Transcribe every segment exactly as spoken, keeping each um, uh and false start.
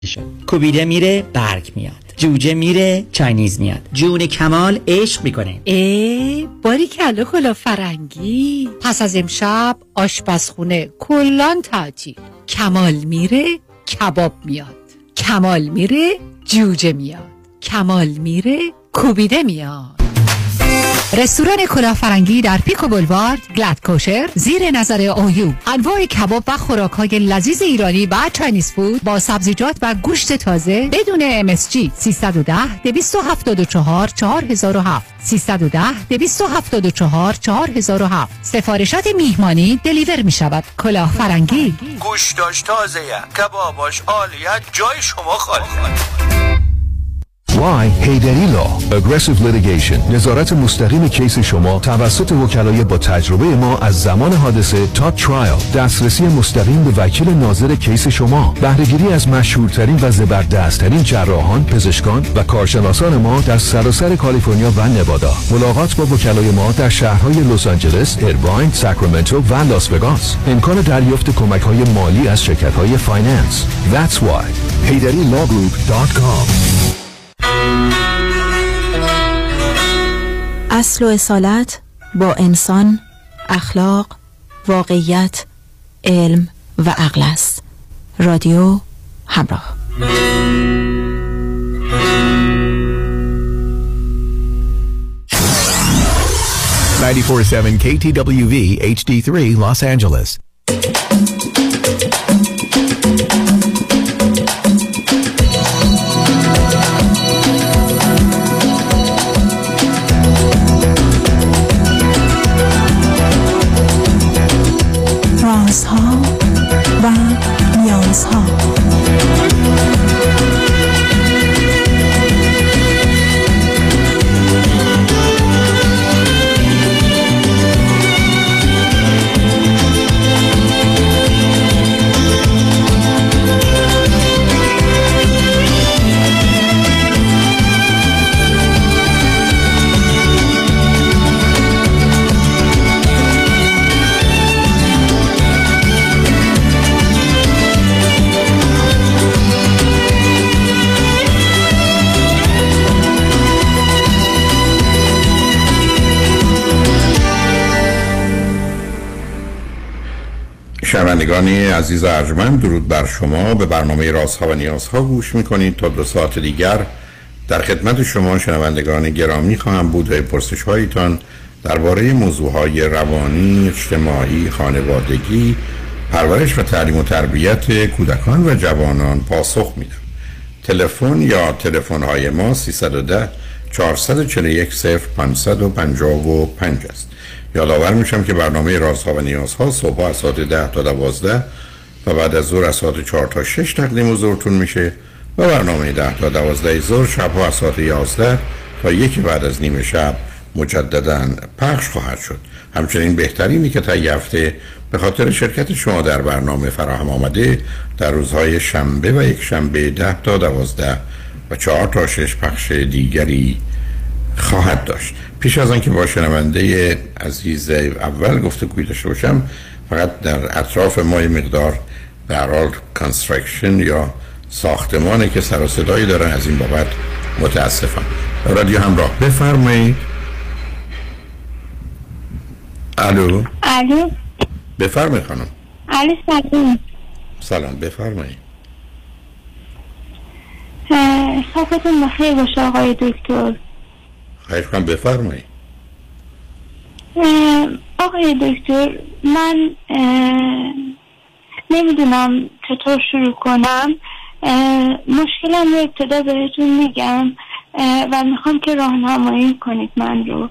کوبیده میره برگ میاد، جوجه میره چاینیز میاد، جون کمال عشق میکنه. ای باری کلا کلا فرنگی. پس از امشب آشپزخونه کلان تعطیل. کمال میره کباب میاد، کمال میره جوجه میاد، کمال میره کوبیده میاد. رستوران کلافرنگی در پیکو بولوارد، گلد کوشر، زیر نظر اویو. انواع کباب و خوراک‌های لذیذ ایرانی و چاینیز فود با سبزیجات و گوشت تازه بدون ام اس جی. سیصد و ده دویست و هفتاد و چهار چهار هزار و هفت سیصد و ده دویست و هفتاد و چهار چهار هزار و هفت. سفارشات میهمانی دلیور می شود. کلافرنگی گوشتاش تازه، کباباش عالیه، جای شما خالی. Why هیدری لا Aggressive Litigation. نظارت مستقیم کیس شما توسط وکلای با تجربه ما از زمان حادثه تا ترایل. دسترسی مستقیم به وکیل ناظر کیس شما. بهره‌گیری از مشهورترین و زبردستترین جراحان، پزشکان و کارشناسان ما در سراسر کالیفرنیا و نوادا. ملاقات با وکلای ما در شهرهای لس آنجلس، ایرواین، ساکرامنتو و لاس وگاس. امکان دریافت کمک‌های مالی از شرکت‌های فایننس. That's why هیدری لا گروپ دات کام. اصل و اصالت با انسان، اخلاق، واقعیت، علم و عقل است. رادیو همراه. ninety-four point seven K T W V H D three Los Angeles. رازها و نیازها. شنوندگانی عزیز ارجمند، درود بر شما. به برنامه رازها و نیازها گوش میکنید. تا دو ساعت دیگر در خدمت شما شنوندگان گرامی خواهم بود و پرسش هایتان درباره موضوعهای روانی، اجتماعی، خانوادگی، پرورش و تعلیم و تربیت کودکان و جوانان پاسخ میدم. تلفن یا تلفن های ما سیصد و ده چهارصد و چهل و یک صفر پانصد و پنجاه و پنج است. یادآور میشم که برنامه رازها و نیازها صبح از ساعت ده تا دوازده و بعد از ظهر از ساعت چهار تا شش تقدیم حضورتون میشه و برنامه ده تا دوازده ظهر شبها از ساعت یازده تا یکی بعد از نیمه شب مجددا پخش خواهد شد. همچنین بهترینی که طی هفته به خاطر شرکت شما در برنامه فراهم آمده در روزهای شنبه و یک شنبه ده تا دوازده و چهار تا شش پخش دیگری خواهد داشت. پیش از آنکه با شنونده عزیز اول گفتگوی داشته باشم، فقط در اطراف ما یه مقدار به هر حال کانستراکشن یا ساختمانی که سر و صدایی دارن، از این بابت متاسفم. رادیو همراه، بفرمایید. الو الو بفرمایید خانم. الو سلام. سلام بفرمایید. صحبتون بخیر باشه آقای دکتر. خیلی کنم بفرمایید. آقای دکتر، من نمیدونم چطور شروع کنم. مشکلم رو ابتدا بهتون میگم و میخوام که راهنمایی کنید من رو.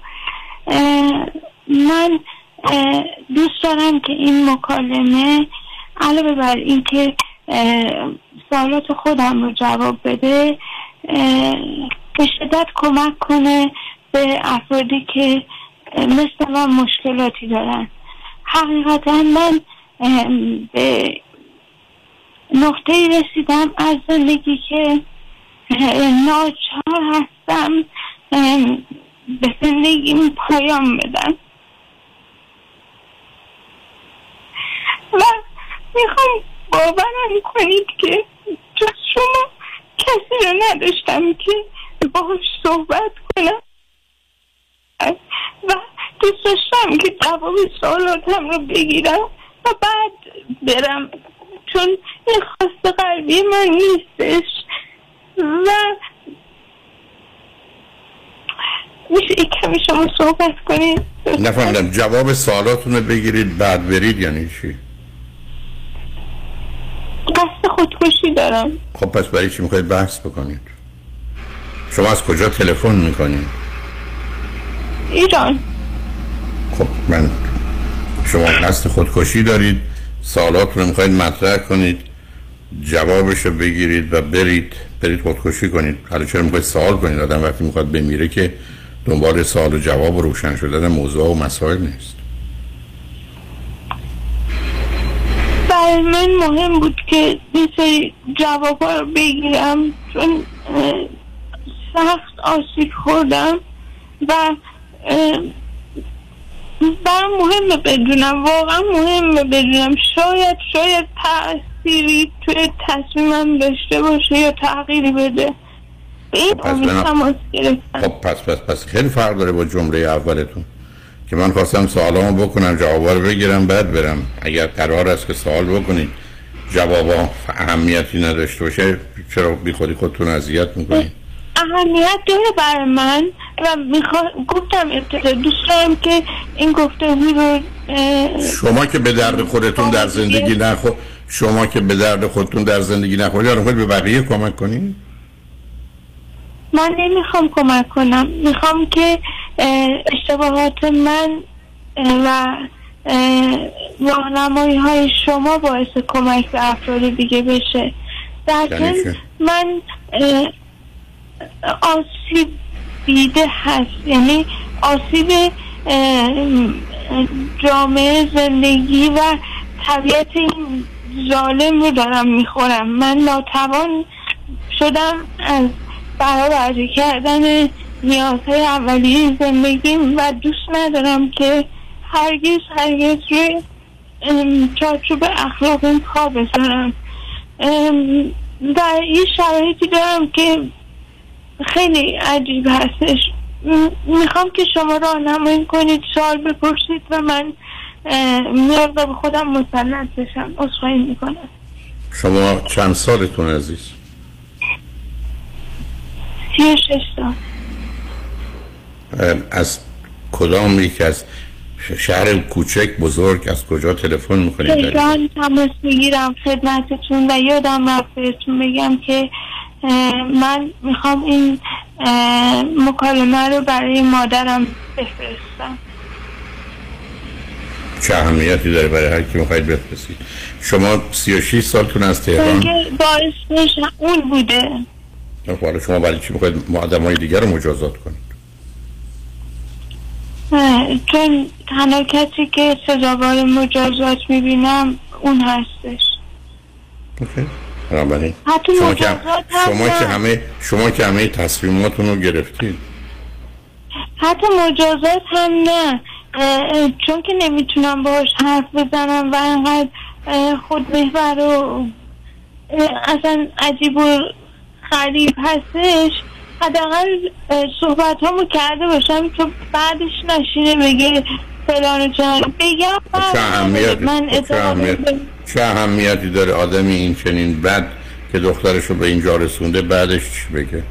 من دوست دارم که این مکالمه علاوه بر این که سوالات خودم رو جواب بده، به شدت کمک کنه به افرادی که مثل من مشکلاتی دارن. حقیقتا من به نقطه‌ای رسیدم از زندگی که ناچار هستم به زندگیم پایان بدم و میخوام باورم کنید که جز شما کسی رو نداشتم که باهاش صحبت کنم و دوست داشتم که جواب سوالاتم رو بگیرم و بعد برم، چون این خواست قلبی من نیستش و میشه یک کمی شما صحبت کنید. نفهمیدم. جواب سوالاتون رو بگیرید بعد برید یعنی چی؟ قصد خودکشی دارم. خب پس برای چی میخواید بحث بکنید؟ شما از کجا تلفن میکنید؟ ایران. خب من شما قصد خودکشی دارید، سوالات رو میخواید مطرح کنید، جوابش رو بگیرید و برید برید خودکشی کنید. حالا چرا میخواید سوال کنید؟ آدم وقتی میخواد بمیره که دنبال سوال و جواب و روشن شدن موضوع و مسائل نیست. برای من مهم بود که یه سری جوابا رو بگیرم، چون سخت آسیب خوردم و برای مهمه بدونم، واقعا مهمه بدونم. شاید شاید تأثیری توی تصمیمم داشته باشه یا تغییری بده. به این امید تماس گرفتم. خب پس پس پس خیلی فرق داره با جمله اولتون که من خواستم سوالامو بکنم، جوابا رو بگیرم بعد برم. اگر قرار است که سوال بکنید جوابا اهمیتی نداشته باشه، چرا بی خودی خودتون اذیت میکنید؟ اهمیت داره برای من و میخوام گفتم ابتدا دوست دارم که این گفتگو رو شما که به درد خودتون در زندگی نخو شما که به درد خودتون در زندگی نخورید، الان خود به بقیه کمک کنید؟ من نمیخوام کمک کنم، میخوام که اشتباهات من و راهنمایی های شما باعث کمک به افراد دیگه بشه. در ضمن من آسیب دیده هست، یعنی آسیب جامعه زندگی و طبیعت این ظالم رو دارم میخورم. من ناتوان شدم از برآورده کردن نیازهای اولیه زندگیم و دوست ندارم که هرگز هرگز روی چارچوب اخلاقیم پا بذارم. و یه شرایطی دارم که خیلی عجیب هستش. میخوام که شما راهنمایی کنید، سوال بپرسید و من نیاز به خودم مسلط بشم. عذرخواهی میکنم. شما چند سالتون عزیز؟ سی و شش سال. از کدام یک از شهر کوچک بزرگ از کجا تلفن میکنید؟ تهران تماس میگیرم خدمتتون و یادم رفت بهتون بگم که من میخوام این مکالمه رو برای مادرم بفرستم. چه اهمیتی داره برای هر کی میخواید بفرستید؟ شما سی و شش سالتون از تهران؟ باعثش اون بوده. حالا شما برای چی میخواید آدمای دیگر رو مجازات کنید؟ چون تنها کسی که سزاوار مجازات میبینم اون هستش. اوکی. بنابراین شما که شما که همه شما که همه تصمیماتون رو گرفتید. حتی مجازات هم نه، چون که نمیتونم باهاش حرف بزنم و انقدر خودمحور و اصلا عجیب و غریب هستش. حداقل صحبت همو کرده باشم که بعدش نشینه بگه فلان چند بگم. چه اهمیتی من چه اهمیتی داره آدمی این چنین بعد که دخترشو به اینجا رسونده بعدش چی بگه؟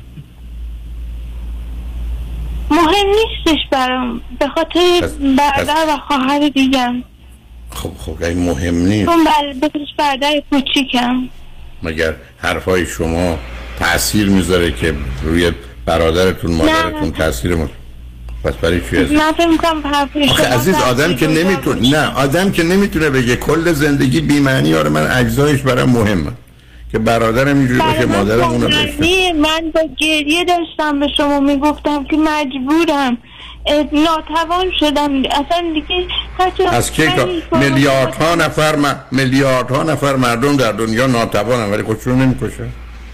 مهم نیستش برام، به خاطر برادر و خواهر دیگم. خب خب این مهم نیست. چون به خاطر برادر کوچیکم. مگر حرفای شما تأثیر میذاره که روی برادرتون مادرتون تأثیر مذاره؟ پس برای چی هست؟ من فکر می‌کنم حرفای شما عزیز آدم که نمیتونه نه آدم که نمیتونه بگه کل زندگی بی معنی. آره من اجزایش برام مهمه که برادرم اینجوری باشه مادرم اونو بشه. من با گریه داشتم به شما میگفتم که مجبورم، ناتوان شدم اصلا دیگه. از کی میلیاردها نفر م... میلیاردها نفر مردم در دنیا ناتوانن ولی خودشون نمیکشن.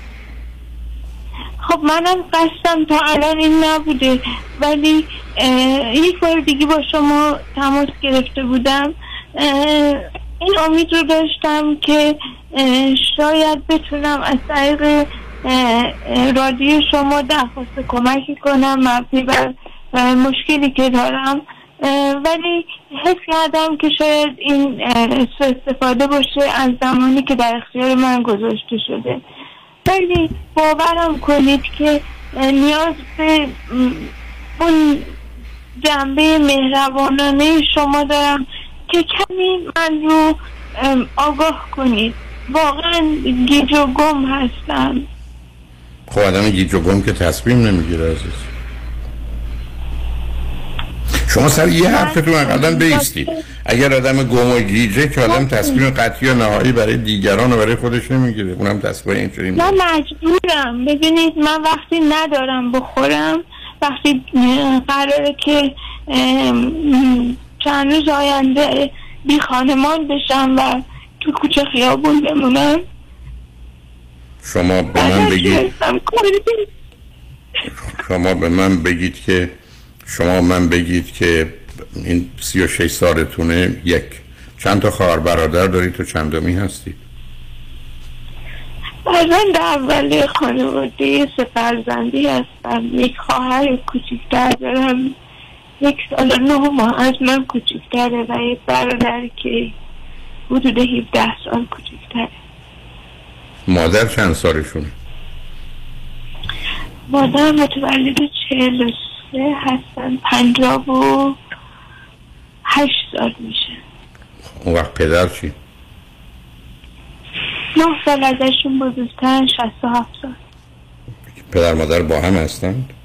خب منم قصدم تا الان این نبوده، ولی یک بار دیگه با شما تماس گرفته بودم. این امید رو داشتم که شاید بتونم از طریق رادیو شما درخواست کمکی کنم مبنی بر مشکلی که دارم، ولی حس کردم که شاید این سوء استفاده باشه از زمانی که در اختیار من گذاشته شده. ولی باورم کنید که نیاز به اون جنبه مهربانانه شما دارم که کمی من رو آگاه کنید. واقعا گیج و گم هستم. خب آدم گیج و گم که تصمیم نمیگیره عزیز. شما سر یه حرفتون اقلا بیستید. اگر آدم گم و گیجه که آدم تصمیم قطعی و نهایی برای دیگران و برای خودش نمیگیره، اونم تصمیم اینجوری من مجبورم. ببینید من وقتی ندارم بخورم، وقتی قراره که چند روز آینده بی خانمان بشم و تو کوچه خیابون بمونم، شما به من بگید شما به من بگید که شما من بگید که این سی و شش سالتونه، یک چند تا خواهر برادر دارید تو چندمی هستید؟ فرزند اولی خانواده سه فرزندی هستم. یک خواهر کوچکتر دارم، یک سال نه ماه از من کوچکتره و یک برادر که حدود هفده سال کوچکتره. مادر چند سالشونه؟ مادر متولد چهل و سه هستن، پنجاب و هشت سال میشه. اون وقت پدر چی؟ نه سال ازشون بزرگترن، شصت و هفت سال. پدر مادر با هم هستند؟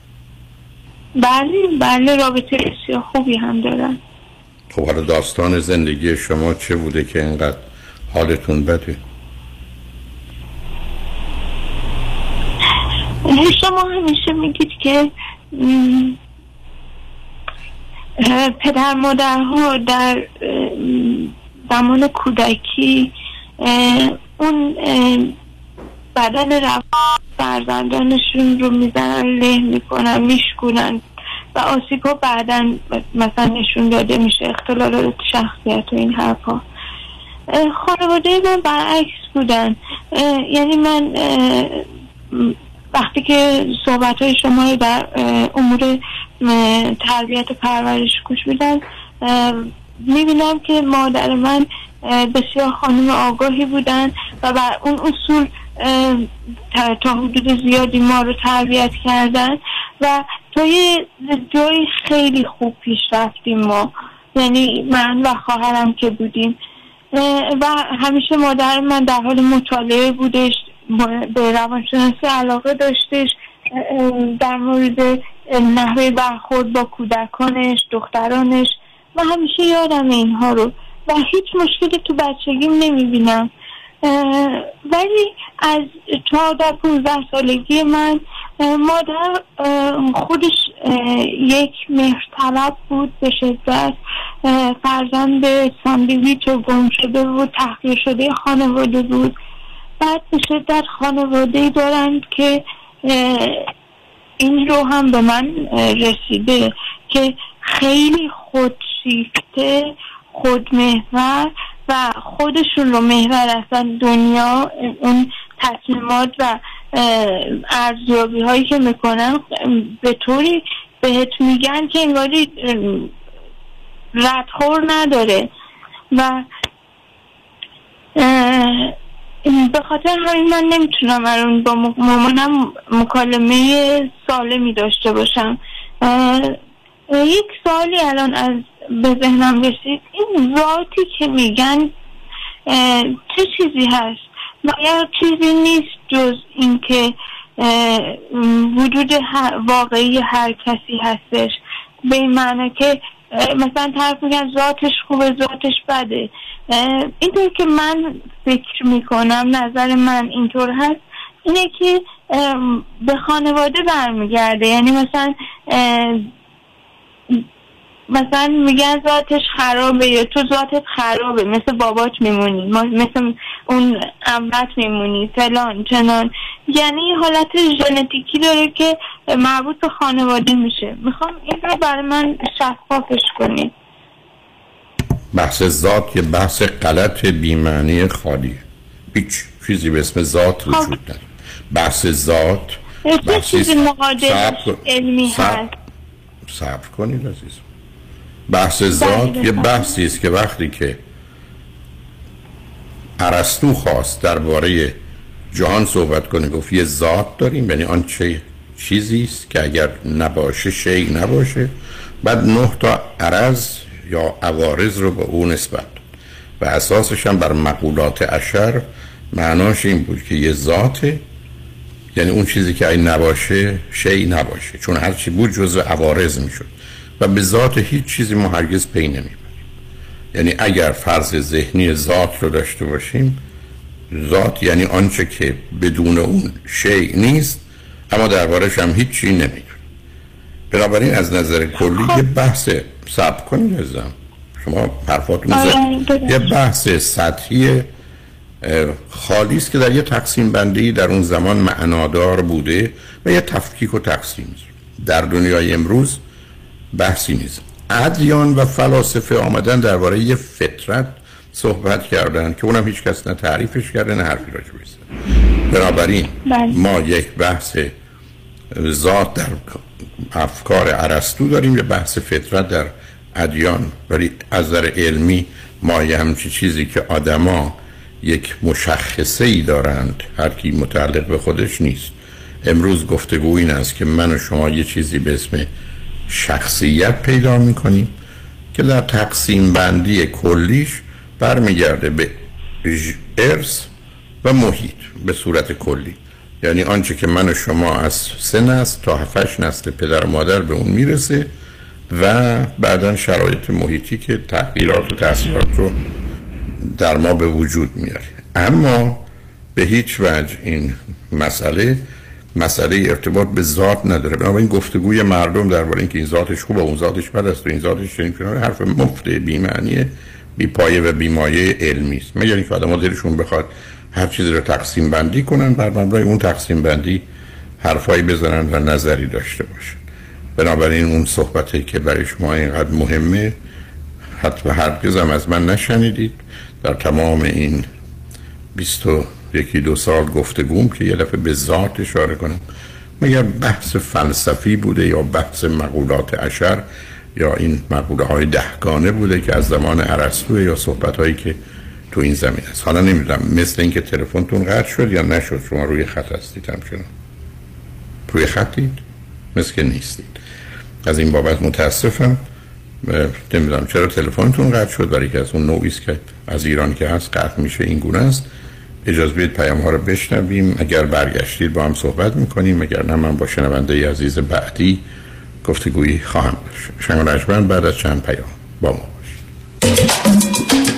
بله بله، رابطه بسیار خوبی هم دارن. خب حالا داستان زندگی شما چه بوده که اینقدر حالتون بده؟ شما همیشه میگید که پدر مادرها در زمان کودکی اون بدن روان فرزندانشون رو میزنن، له میکنن، میشکنن و آسیب ها بعدا مثلا نشون داده میشه، اختلالات شخصیت و این حرفا. خانواده من برعکس بودن. یعنی من وقتی که صحبت های شما رو در امور تربیت و پرورش گوش میدم، میبینم که مادر من بسیار خانم آگاهی بودن و بر اون اصول تا حدود زیادی ما رو تربیت کردن و تا یه جایی خیلی خوب پیش رفتیم ما، یعنی من و خواهرم که بودیم. و همیشه مادر من در حال مطالعه بودش، به روانشناسی علاقه داشتش، در مورد نحوه برخورد با کودکانش، دخترانش، و همیشه یادم اینها رو و هیچ مشکلی تو بچگیم نمیبینم. ولی از چهارده پونزده سالگی من مادر خودش یک مهرطلب بود به شدت، فرزند ساندویچ و گم شده و تحقیر شده خانواده بود. بعد به شدت خانواده‌ای دارند که این رو هم به من رسیده که خیلی خودشیفته، خودمحور و خودشون رو محور هستن. دنیا اون تصمیمات و ارزیابی هایی که میکنن به طوری بهت میگن که انگاری ردخور نداره و به خاطر همین من نمیتونم الان با مامانم مکالمه سالمی داشته باشم. یک سوالی الان از به ذهنم رسید، این ذاتی که میگن چه چیزی هست؟ مگر چیزی نیست جز این که وجود واقعی هر کسی هستش، به این معنی که مثلا طرف میگن ذاتش خوبه ذاتش بده. اینطور که من فکر میکنم، نظر من اینطور هست، اینه که به خانواده برمیگرده. یعنی مثلا مثلا میگن ذاتش خرابه یا تو ذاتت خرابه، مثل بابات میمونی، مثل اون عمت میمونی، فلان چنان. یعنی حالت ژنتیکی داره که مربوط به خانواده میشه. میخوام این رو برای من شفافش کنید. بحث ذات یه بحث غلط بی‌معنی خالی، هیچ چیزی به اسم ذات وجود نداره. بحث ذات چه چیزی معادل علمی هست؟ صبر کنید عزیز. بحث ذات یه بحثی است که وقتی که ارسطو خواست درباره جهان صحبت کنه گفت یه ذات داریم، یعنی آن چه چیزی است که اگر نباشه شیء نباشه. بعد نه تا عرض یا عوارض رو به اون نسبت و اساسش هم بر مقولات اشر معناش این بود که یه ذاته، یعنی اون چیزی که این نباشه شیء نباشه، چون هر چی بود جزء عوارض میشد و به ذات هیچ چیزی ما هرگز پی نمیبریم. یعنی اگر فرض ذهنی ذات رو داشته باشیم، ذات یعنی آنچه که بدون اون شیء نیست اما دربارش هم هیچ چی نمیدونیم. بنابراین از نظر کلی یه بحث صبر کنید عزیزم، شما حرفاتون زد، یه بحث سطحی خالی است که در یه تقسیم بندی در اون زمان معنادار بوده و یه تفکیک و تقسیم. در دنیای امروز بحثی نیست. ادیان و فلاسفه آمدن درباره یه فطرت صحبت کردن که اونم هیچ کس نه تعریفش کرده نه حرفی راجع بهش زده. بنابراین ما یک بحث ذات در افکار ارسطو داریم، یه بحث فطرت در ادیان، ولی از نظر علمی ما یه همچی چیزی که آدما یک مشخصه ای دارند هر کی متعلق به خودش نیست. امروز گفتگو این است که من و شما یه چیزی به اسم شخصیت پیدا میکنیم که در تقسیم بندی کلیش برمیگرده به ارث و محیط به صورت کلی. یعنی آنچه که من و شما از سه نسل تا هفتش نسل پدر و مادر به اون میرسه و بعداً شرایط محیطی که تغییرات و تأثیرات رو در ما به وجود میاره. اما به هیچ وجه این مسئله مسئله ارتباط به ذات نداره. بنابراین گفتگوی مردم درباره اینکه این ذاتش خوبه اون ذاتش بد است و این ذاتش چنین کناره حرف مفته، بی معنی، بی پایه و بی مایه علمی است. مگر اینکه آدم‌ها دلشون بخواد هر چیزی رو تقسیم بندی کنن، بر مبنای اون تقسیم بندی حرفایی بزنن و نظری داشته باشن. بنابراین اون صحبتی که برای شما اینقدر مهمه حتی هرگز هم از من نشنیدید در تمام این بیست و یکی دو سال گفتگوم که یه دفعه به ذات اشاره کنم. مگر بحث فلسفی بوده یا بحث مقولات اشر یا این مقوله های دهگانه بوده که از زمان ارسطو یا صحبت هایی که تو این زمین است. حالا نمیدونم مثل اینکه تلفنتون قطع شد یا نشد، شما روی خط هستید همچنان روی خطید؟ مثل که نیستید. از این بابت متاسفم. نمیدونم چرا تلفنتون قطع شد، برای که از اون نوعی است که از ایران که هست قطع میشه این گونه است. اجازه بدید پیام ها رو بشنویم، اگر برگشتید با هم صحبت میکنیم، اگر نه من با شنونده عزیز بعدی گفتگویی خواهم داشت. شنگ رجمن بعد از چند پیام با ما باشید.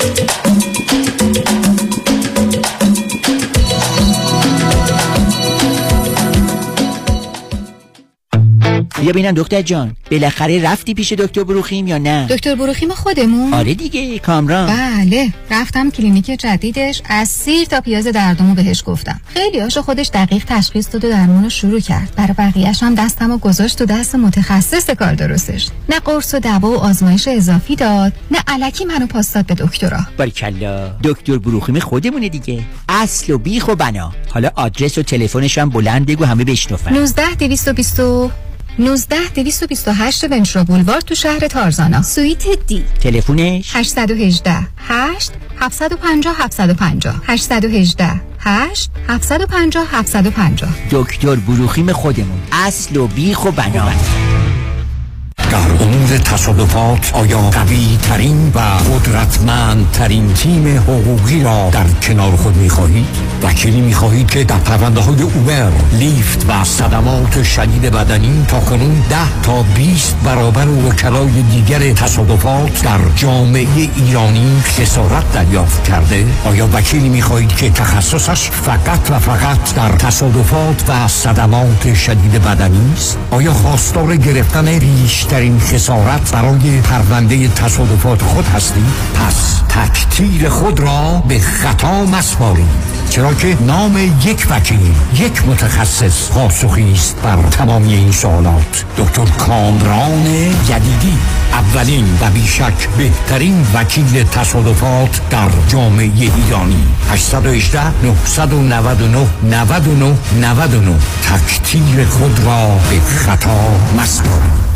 بیا ببینم دکتر جان، بالاخره رفتی پیش دکتر بروخیم یا نه؟ دکتر بروخیم خودمون؟ آره دیگه، کامران. بله، رفتم کلینیک جدیدش، از سیر تا پیاز دردمو بهش گفتم. خیلی هاشو خودش دقیق تشخیص داد و درمونو شروع کرد. برای بقیه‌اش هم دستمو گذاشت تو دست متخصص کار درستش. نه قرص و دوا و آزمایش اضافی داد، نه الکی منو پاس داد به دکترا. باریکلا، دکتر بروخیم خودمونه دیگه. اصل و بیخ و بنا. حالا آدرس و تلفنش هم بلند بگو همه بشنفن. نوزده دویست و بیست نوزده دویست و بیست و هشت ونچرا بولوار تو شهر تارزانا، سویت دی. تلفونش هشت یک هشت هشت هفت پنج صفر هفت پنج صفر هشت یک هشت هشت هفت پنج صفر هفت پنج صفر. دکتر بروخیم خودمون، اصل و بیخ و بنا. در امور تصادفات آیا قوی ترین و قدرتمند ترین تیم حقوقی را در کنار خود می خواهید؟ وکیلی می خواهید که در پرونده های اوبر، لیفت و صدمات شدید بدنی تا کنون ده تا بیست برابر وکلای دیگر تصادفات در جامعه ایرانی خسارت دریافت کرده؟ آیا وکیلی می خواهید که تخصصش فقط و فقط در تصادفات و صدمات شدید بدنی است؟ آیا خواستار گرفتن بیشتر بزرگترین خسارت برای پرونده تصادفات خود هستید؟ پس تکتیر خود را به خطا مسپارید، چرا که نام یک وکیل، یک متخصص پاسخی است بر تمامی این سوالات. دکتر کامران یدیدی، اولین و بیشک بهترین وکیل تصادفات در جامعه ایرانی. هشت یک هشت نه نه نه نه نه نه نه. تکتیر خود را به خطا مسپارید.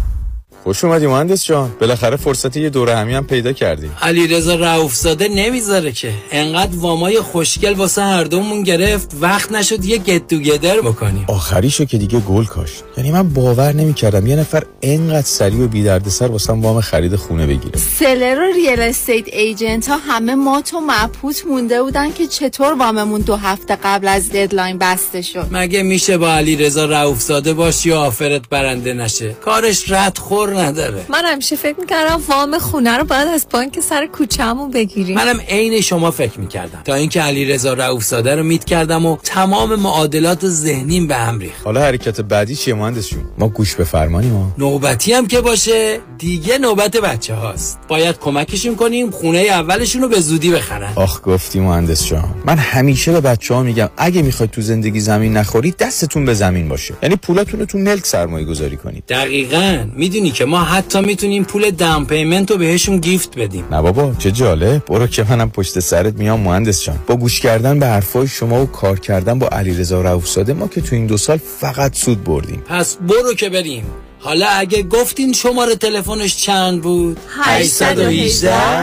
خوش اومدی مهندس جان، بالاخره فرصت یه دوره همی هم پیدا کردی. علیرضا رؤوفزاده نمیذاره که انقدر وامای خوشگل واسه هر دومون گرفت وقت نشد یه گت توگیدر بکنیم. آخریشو که دیگه گل کاشت. یعنی من باور نمیکردم یه نفر انقدر سریع و بی دردسر واسم وام خرید خونه بگیره. سلر و ریال استیت ایجنت ها همه مات و مبهوت مونده بودن که چطور واممون دو هفته قبل از ددلاین بسته شد. مگه میشه با علیرضا رؤوفزاده باشی و آفرت برنده نشه؟ کارش رد خور نداره. من همیشه فکر میکردم وام خونه رو باید از بانک سر کوچه‌مون بگیریم. منم عین شما فکر میکردم تا اینکه علیرضا رؤوفزاده رو میت کردم و تمام معادلات ذهنیم به هم ریخت. حالا حرکت بعدی چیه مهندس جون؟ ما گوش به فرمانی ما. نوبتی هم که باشه دیگه نوبت بچه هاست. باید کمکشون کنیم خونه اولشون رو به زودی بخرن. آخ گفتی مهندس جان. من همیشه به بچه‌ها میگم اگه میخواید تو زندگی زمین نخورید دستتون به زمین باشه. یعنی پولاتون رو تو ملک سرمایه گذاری کنید. دقیقاً. میدونی که ما حتی میتونیم پول داون پیمنت رو بهشون گیفت بدیم. نه بابا چه جالب. برو که منم پشت سرت میام مهندس جان. با گوش کردن به حرفای شما و کار کردن با علیرضا رؤوفزاده ما که تو این دو سال فقط سود بردیم. پس برو که بریم. حالا اگه گفتین شماره تلفنش چند بود؟ هشت یک هشت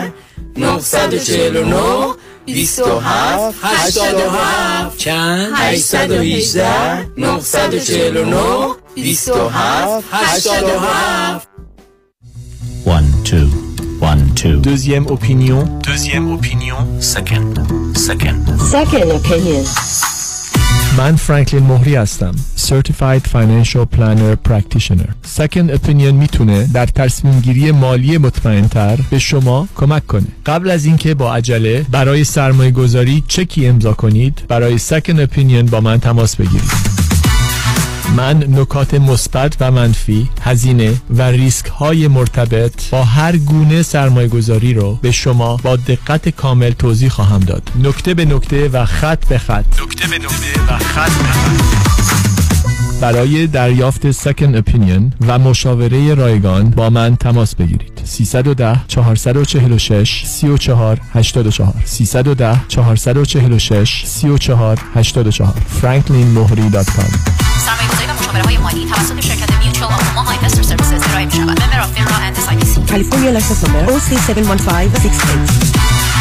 نه چهار نه بیست و هفت هشتاد و هفت. چند؟ هشت یک هشت نه چهار نه بیست و هفت هشتاد و هفت. one two one two. Deuxième opinion. Deuxième opinion. Second. Second. Second opinion. من فرانکلین مهری هستم. Certified Financial Planner Practitioner. Second opinion میتونه در تصمیم گیری مالی مطمئن‌تر به شما کمک کنه. قبل از اینکه با عجله برای سرمایه گذاری چکی امضا کنید، برای Second opinion با من تماس بگیرید. من نکات مثبت و منفی، هزینه و ریسک های مرتبط با هر گونه سرمایه گذاری رو به شما با دقت کامل توضیح خواهم داد. نکته به نکته و خط به خط. نکته به نکته و خط به خط. برای دریافت Second Opinion و مشاوره رایگان با من تماس بگیرید. سیصد و ده چهارصد و چهل و شش سی و چهار هشتاد و چهار سیصد و ده چهارصد و چهل و شش سی و چهار هشتاد و چهار فرانکلین موهری دات کام. سرمایه‌گذاری و مشاوره های مالی توسط شرکت میوچوال اوماها اینوستر سرویسز ارائه می‌شود. ممبر اف فینرا اند اس آی پی سی. کالیفرنیا لایسنس نمبر او سی هفت یک پنج شش هشت.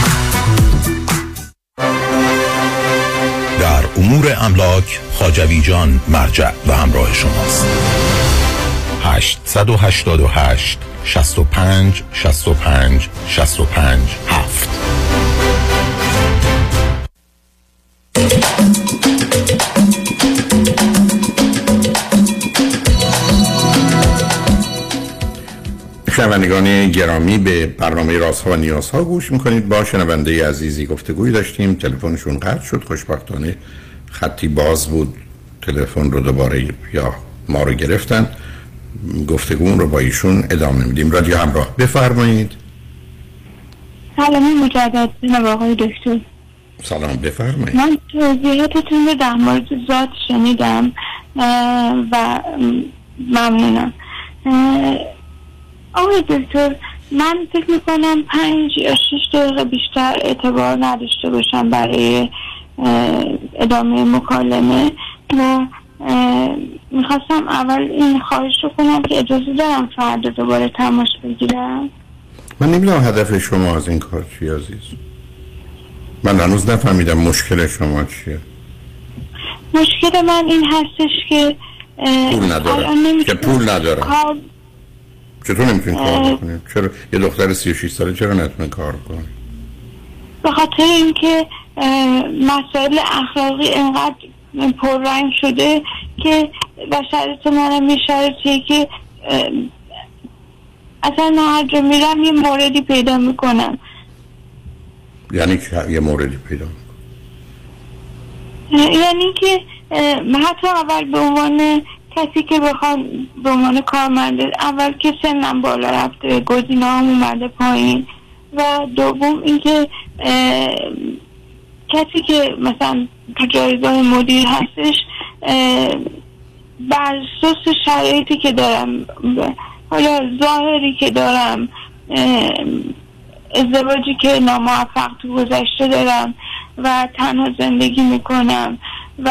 در امور املاک خواجوی جان مرجع و همراه شماست. هشت هشت هشت شصت و پنج شصت و پنج شصت و پنج هفت. شنوندگان گرامی به برنامه رازها و نیازها گوش میکنید. با شنونده عزیزی گفتگوی داشتیم، تلفنشون قطع شد. خوشبختانه خطی باز بود، تلفن رو دوباره یا ما رو گرفتن. گفتگوون رو با ایشون ادامه میدیم. رادیو همراه، بفرمایید. سلام مجدد جناب آقای دکتر. سلام، بفرمایید. من توضیحاتتون رو در مورد ذات شنیدم و ممنونم. آقای دکتر، من فکر میکنم پنج یا شش دقیقه بیشتر اعتبار نداشته باشم برای ادامه مکالمه و میخواستم اول این خواهش رو کنم که اجازه دارم فردا دوباره تماس بگیرم. من نمیدونم هدف شما از این کار چیه عزیز. من هنوز نفهمیدم مشکل شما چیه. مشکل من این هستش که پول ندارم که پول ندارم کار... چطور نمیتونی کار بکنید؟ چرا یه دختر سی و شش ساله چرا نتونه کار کنه؟ به خاطر اینکه مسائل اخلاقی انقدر پررنگ شده که و شرط منم یه شرطیه که اصلا من هر جا میرم یه موردی پیدا میکنم. یعنی که یه موردی پیدا میکنم؟ یعنی که حتی اول به عنوان کسی که بخوام به عنوان کارمند، اول که سنم بالا رفته، گزینه هم اومده پایین، و دوم اینکه کسی که مثلا تو جایگاه مدیر هستش بر اساس شرایطی که دارم، حالا ظاهری که دارم، ازدواجی که ناموفق تو گذشته دارم و تنها زندگی میکنم و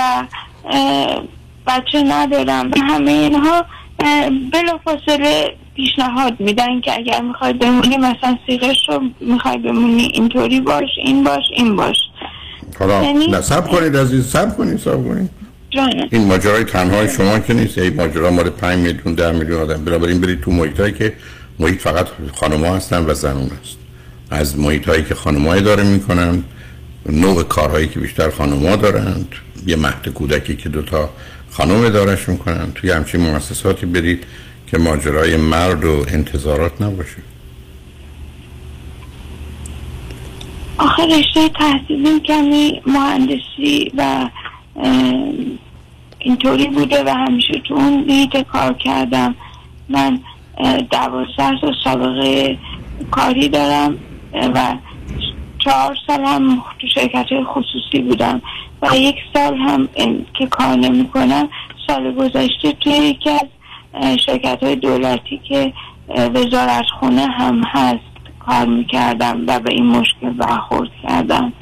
بچه ندارم و همه اینها بلافاصله پیشنهاد میدن که اگر میخوای بمونی مثلا سیغش رو میخوای بمونی اینطوری باش، این باش، این باش. حالا یعنی نصب کنید عزیز، سب کنید سب کنید جانه. این ماجرای تنهای شما که نیست، این ماجرا مال پنج میلیون ده میلیون آدم. بنابراین برید تو محیطایی که محیط فقط خانم‌ها هستن و زنون است. از محیطایی که خانم‌ها اداره میکنن، نوع کارهایی که بیشتر خانم‌ها دارند، یه مهد کودکی که دوتا خانم ادارهش میکنن، توی همچین مؤسساتی برید که ماجرای مرد و انتظارات نباشه. آخر رشته تحصیلیم کمی مهندسی و اینطوری بوده و همیشه تو اون لیت کار کردم. من دوازده سال سابقه کاری دارم و چهار سال هم تو شرکت خصوصی بودم و یک سال هم که کار نمی کنم. سال گذشته توی یکی از شرکت های دولتی که وزارت خونه هم هست کار میکردم و به این مشکل برخورد کردم.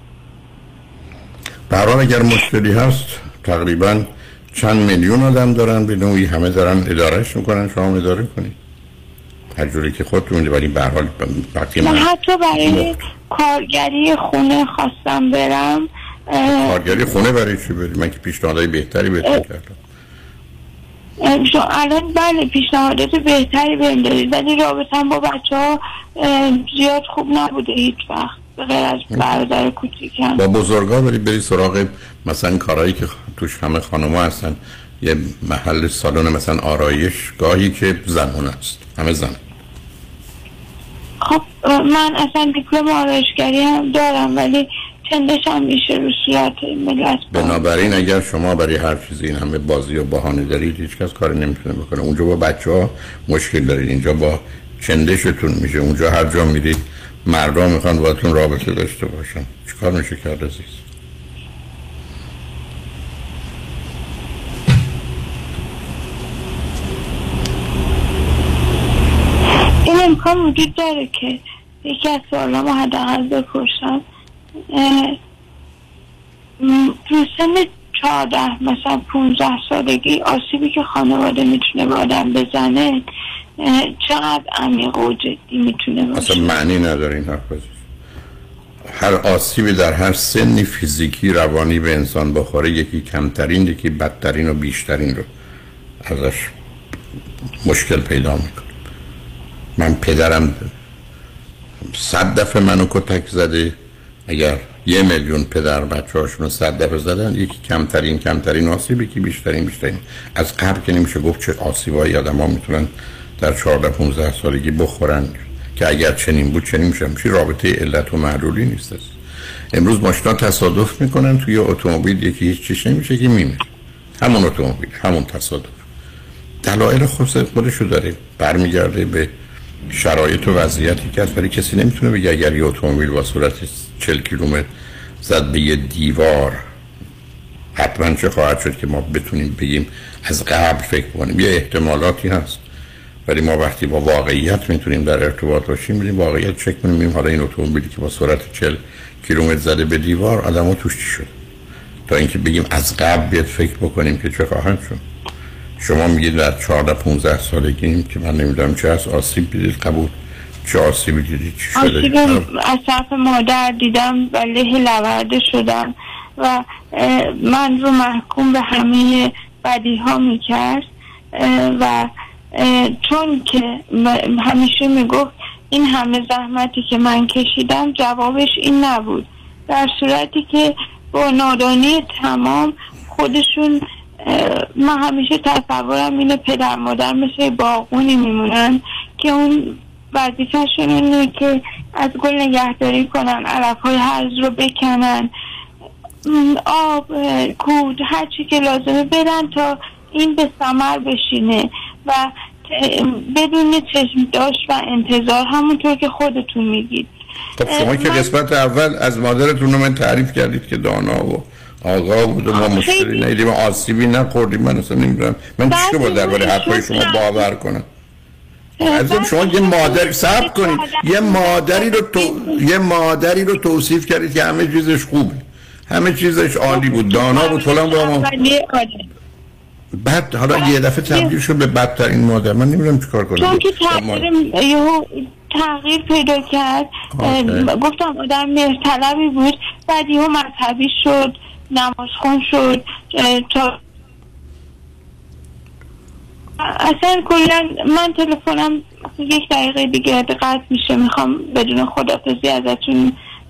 برحال اگر مشکلی هست تقریبا چند میلیون آدم دارن، به نوعی همه دارن ادارهش میکنن، شما هم اداره کنید هر جوری که خودتون میده. ولی برحال من حتی برای مخت... کارگری خونه خواستم برم. کارگری خونه برای چی بری؟ من که پیشنهادهای بهتری بهتر کردم. شو الان بله پیشنهادات بهتری بهم دادید، ولی رابطه‌ام با بچه ها زیاد خوب نبوده هیچ وقت، به غیر از برادر کوچیکم. با بزرگا برید برید سراغ مثلا کارهایی که توش همه خانم‌ها هستن، یه محل سالن مثلا آرایش گاهی که زنونه است، همه زن. خب من اصلا دیپلم آرایشگری هم دارم ولی چندش هم میشه رو صورت ملت. بنابراین اگر شما برای هر چیزی این همه بازی و بهانه دارید هیچ کس کاری نمیتونه بکنه. اونجا با بچه ها مشکل دارید، اینجا با چندشتون میشه. اونجا هر جا میرید مردم میخوان باهاتون رابطه داشته باشن، چیکار میشه کرد عزیز؟ این امکان وجود داره که یکی از سوالامو حداقل بپرسم. تو سن چهارده مثلا پونزده سالگی آسیبی که خانواده میتونه به آدم بزنه چقدر عمیق و جدی میتونه باشه؟ اصلا معنی نداره این حرف بزنید. هر آسیبی در هر سنی فیزیکی روانی به انسان بخوره، یکی کمترین یکی بدترین و بیشترین رو ازش مشکل پیدا میکنه. من پدرم صد دفعه منو کتک زده، اگر یه میلیون پدر بچه هاشون صد دفعه زدن، یکی کمترین کمترین آسیبی که بیشترین بیشترین. از قبل که نمیشه گفت چه آسیبایی آدم ها میتونن در چهارده پونزده سالگی بخورن که اگر چنین بود چنین میشه. میشه رابطه علت و معلولی نیست. امروز ماشینا تصادف میکنن توی اتومبیل، یکی هیچ چیز نمیشه که میمیره، همون اتومبیل همون تصادف دلایل خودشو داره، برمیگرده به شرایط و وضعیتی که هست. ولی کسی نمیتونه بگه اگر یه اتومبیل با سرعت چهل کیلومتر زد به یه دیوار حتما چه خواهد شد که ما بتونیم بگیم از قبل فکر کنیم. یه احتمالاتی هست ولی ما وقتی با واقعیت میتونیم در ارتباط باشیم، بریم واقعیت چک کنیم، ببینیم حالا این اتومبیلی که با سرعت چهل کیلومتر زده به دیوار آدم‌ها توش چی شد، تا اینکه بگیم از قبل بیاد فکر بکنیم که چه خواهد شد. شما میگید در چهارده پونزده سالگی که من نمیدونم چه از آسیب دیدید، قبول چه آسیبی دیدید؟ چی شده؟ آسیب از طرف مادر دیدم و له لورده شدم و من رو محکوم به همه بدی ها میکرد و چون که همیشه میگفت این همه زحمتی که من کشیدم جوابش این نبود، در صورتی که با نادانی تمام خودشون، من همیشه تصورم اینه پدر مادر مثل باغونی میمونن که اون وظیفه‌شون اینه که از گل نگهداری کنن، علف‌های هرز رو بکنن، آب، کود، هر چی که لازمه بدن تا این به ثمر بشینه و بدون چشم داشت و انتظار، همونطور که خودتون میگید. خب شما که قسمت اول از مادرتون رو من تعریف کردید که دانا و آقا بود و ما مشکلی ندیدیم و آسیبی نخوردیم، من اصلا نمیدونم من چی با درباره حرفای شما باور کنم. عزیزم شما یه مادر صبر کنید، یه مادری رو تو... یه مادری رو توصیف کردید که همه چیزش خوبه، همه چیزش عالی بود، دانا بود فلان با ما. بعد حالا یه دفعه تبدیل شد به بدترین مادر، من نمیدونم چیکار کنم. چون که تغییر تغییر پیدا کرد، گفتم آدم مهرطلبی بود، بعد یهو مذهبی شد، نمازخوان شد، تا اصلا کلا من تلفنم یک دقیقه دیگه قطع میشه، میخوام بدون خداحافظی ازتون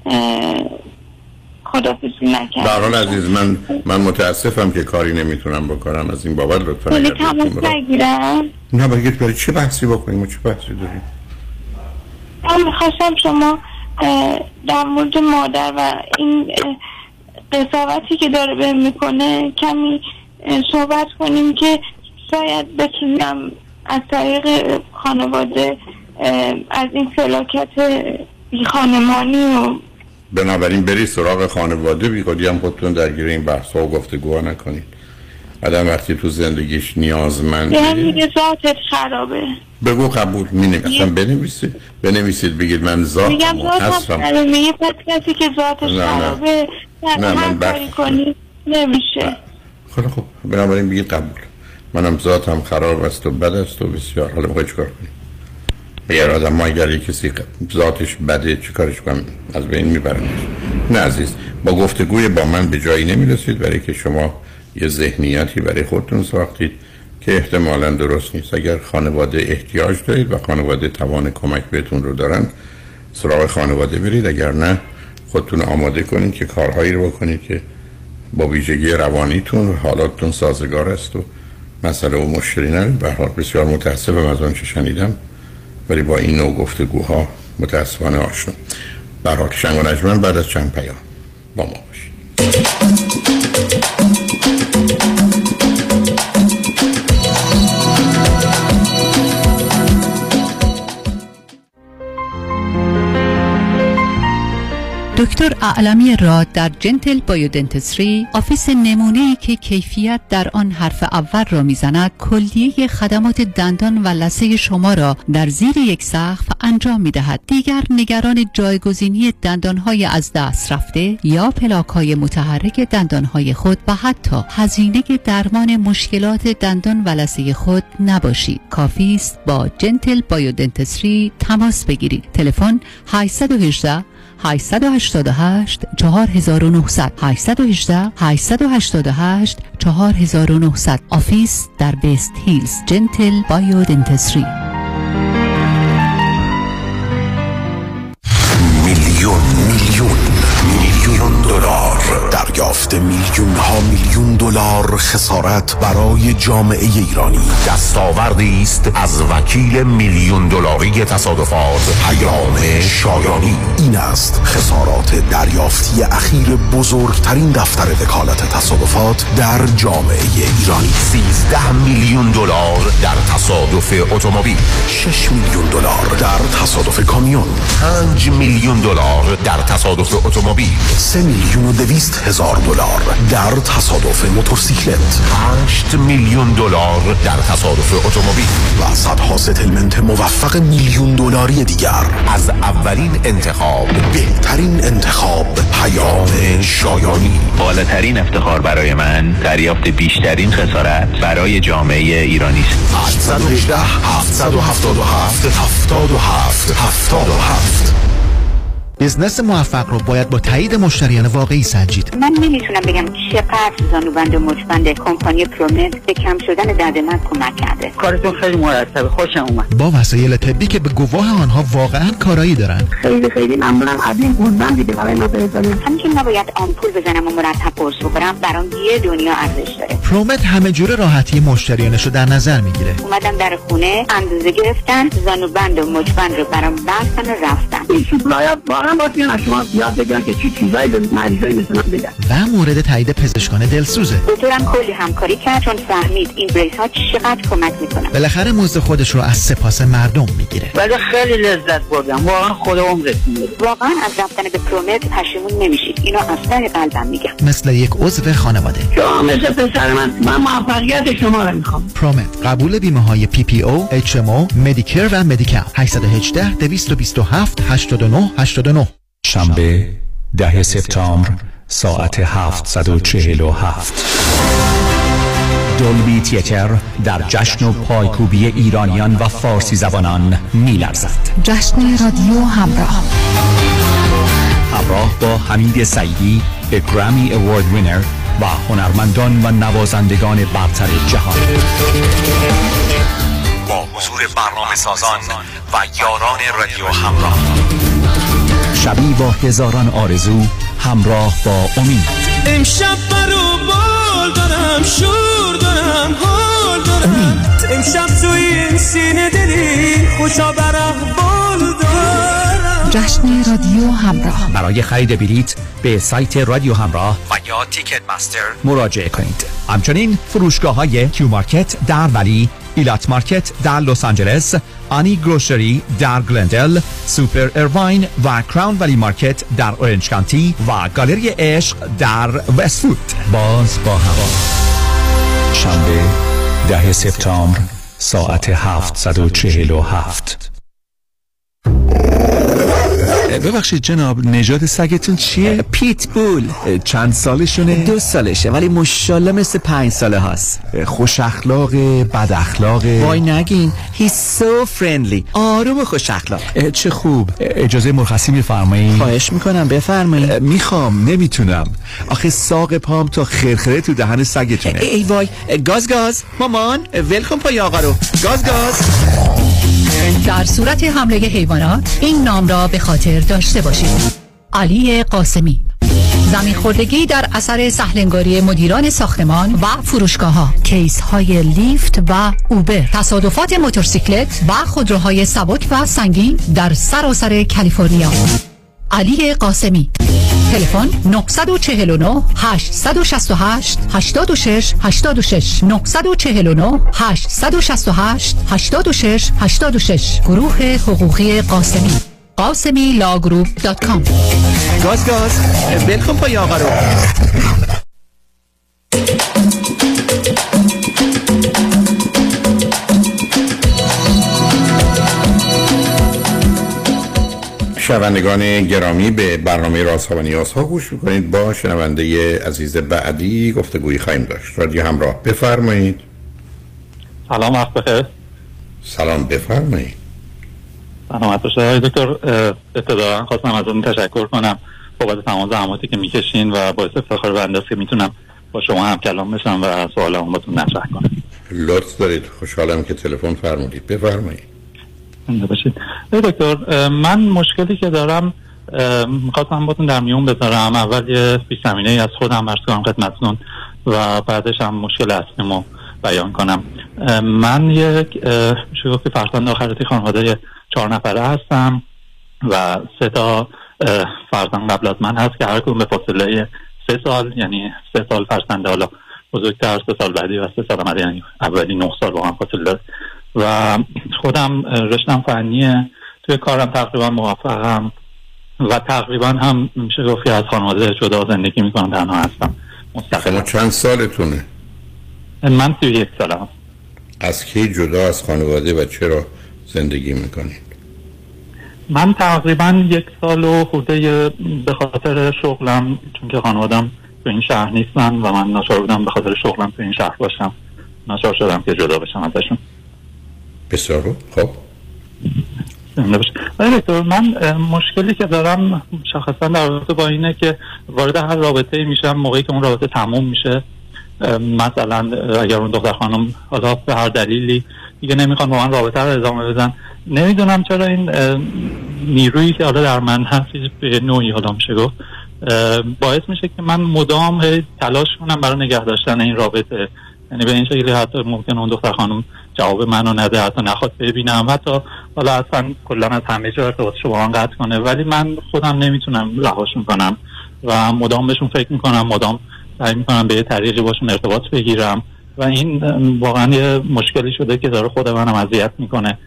خداحافظی نکردم. به هر حال عزیز من من متاسفم که کاری نمیتونم بکنم، از این بابت لطفا ولی تماس نگیرم. نه بگید برای چه بحثی بکنیم و چه بحثی داریم؟ من میخواستم شما در مورد مادر و این قضاوتی که داره بهم میکنه کمی صحبت کنیم که شاید بتونم از طریق خانواده از این فلاکت بی خانمانی و بنابراین بری سراغ خانواده، بی خودی هم خودتون درگیر این بحث ها و گفتگوها نکنید. آدم وقتی تو زندگیش نیازمنده یعنی میگه ذاتت خرابه، بگو قبول می نویسم بنویسید بنویسید بگید من ذاتم میگم ذاتم خرابه، میگه پس کسی که ذاتش خرابه نه من کاری کنی نمیشه. خیلی خوب بنابراین بگید قبول، منم ذاتم خراب است و بد است و بسیار. حالا میخوای چیکار کنی؟ یه آدم ما اگر کسی ذاتش بده چیکارش کنم؟ از بین میبرنش؟ نه عزیز، با گفتگوی با من به جایی نمیرسید، برای که شما یه ذهنیتی برای خودتون ساختید که احتمالاً درست نیست. اگر خانواده احتیاج دارید و خانواده توان کمک بهتون رو دارن، سراغ خانواده برید، اگر نه خودتون آماده کنید که کارهایی رو بکنید که با ویژگی روانیتون و حالاتتون سازگار است و مسئله و مشکلی ندارید. به هر حال بسیار متاسفم از آن چه شنیدم، ولی با این نوع گفتگوها متاسفانه آشنا. به هر حال شنگ و نجمن بعد از چند پیام با ما باشید. دکتر اعلمی راد در جنتل بایودنتسری، آفیس نمونه‌ای که کیفیت در آن حرف اول را میزند، کلیه خدمات دندان و لثه شما را در زیر یک سقف انجام میدهد. دیگر نگران جایگزینی دندانهای از دست رفته یا پلاک‌های متحرک دندانهای خود و حتی هزینه درمان مشکلات دندان و لثه خود نباشید. کافی است با جنتل بایودنتسری تماس بگیرید. تلفن هشت یک هشت هشت هشت هشت چهار نه صفر صفر هشت یک هشت هشت هشت هشت چهار نه صفر صفر. آفیس در بیست هیلز، جنتل بایودنتسری. میلیون میلیون میلیون دلار دریافت، میلیون ها میلیون دلار خسارت برای جامعه ایرانی. دستاوردی است از وکیل میلیون دلاری تصادفات پیام شایانی. این است خسارات دریافتی اخیر بزرگترین دفتر وکالت تصادفات در جامعه ایرانی. سیزده میلیون دلار در تصادف اتومبیل، شش میلیون دلار در تصادف کامیون، پنج میلیون دلار در تصادف اتومبیل، سه میلیون و دویست هزار دلار در تصادف موتورسیکلت، هشت میلیون دلار در تصادف اتومبیل و صدها ستلمنت موفق میلیون دلاری دیگر. از اولین انتخاب، بهترین انتخاب، پیام شایانی. بالاترین افتخار برای من دریافت بیشترین خسارت برای جامعه ایرانی است. هشت یک هشت هفت هفت هفت هفتاد و هفت هفتاد و هفت. بزنس موفق رو باید با تایید مشتریان واقعی سنجید. من نمیتونم بگم چقدر زانوبند و مچبند کمپانی پرومت به کم شدن درد من کمک کرده. کارتون خیلی مرتبه، خوشم اومد. با وسایل طبی که به گواه آنها واقعا کارایی دارن. خیلی خیلی ممنونم. از این گوزن دیگه برای ما بزنید. همین نباید آمپول بزنم و مرتب قرص بخورم، برام یه دنیا ارزش داره. پرومت همه جوره راحتی مشتریانشو در نظر میگیره. اومدم در خونه اندازه گرفتن، زانوبند و مچبند رو برام بستن و رفتن. این شکلات با واقعا باید از شما یاد بگیرن که چی چیزایی به مریضای مثل من بگن. و مورد تایید پزشکان دلسوزه. دکترم کلی همکاری کرد چون فهمید این بریس ها چقدر کمک میکنن. بالاخره موزه خودش رو از سپاس مردم میگیره. ولی خیلی لذت بردم، واقعا خود عمرتون میده. واقعا از رفتن به پرومت پشیمون نمیشید. اینو از ته قلبم میگم. مثل یک عضو خانواده. شما مثل پسر من، من موفقیت شما رو میخوام. پرومت قبول بیمه های پی پی او، اچ ام او، مدیکر و مدیکاپ. هشت یک هشت دویست و بیست و هفت هشتاد و نه هشتاد و نه. شنبه ده سپتامبر ساعت هفتصد و چهل و هفت. دولبی تیتر در جشن و پایکوبی ایرانیان و فارسی زبانان می‌لرزد. جشن رادیو همراه همراه با حمید سعیدی، گرامی اوارد وینر و هنرمندان و نوازندگان برتر جهان، با حضور برنامه سازان و یاران رادیو همراه. شبی با هزاران آرزو همراه با امید. امشب برو بال دارم، شور دارم، حال دارم. امشب توی این سینه دلی خوشا برق بال دارم. جشن رادیو همراه. برای خرید بلیت به سایت رادیو همراه و یا تیکت مستر مراجعه کنید. همچنین فروشگاه های کیو مارکت در ولی، ایلات مارکت در لس آنجلس، آنی گروشری در گلندل، سوپر ایرواین و کراون ولی مارکت در اورنج کانتی و گالری عشق در وست‌فود. باز با هوا. شنبه ده سپتامبر ساعت هفتصد و چهل و هفت. ببخشید جناب، نژاد سگتون چیه؟ پیت بول. چند سالشونه؟ دو سالشه ولی ماشاءالله مثل پنج ساله هاست. خوش اخلاق، بد اخلاق؟ وای نگین، he's so friendly. آروم و خوش اخلاق. چه خوب. اجازه مرخصی میفرمایید؟ خواهش میکنم بفرمایید. میخوام، نمیتونم. آخه ساق پام تا خرخره تو دهن سگتونه. ای وای، گاز گاز مامان، ولکن پای آقا رو. گاز گاز. در صورت حمله حیوانات این نام را به خاطر داشته باشید: علی قاسمی. زمین خوردگی در اثر سهلنگاری مدیران ساختمان و فروشگاه ها، کیس های لیفت و اوبر، تصادفات موتورسیکلت و خودروهای سبک و سنگین در سراسر کالیفرنیا. علی قاسمی. تلفن نه چهار نه هشت شش هشت هشت شش هشت شش نه چهار نه هشت شش هشت هشت شش هشت شش. گروه حقوقی قاسمی. قاسمی لاگروپ دات کام. گاز گاز ولکن پای آقا رو. شنوندگان گرامی، به برنامه رازها و نیازها گوش میکنید. با شنونده عزیز بعدی گفتگویی خواهیم داشت. رادیو همراه، بفرمایید. سلام، وقت بخیر. سلام، بفرمایید. سلامت باشه دکتر. ابتداً خواستم ازتون تشکر کنم بابت تمام زحماتی که میکشین و باعث افتخار بنده است که میتونم با شما هم کلام بشم و سوالامو باتون مطرح کنم. لطف دارید. خوشحالم که تلفن فرمودید. بفرمایید. باشید. دکتر، من مشکلی که دارم میخواستم باتون در میون بذارم. اول یه پیش زمینه از خودم عرض کنم خدمتتون و بعدش هم مشکل اصلیمو بیان کنم. من یک میشه گفت فرزند آخرتی خانواده چهار نفره هستم و سه تا فرزند قبل از من هست که هر کدوم به فاصله سه سال، یعنی سه سال فرزند حالا بزرگتر، سه سال بعدی و سه سال بعدی، یعنی اولی نه سال با هم فاصله داره. و خودم رشتم فنیه، توی کارم تقریبا موفقم و تقریبا هم میشه گفت از خانواده جدا زندگی میکنم، تنها هستم. شما چند سالتونه؟ من سی و یک سالم. از کی جدا از خانواده و چرا زندگی میکنید؟ من تقریبا یک سال و خورده به خاطر شغلم، چون که خانوادم تو این شهر نیستن و من ناچار بودم به خاطر شغلم تو این شهر باشم، ناچار شدم که جدا بشم ازشون. بسیار خب. دکتر، من مشکلی که دارم شخصا در رابطه با اینه که وارد هر رابطه‌ای میشم موقعی که اون رابطه تموم میشه، مثلا اگر اون دختر خانم حالا به هر دلیلی دیگه نمیخوان با من رابطه رو ادامه بدن، نمیدونم چرا این نیرویی که حالا در من هست به نوعی حالا میشه گفت باعث میشه که من مدام تلاش کنم برای نگه داشتن این رابطه. یعنی به این شکلی حتی ممکنه اون دختر خانم جواب منو نده، حتی نخواد ببینم، حتی حالا اصلا کلا از همه جا ارتباطش با من قطع کنه، ولی من خودم نمیتونم رهاشون کنم و مدام بهشون فکر میکنم، مدام سعی میکنم به یه طریقی باشون ارتباط بگیرم و این واقعا یه مشکلی شده که داره خود منم اذیت میکنه.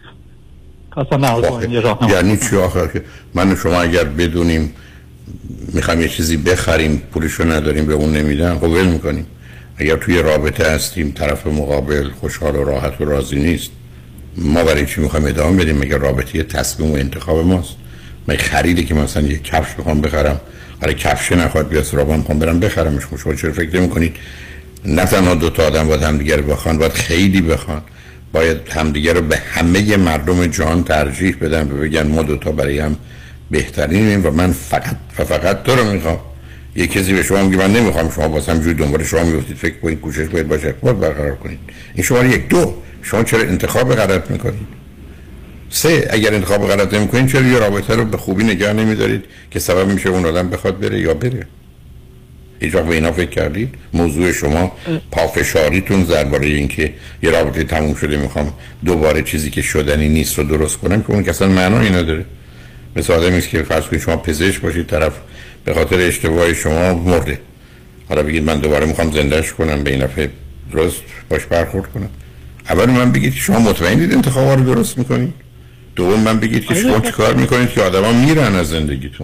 یعنی چی آخر که من و شما اگر بدونیم میخوایم یه چیزی بخریم پولشو نداریم به اون نمیدن، خب ول میکنیم. اگر توی رابطه هستیم طرف مقابل خوشحال و راحت و راضی نیست، ما برای چی میخوایم ادامه بدیم؟ مگه رابطه یه تصمیم و انتخاب ماست؟ مگه خریده که مثلا یه کفش بخوام بخرم، آره کفش نخواد بیاد سراغم میخوام برم بخرمش، شما چرا فکر نمی‌کنید نه تنها دو تا آدم باید همدیگه رو بخوان، باید خیلی بخوان، باید همدیگه رو به همه مردم جهان ترجیح بدن و بگن ما دو تا برای هم بهترینیم و من فقط و فقط تو رو میخوام. یه کسی به شما میگه من نمیخوام، شما واسه همجوری دنبال شما میفتید، فکر کنید کوشش باید باشه ارتباط برقرار کنید. این شما یک. دو، شما چرا انتخاب غلط میکنید؟ سه، اگر انتخاب غلط نمیکنید چرا یه رابطه رو به خوبی نگه نمیدارید که سبب میشه اون آدم بخواد بره یا بره؟ هیچ وقت به اینا فکر کردید؟ موضوع شما پافشاریتون درباره اینکه یه رابطه تموم شده میخوام دوباره چیزی که شدنی نیست رو درست کنم که اون که اصلا معنی نداره. مثل آدمی است که فرض کنید شما پزشک باشید، طرف به خاطر اشتباه شما مرده، حالا بگید من دوباره میخوام زندهش کنم، به این دفعه درست باش برخورد کنم. اول من بگید که شما مطمئنید انتخابا رو درست میکنید؟ دوم من بگید که شما چیکار میکنید که آدما میرن از زندگیتون؟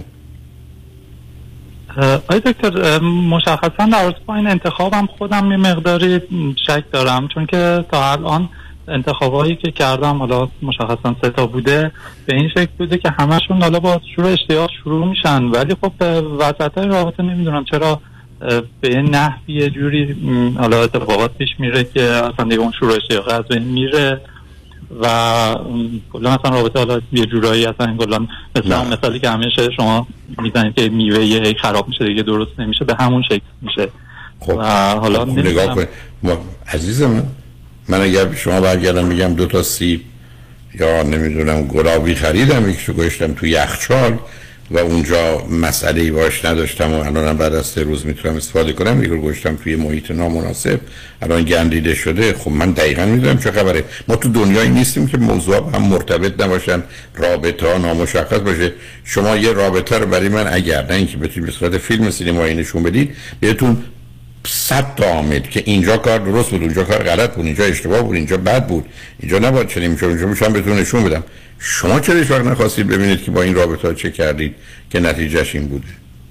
آقای دکتر مشخصا در رابطه با این انتخابم خودم یه مقداری شک دارم، چون که تا الان انتخابایی که کردم حالا مشخصا سه تا بوده، به این شکل بوده که همشون حالا با شروع اشتیاق شروع میشن، ولی خب وسطای رابطه نمیدونم چرا به یه نحوی یه جوری حالا اتفاقات پیش میره که اصلا دیگه اون شروع اشتیاق از بین میره و کلا اصلا رابطه حالا یه جورایی اصلا کلا مثلا مثالی که همیشه شما میزنید که میوه یه خراب میشه دیگه درست نمیشه، به همون شکل میشه. خب و حالا خب نگاه کنید عزیزم، من اگر به شما برگردم میگم دو تا سیب یا نمیدونم گلابی خریدم، یکیشو گذاشتم تو یخچال و اونجا مسئله‌ای باش نداشتم و الانم بعد از سه روز میتونم استفاده کنم، یکی رو گذاشتم توی محیط نامناسب الان گندیده شده، خب من دقیقاً میدونم چه خبره. ما تو دنیایی نیستیم که موضوع هم مرتبط نباشن، رابطه ها نامشخص باشه. شما یه رابطه رو برای من اگر نه اینکه بتونید به صورت فیلم سینمایی نشون بدید، بهتون صد تا عامل که اینجا کار درست بود، اونجا کار غلط بود، اینجا اشتباه بود، اینجا بد بود، اینجا نباید چنین میشد، اونجا میشم بهتون نشون بدم. شما چرا هیچ وقت نخواستید ببینید که با این رابطه ها چه کردید که نتیجهش این بوده؟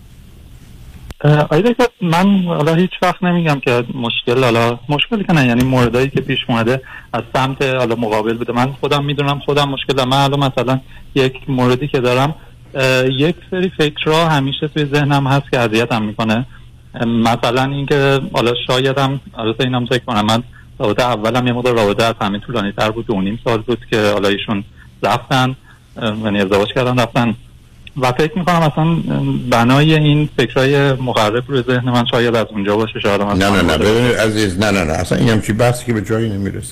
آیا دکتر من حالا هیچ وقت نمیگم که مشکل حالا مشکلی که نه، یعنی موردایی که پیش اومده از سمت حالا مقابل بوده، من خودم میدونم خودم مشکل دارم. من حالا مثلا یک موردی که دارم، یک سری فکرها همیشه توی ذهنم هست که اذیتم میکنه. مثلا اینکه حالا شاید هم البته اینم فکر کنم من رابطه اولم یه مقدار رابطه از همین طولانی تر بود، دو نیم سال بود که حالا ایشون رفتن یعنی ازدواج کردن رفتن و فکر میکنم اصلا بنای این فکرای مخرب روی ذهن من شاید از اونجا باشه. شاید من نه نه نه ببینید عزیز، نه نه نه اصلا این همچی بحثی که به جایی نمیرسه.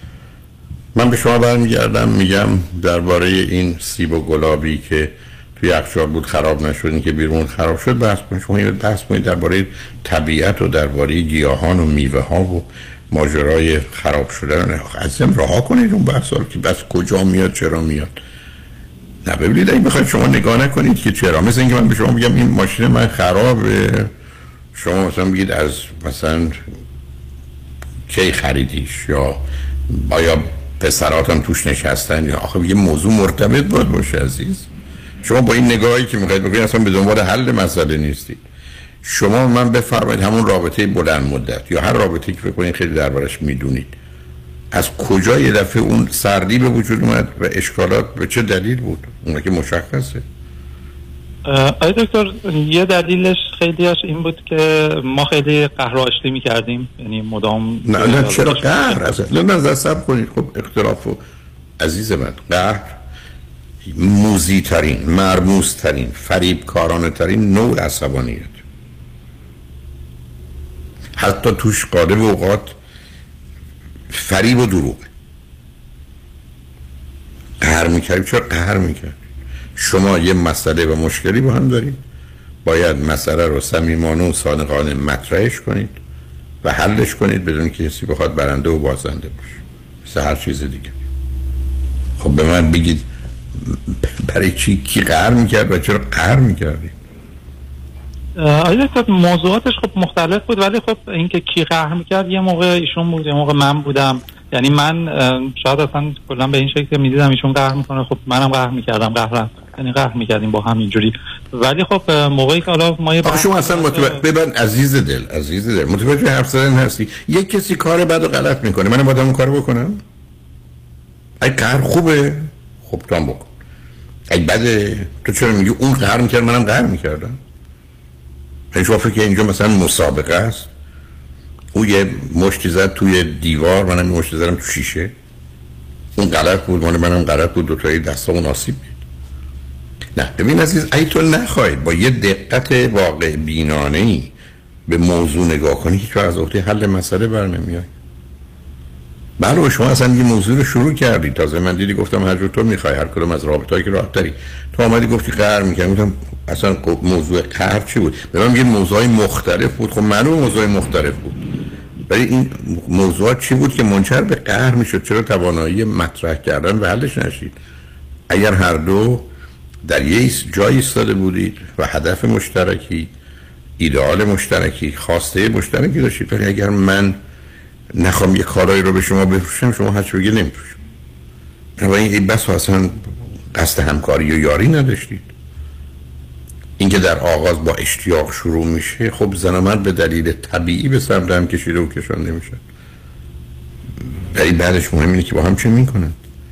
من به شما برمیگردم میگم درباره این سیب و گلابی که توی یخچال بود خراب نشد، این که بیرون خراب شد بحث کنید. شما این بحث کنید درباره طبیعت و درباره گیاهان و میوه ها و ماجرای خراب شدن. عزیزم رها کنید اون بحثا رو که بس کجا میاد چرا میاد. نه ببینید اگه بخواید شما نگاه نکنید که چرا، مثل اینکه من به شما بگم این ماشین من خرابه، شما مثلا بگید از مثلا کی خریدیش یا آیا پسراتم توش نشستن، یا آخه یه موضوع مرتبط باید باشه عزیز. شما با این نگاهی که میخواید بکنید اصلا به دنبال حل مسئله نیستید. شما من بفرمایید همون رابطه بلند مدت یا هر رابطه‌ای که فکر کنید خیلی دربارش میدونید، از کجا یه دفعه اون سردی به وجود اومد و اشکالات به چه دلیل بود؟ اون که مشخصه. آقای دکتر یه دلیلش خیلیش این بود که ما خیلی قهر و آشتی می‌کردیم، یعنی مدام نه نه چرا قهر اصلا نه نظر کنید. خب اختلاف و عزیز من قهر موزی ترین مرموز ترین فریب کارانه ترین نوع عصبانیت، حتی توش غالب اوقات فریب و دروغ. قهر میکردی چرا قهر میکرد؟ شما یه مسئله و مشکلی با هم دارید، باید مسئله رو صمیمانه و صادقانه مطرحش کنید و حلش کنید بدون که کسی بخواد برنده و بازنده باشه. مثل هر چیز دیگه. خب به من بگید برای چی کی قهر میکرد و چرا قهر میکردی؟ آیا خب موضوعاتش خب مختلف بود، ولی خب اینکه کی قهر میکرد یه موقع ایشون بود، یه موقع من بودم. یعنی من شاید اصلا کلا به این شکل میدیدم ایشون قهر میکنه، خب منم قهر میکردم، قهر یعنی قهر میکردیم با هم اینجوری. ولی خب موقعی که حالا ما یه آخه شما اصلا متوجه ببین عزیز دل عزیز دل متوجه حرف زدن هستی. یک کسی کار بد و غلط میکنه، منم باید اون کارو بکنم؟ ای قهر خوبه، خب تو هم بکن. ای بده، تو چرا میگی اون قهر میکرد منم قهر میکردم؟ این شما فکر اینجا مثلا مسابقه است، او یه مشتی زد توی دیوار، منم یه مشتی زدم تو شیشه، اون غلط بود مال منم غلط بود، دوتایی دستامون آسیب بود. نه ببین عزیز، ای تو نخواهید با یه دقت واقع بینانه‌ای به موضوع نگاه کنی که تو از عهده حل مسئله بر نمیای. بله شما اصلا یه موضوع رو شروع کردی، تازه من دیدی گفتم هر جور تو میخوای، هر کدوم از رابطه‌ای که راحت داری. تو اومدی گفتی قهر می‌کنم، گفتم اصلا موضوع قهر چی بود؟ به من میگن موضوعای مختلف بود. خب معلومه موضوعای مختلف بود، ولی این موضوعات چی بود که منجر به قهر میشد؟ چرا توانایی مطرح کردن و حلش نشید؟ اگر هر دو در یه جایی ایستاده بودید و هدف مشترکی، ایدئال مشترکی، خواسته مشترکی داشتید، ولی اگر من نخوام یه کارایی رو به شما بفروشم، شما هرچی بگید نمیفروشم. و این بس اصلا قصد همکاری و یاری نداشتید. اینکه در آغاز با اشتیاق شروع میشه، خب زن و مرد به دلیل طبیعی به سمت هم کشیده و کشانده میشن. ولی بعدش مهم اینه که با هم چه میکنن.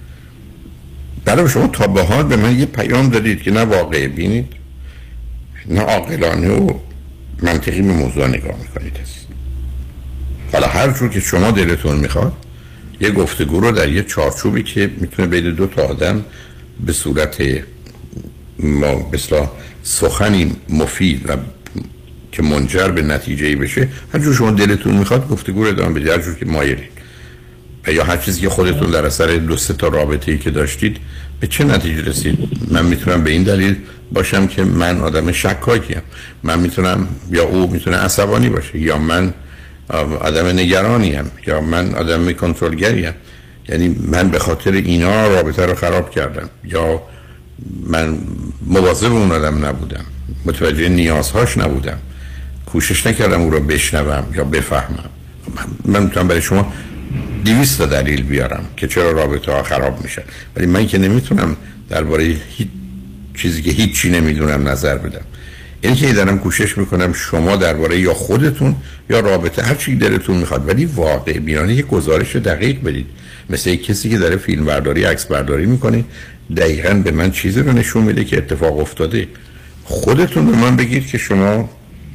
برای شما تا به حال به من یه پیام دادید که نه واقع بینید، نه عاقلانه و منطقی به موضوع نگاه میکنید هست. حالا هر جور که شما دلتون میخواد یه گفتگو رو در یه چارچوبی که میتونه بین دو تا آدم به صورت ما بسلا سخنی مفید و که منجر به نتیجه‌ای بشه، هر جور شما دلتون میخواد گفتگو رو ادامه بدید، هر جور که مایلید. و یا هر چیزی که خودتون در اثر دو سه تا رابطه‌ای که داشتید به چه نتیجه رسید. من میتونم به این دلیل باشم که من آدم شکاکیم، من میتونم، یا او میتونه عصبانی باشه، یا من آدم نگرانیم، یا من آدم کنترلگریم. یعنی من به خاطر اینا رابطه رو خراب کردم، یا من مواظب اون آدم نبودم، متوجه نیازهاش نبودم، کوشش نکردم او رو بشنوم یا بفهمم. من میتونم برای شما دویست تا دلیل بیارم که چرا رابطه ها خراب میشه، ولی من که نمیتونم درباره هیچ چیزی که هیچی نمیدونم نظر بدم. یعنی که دارم کوشش میکنم شما درباره یا خودتون یا رابطه هر چی دلتون میخواد، ولی واقع بینانه یک گزارش دقیق بدید. مثل یک کسی که داره فیلم برداری، عکس برداری میکنه، دقیقاً به من چیزی رو نشون میده که اتفاق افتاده. خودتون به من بگید که شما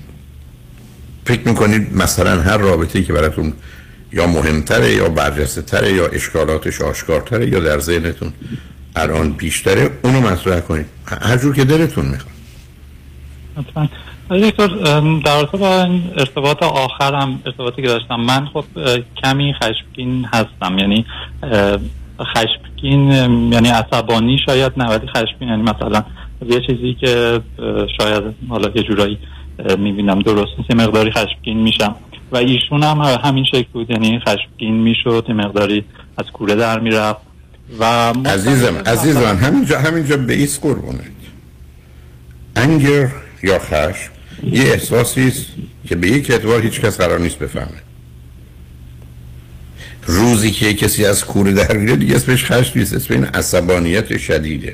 فکر میکنید مثلا هر رابطه‌ای که براتون یا مهمتره یا برجسته تره یا اشکالاتش آشکارتره یا در ذهنتون الان بیشتره، اونو مطرح کنید هر جور که دلتون میخواد. حتما. دکتر در رابطه با ارتباط آخرم، ارتباطی که داشتم، من خب کمی خشمگین هستم. یعنی خشمگین یعنی عصبانی شاید نه، ولی خشمگین یعنی مثلا یه چیزی که شاید حالا یه جورایی میبینم درست نیست، مقداری خشمگین میشم و ایشون هم همین شکل بود. یعنی خشمگین میشد، مقداری از کوره در میرفت. و عزیزم عزیزم همینجا همینجا به ایست قربونت. انگر یا خشم یه احساسی است که به یک اعتبار هیچ کس قرار نیست بفهمه. روزی که کسی از کوره در میره دیگه اسمش خشم نیست، اسم این عصبانیت شدیده.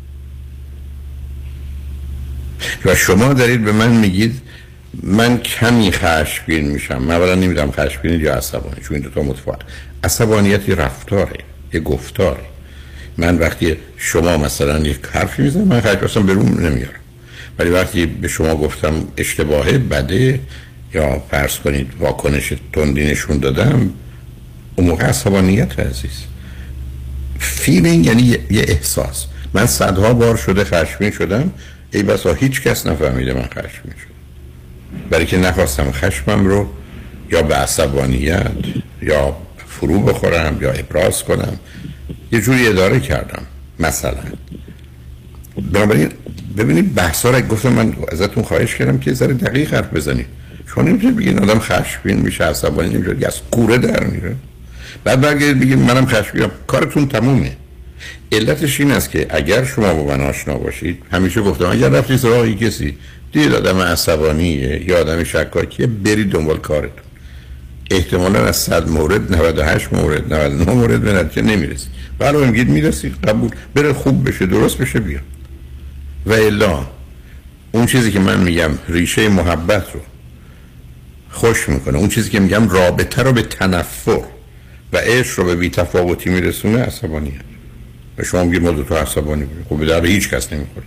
و شما دارید به من میگید من کمی خشمگین میشم. من اولا نمیدونم خشمگین یا عصبانی، چون این دو تا متفاوت. عصبانیت یه رفتاره، یه گفتاره. من وقتی شما مثلا یک حرفی میزنم من خشم اصلا به روم نمیارم، ولی وقتی به شما گفتم اشتباهه، بده، یا فرض کنید واکنش تندی نشون دادم، اون موقع عصبانیت عزیز. فیلینگ یعنی یه, یه احساس. من صدها بار شده خشمگین شدم، ای بسا هیچ کس نفهمیده من خشمگین شدم، برای که نخواستم خشمم رو یا به عصبانیت یا فرو بخورم یا ابراز کنم، یه جوری اداره کردم مثلا. بنابراین ببینید بحثا رو گفتم، من ازتون خواهش کردم که ذره دقیق حرف بزنید. شما نمیتونید بگید آدم خشمگین میشه، عصبانی نمیشه، از کوره در میره. بعد برگردید بگید منم خشمگینم، کارتون تمومه. علتش این است که اگر شما با من آشنا باشید، همیشه گفتم اگر رفتید سراغ کسی دید آدم عصبانیه یا آدم شکاکیه، برید دنبال کارتون. احتمالاً از صد مورد نود و هشت مورد نود و نه مورد به نتیجه نمیرسید. ولی میگید میرسید، قبول، بره خوب بشه درست بشه بیا. و الا اون چیزی که من میگم ریشه محبت رو خوش میکنه، اون چیزی که میگم رابطه رو به تنفر و عشق رو به بی‌تفاوتی میرسونه، عصبانیه. و شما میگید ما دو تا عصبانی بودیم، خب به درد هیچ کس نمیخوره.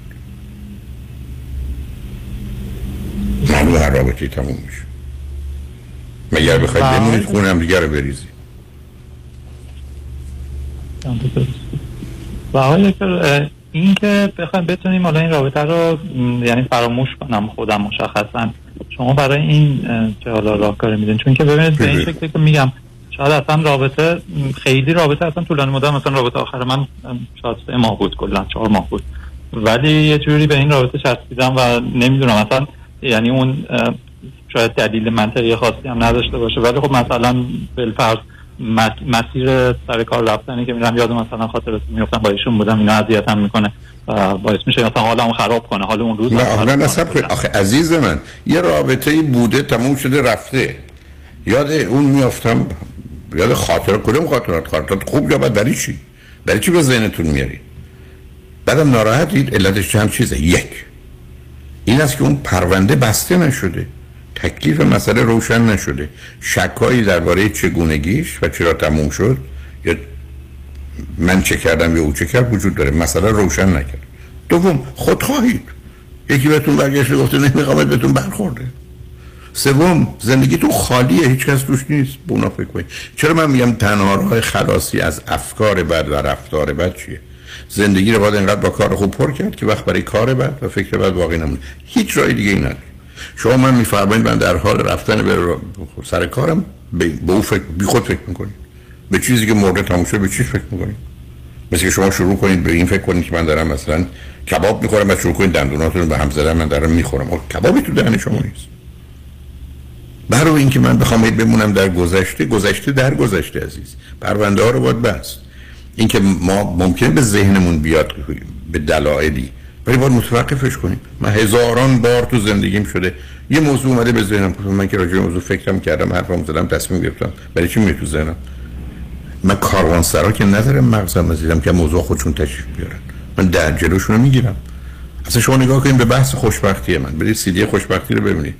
معلومه هر رابطه‌ای تموم میشه. مگر بخواید بمونید خونه هم دیگه رو بریزید. و آقای دکتر این که بخوایم بتونیم حالا این رابطه رو یعنی فراموش کنم خودم مشخصا، شما برای این چه حالا راهکار میدین؟ چون که ببینید به این شکلی که میگم شاید اصلا رابطه خیلی رابطه اصلا طولانی مدت، مثلا رابطه آخر من شاید سه ماه بود، کلا چهار ماه بود، ولی یه جوری به این رابطه چسبیدم و نمیدونم اصلا یعنی اون شاید دلیل منطقی خاصی هم نداشته باشه، ولی خب مثلا بالفرض مسیر سر کار رفتنی که میرم یادم مثلا خاطرات میافتم با ایشون بودم، اینا اذیتم میکنه و باعث میشه مثلا حالمو خراب کنه، حال اون روز. نه نه نصب کن آخه عزیز من، یه رابطه‌ای بوده تموم شده رفته، یاد اون میافتم، یاد خاطرات کدوم خاطرات خاطرات خوب یا بد، برای چی برای چی به ذهنتون میارید؟ بعدم ناراحتید. علتش چند چیزه. یک این است که اون پرونده بسته نشده، تکلیف مسئله روشن نشده، شکایی درباره چگونگیش و چرا تموم شد یا من چه کردم یا او چه کرد وجود داره، مسئله روشن نکرد. دوم خودخواهید، یکی بهتون برگشته گفته نمیخوام بهتون برخورده. سوم زندگیتون خالیه، هیچ کس توش نیست، به اونا فکر کنید. چرا من میگم تنها راه خلاصی از افکار بد و رفتار بد چیه؟ زندگی رو باید انقدر با کار خوب پر کرد که وقت برای کار بد و فکر بد باقی نمونه. هیچ راه دیگه ای نداره. شما من میفرمایید من در حال رفتن به سر کارم به او فکر بی خود فکر میکنید، به چیزی که مورد تموم شده به چیز فکر میکنید. مثل که شما شروع کنید به این فکر کنید که من دارم مثلا کباب میخورم و شروع کنید دندوناتون رو به هم زدن من دارم میخورم، اون کبابی تو دهن شما نیست. برای اینکه من بخوام بمونم در گذشته، گذشته در گذشته عزیز، پرونده ها رو باید بست. اینکه ما ممکنه به ذهنمون بیاد به دلایلی، ولی باید متوقفش کنیم. من هزاران بار تو زندگیم شده یه موضوع اومده به ذهنم، من که راجع به موضوع فکرم کردم، حرفم زدم، تصمیم گرفتم، برای چی میاد تو ذهنم؟ من کاروانسرا که ندارم مغزم ازیدم که موضوع خودشون تشریف بیارن، من در جلوشون رو میگیرم. اصلا شما نگاه کنید به بحث خوشبختی من، برید سی دی خوشبختی رو ببینید.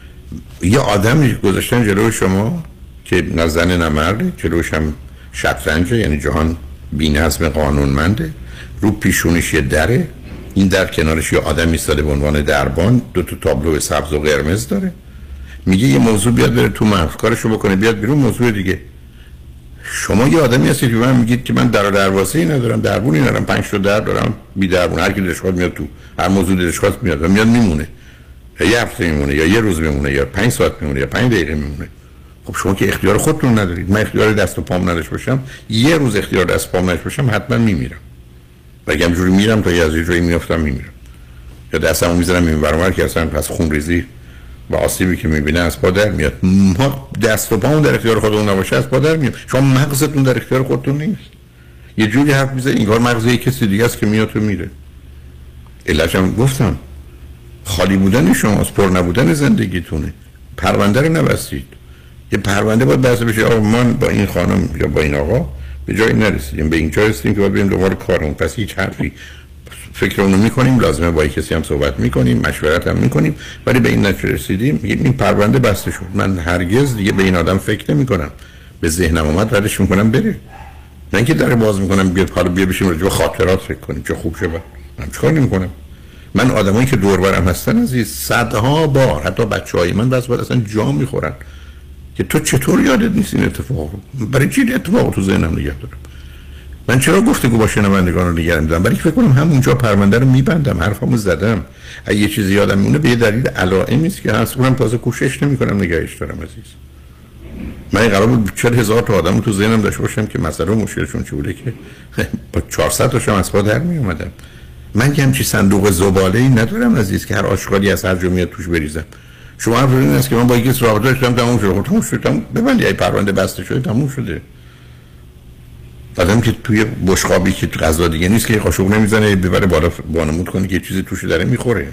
یه آدمی گذاشتن جلوی شما که نه زن نه مرد، جلوش هم شطرنجه، یعنی جهان بی‌نظم قانونمنده، رو پیشونیش یه دره، این در کنارش یه آدم ایستاده به عنوان دربان، دو تا تابلو سبز و قرمز داره، میگه یه موضوع بیاد بره تو مغز کارشو بکنه بیاد بیرون موضوع دیگه. شما یه آدمی هستید که من میگید که من در دروازه‌ای ندارم، دربونی ندارم، پنج تا در دارم، بی دربون، هر کی دلش خواست میاد تو، هر موضوع دلش خواست میاد و میاد میمونه، یا یه هفته میمونه یا یه روز میمونه یا پنج ساعت میمونه یا پنج دقیقه میمونه. خب شما که اختیار خودتون ندارید. من اختیار دست و پام نداشته باشم، یه روز اختیار دست و پام نداشته باشم، حتما میمیرم. و اگه همجوری میرم تا یه از یه جایی میافتم میمیرم، یا دستمو میذارم این برابر که اصلا پس خونریزی و آسیبی که میبینه از پا در میاد. ما دست و پامون در اختیار خودمون نباشه از پا در میاد. شما مغزتون در اختیار خودتون نیست. یه جوری حرف میزنید انگار مغز یک کسی دیگه است که میاد تو میره. علتم گفتم خالی بودن شماست، پر نبودن زندگیتونه. پرونده رو نبستید. یه پرونده باید بحث بشه آقا من با این خانم یا با این آقا به جایی نرسیدیم، به این جایی رسیدیم که باید بریم دوباره کارمون. پس هیچ حرفی فکر اونو میکنیم، لازمه با کسی هم صحبت میکنیم، مشورت هم میکنیم، ولی به این نتیجه رسیدیم این پرونده بسته شد. من هرگز دیگه به این آدم فکر نمیکنم، به ذهنم اومد ردش میکنم بره، نه اینکه در باز میکنم بیاد حالا بیا بشیم راجع به خاطرات فکر کنیم چه خوب شه. من چیکار نمیکنم؟ من آدمایی که دور برم هستن عزیز صدها بار، حتی بچهای من بس بعد اصلا جا میخورن که تو چطور یادت نیست این اتفاق رو؟ برای چی اتفاق تو ذهنم نگه دارم؟ من چرا گفتگو با شنوندگان رو نگه می‌دارم؟ برای که فکر کنم همونجا پرونده رو میبندم، حرفمو زدم. اگه یه چیزی یادم میمونه به یه دلیل علائمی است که هست اونم تازه کوشش نمی‌کنم نگهش دارم عزیز. من قرار بود چهل هزار تا آدم تو ذهنم داشته باشم که مسئله و مشکلشون چی بوده که با چهارصد تاشم از پا در میومدم. من که همچین صندوق زباله‌ای ندارم عزیز که هر آشغالی از هر جا میاد توش بریزم. شما حرف این است که من با یکی رابطه داشتم تموم شد. خب تموم شد، تموم ببندی ای پرونده بسته شده تموم شده. آدم که توی بشقابی که غذا دیگه نیست که قاشق نمیزنه ببره بالا وانمود کنه که چیزی توش داره میخوره.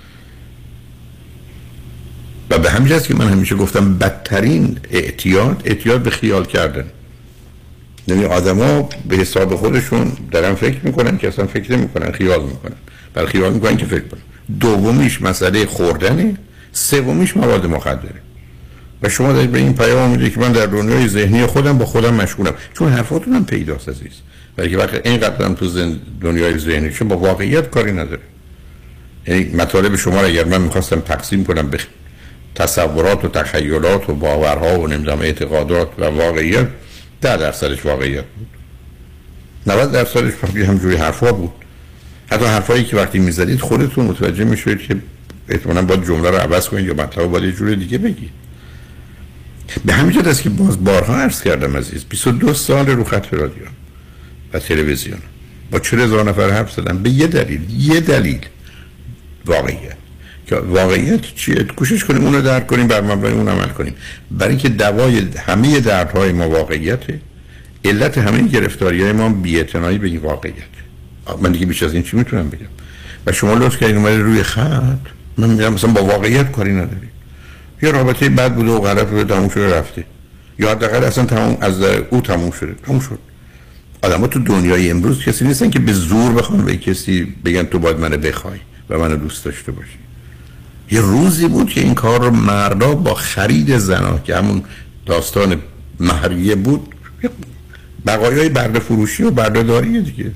و به همین جاست که من همیشه گفتم بدترین اعتیاد اعتیاد به خیال کردن. یعنی آدما به حساب خودشون دارن فکر میکنن که اصلا فکر نمیکنن، خیال میکنن. برای خیال میکنن که فکر کنن. دومیش مسئله خوردنه، سومیش مواد مخدره. و شما دارید به این پیام میدید که من در دنیای ذهنی خودم با خودم مشغولم، چون حرفاتون هم پیداست عزیز. ولی که وقتی اینقدر هم تو زن... دنیای ذهنی چون با واقعیت کاری نداره. یعنی مطالب شما رو اگر من میخواستم تقسیم کنم به تصورات و تخیلات و باورها و نمیدونم اعتقادات و واقعیت، ده درصدش واقعیت بود، نود درصدش فقط همجوری حرفا بود. حتی حرفایی که وقتی میزدید خودتون متوجه میشید که احتمالاً باید جمله رو عوض کنید یا مطلب باید یه جور دیگه بگید. به همین جهت است که باز بارها عرض کردم عزیز، بیست و دو سال رو خط رادیو و تلویزیون با چهل هزار نفر حرف زدم به یه دلیل، یه دلیل واقعیت. که واقعیت چیه؟ کوشش کنیم اون رو درک کنیم، بر مبنای اون عمل کنیم. برای اینکه دوای همه دردهای ما واقعیته، علت همه گرفتاری‌های ما بی‌اعتنایی به این واقعیت. من دیگه بیش از این چی میتونم بگم؟ و شما لطف کردین اومدید روی خط، من میگم مثلا با واقعیت کاری نداری. یه رابطه بد بوده و غلط بوده، تموم شده رفته. یا حداقل اصلا تموم از او تموم شده، تموم شد. آدم‌ها تو دنیای امروز کسی نیستن که به زور بخوان به کسی بگن تو باید منو بخوای و منو دوست داشته باشی. یه روزی بود که این کار رو مردا با خرید زنا که همون داستان مهریه بود، بقایای برده فروشی و برده داریه دیگه.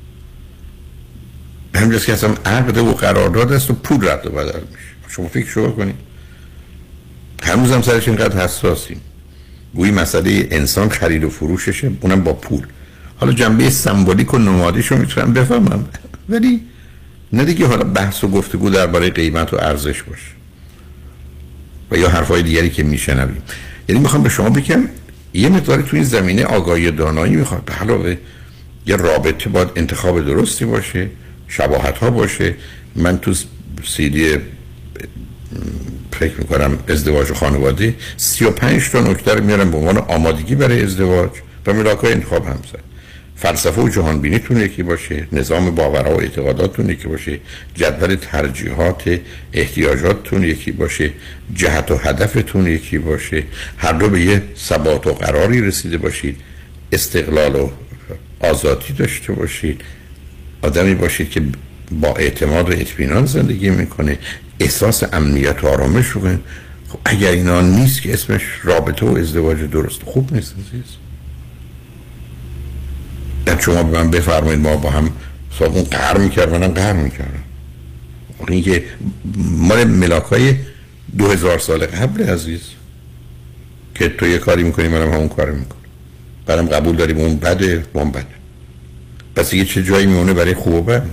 به همین جاست که اصلا عقد و قرارداد است و پول رد و بدل میشه. شما فکر شو کنید. هنوز هم سرش اینقدر حساسیم. گویی مسئله انسان خرید و فروششه، اونم با پول. حالا جنبه سمبولیک و نمادیشو میتونم بفهمم، ولی نه دیگه حالا بحث و گفتگو درباره قیمت و ارزش باشه و یا حرفای دیگری که میشنویم. یعنی میخوام به شما بگم یه مقداری تو این زمینه آگاهی دانایی میخواد. به علاوه یه رابطه باید انتخاب درستی باشه، شباهت ها باشه. من تو سیدی فکر میکنم ازدواج و خانواده سی و پنج تا نکته رو میارم به عنوان آمادگی برای ازدواج و ملاکای انتخاب همسر. فلسفه و جهانبینیتون یکی باشه، نظام باورها و اعتقاداتتون یکی باشه، جدول ترجیحات احتیاجاتتون یکی باشه، جهت و هدفتون یکی باشه، هر دو به یه ثبات و قراری رسیده باشید، استقلال و آزادی داشته باشید، آدمی باشید که با اعتماد و اطمینان زندگی میکنه، احساس امنیت و آرامش رو کنید. خب اگر اینا نیست که اسمش رابطه و ازدواج درست خوب نیست عزیز. در شما به من بفرمایید ما با هم صابون قهر میکرد، منم قهر میکردم. این که مال ملاکای دو هزار سال قبل عزیز که تو یه کاری میکنی منم همون کار میکنم، برام قبول داریم اون بده اون بده. پس یه چه جایی میونه برای خوب و بد.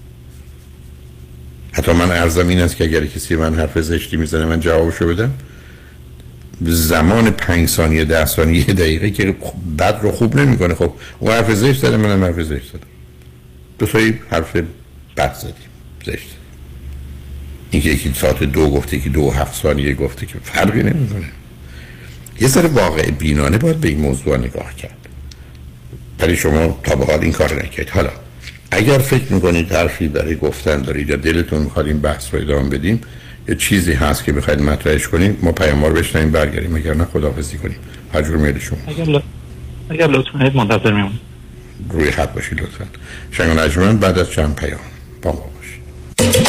حتی من عرضم این است که اگر کسی من حرف زشتی میزنه من جوابشو بدم، زمان پنج ثانیه ده ثانیه دقیقه که بد رو خوب نمیکنه. خب اون حرف زشت زده منم حرف زشت زدم، دو تایی حرف بد زدیم زشت. اینکه یکی ساعت دو گفته که دو هفت ثانیه گفته که فرقی نمیکنه. یه ذره واقع بینانه باید به این موضوع نگاه کرد. ولی شما تا به حال این کار نکردید. حالا اگر فکر میکنید حرفی برای گفتن دارید یا دلتون میخواد این بحث رو ادامه بدیم، یه چیزی هست که بخواید مطرحش کنیم، ما پیام‌ها رو بشنویم برگردیم، اگر نه خداحافظی کنیم. هر جور میل شما. اگر ل... اگر لطفاً منتظر میمونید. روی خط باشید لطفاً. شنگ نجمن بعد از چند پیام با ما باشید.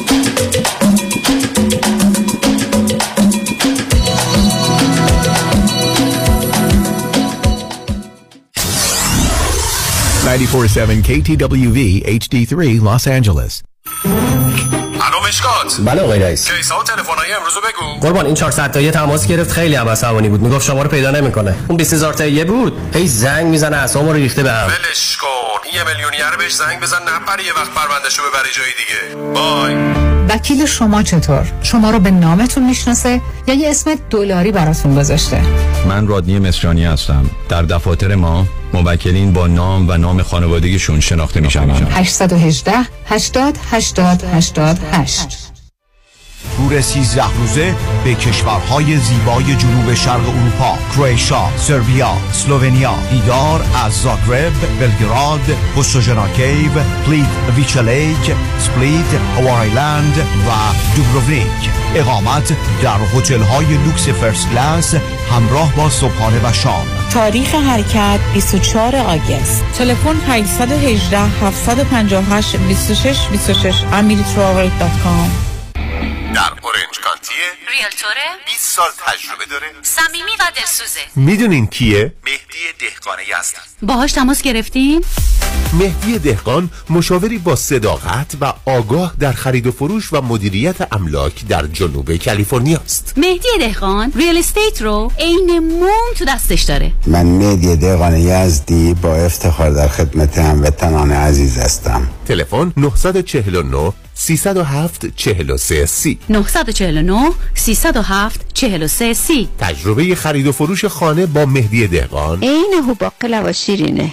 ninety-four point seven K T W V H D three Los Angeles. الو مشکات. بله آقای رئیس. کیسا و تلفن‌های امروزو بگو. قربان این چهارصد تایی تماس گرفت، خیلی هم عصبانی بود، میگفت شما رو پیدا نمیکنه. اون بیست هزار تایی بود، هی زنگ میزنه اعصابمو رو ریخته بهم. ولش کن. این یه میلیونیر بهش زنگ بزن نپره یه وقت پروندهشو ببری جای دیگه. بای. وکیل شما چطور؟ شما رو به نامتون میشناسه یا یه اسم دلاری براتون گذاشته؟ من رادنی مصریانی هستم. در دفاتر ما موکلین با نام و نام خانوادگیشون شناخته میشن. هشت یک هشت هشتاد هشتاد هشتاد هشت. تور سیزده روزه به کشورهای زیبای جنوب شرق اروپا، کرواتیا، سربیا، اسلوونیا. دیدار از زاگرب، بلگراد، پوستوژنا کیو، پلیت ویچا لیک، سپلیت، هوای لند و دوبروونیک. اقامت در هتل‌های لوکس فرست کلاس همراه با صبحانه و شام. تاریخ حرکت بیست و چهارم آگوست. تلفن هشت یک هشت، هفت پنج هشت، دو شش دو شش امیر تراول دات کام. در اورنج کانتیه، ریلتوره، بیست سال تجربه داره، صمیمی و دلسوزه. میدونین کیه؟ مهدی دهقان یزدی. باهاش تماس گرفتین؟ مهدی دهقان مشاوری با صداقت و آگاه در خرید و فروش و مدیریت املاک در جنوب کالیفرنیا است. مهدی دهقان ریل استیت رو عین موم تو دستش داره. من مهدی دهقان یزدی با افتخار در خدمت هموطنان عزیز هستم. تلفن نه چهار نه سه صفر هفت چهار سه سی نه چهار نه سه صفر هفت چهار سه سی. تجربه خرید و فروش خانه با مهدی دهقان عین هوباقلا و شیرینه.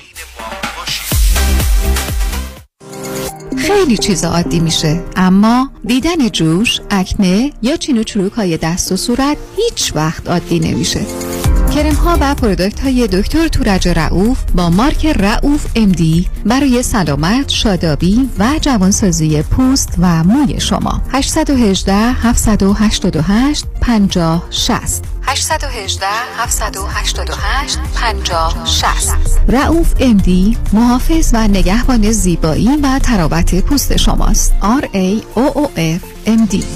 خیلی چیزا عادی میشه، اما دیدن جوش، اکنه یا چین و چروک های دست و صورت هیچ وقت عادی نمیشه. کرم ها و پروداکت های دکتر تورج رؤوف با مارک رؤوف ام دی برای سلامت، شادابی و جوانسازی پوست و موی شما. هشت یک هشت، هفت هشت هشت، پنج صفر شش صفر هشت یک هشت، هفت هشت هشت، پنج صفر شش صفر. رؤوف ام دی محافظ و نگهبان زیبایی و تراوت پوست شماست. آر ای او او اف ام دی.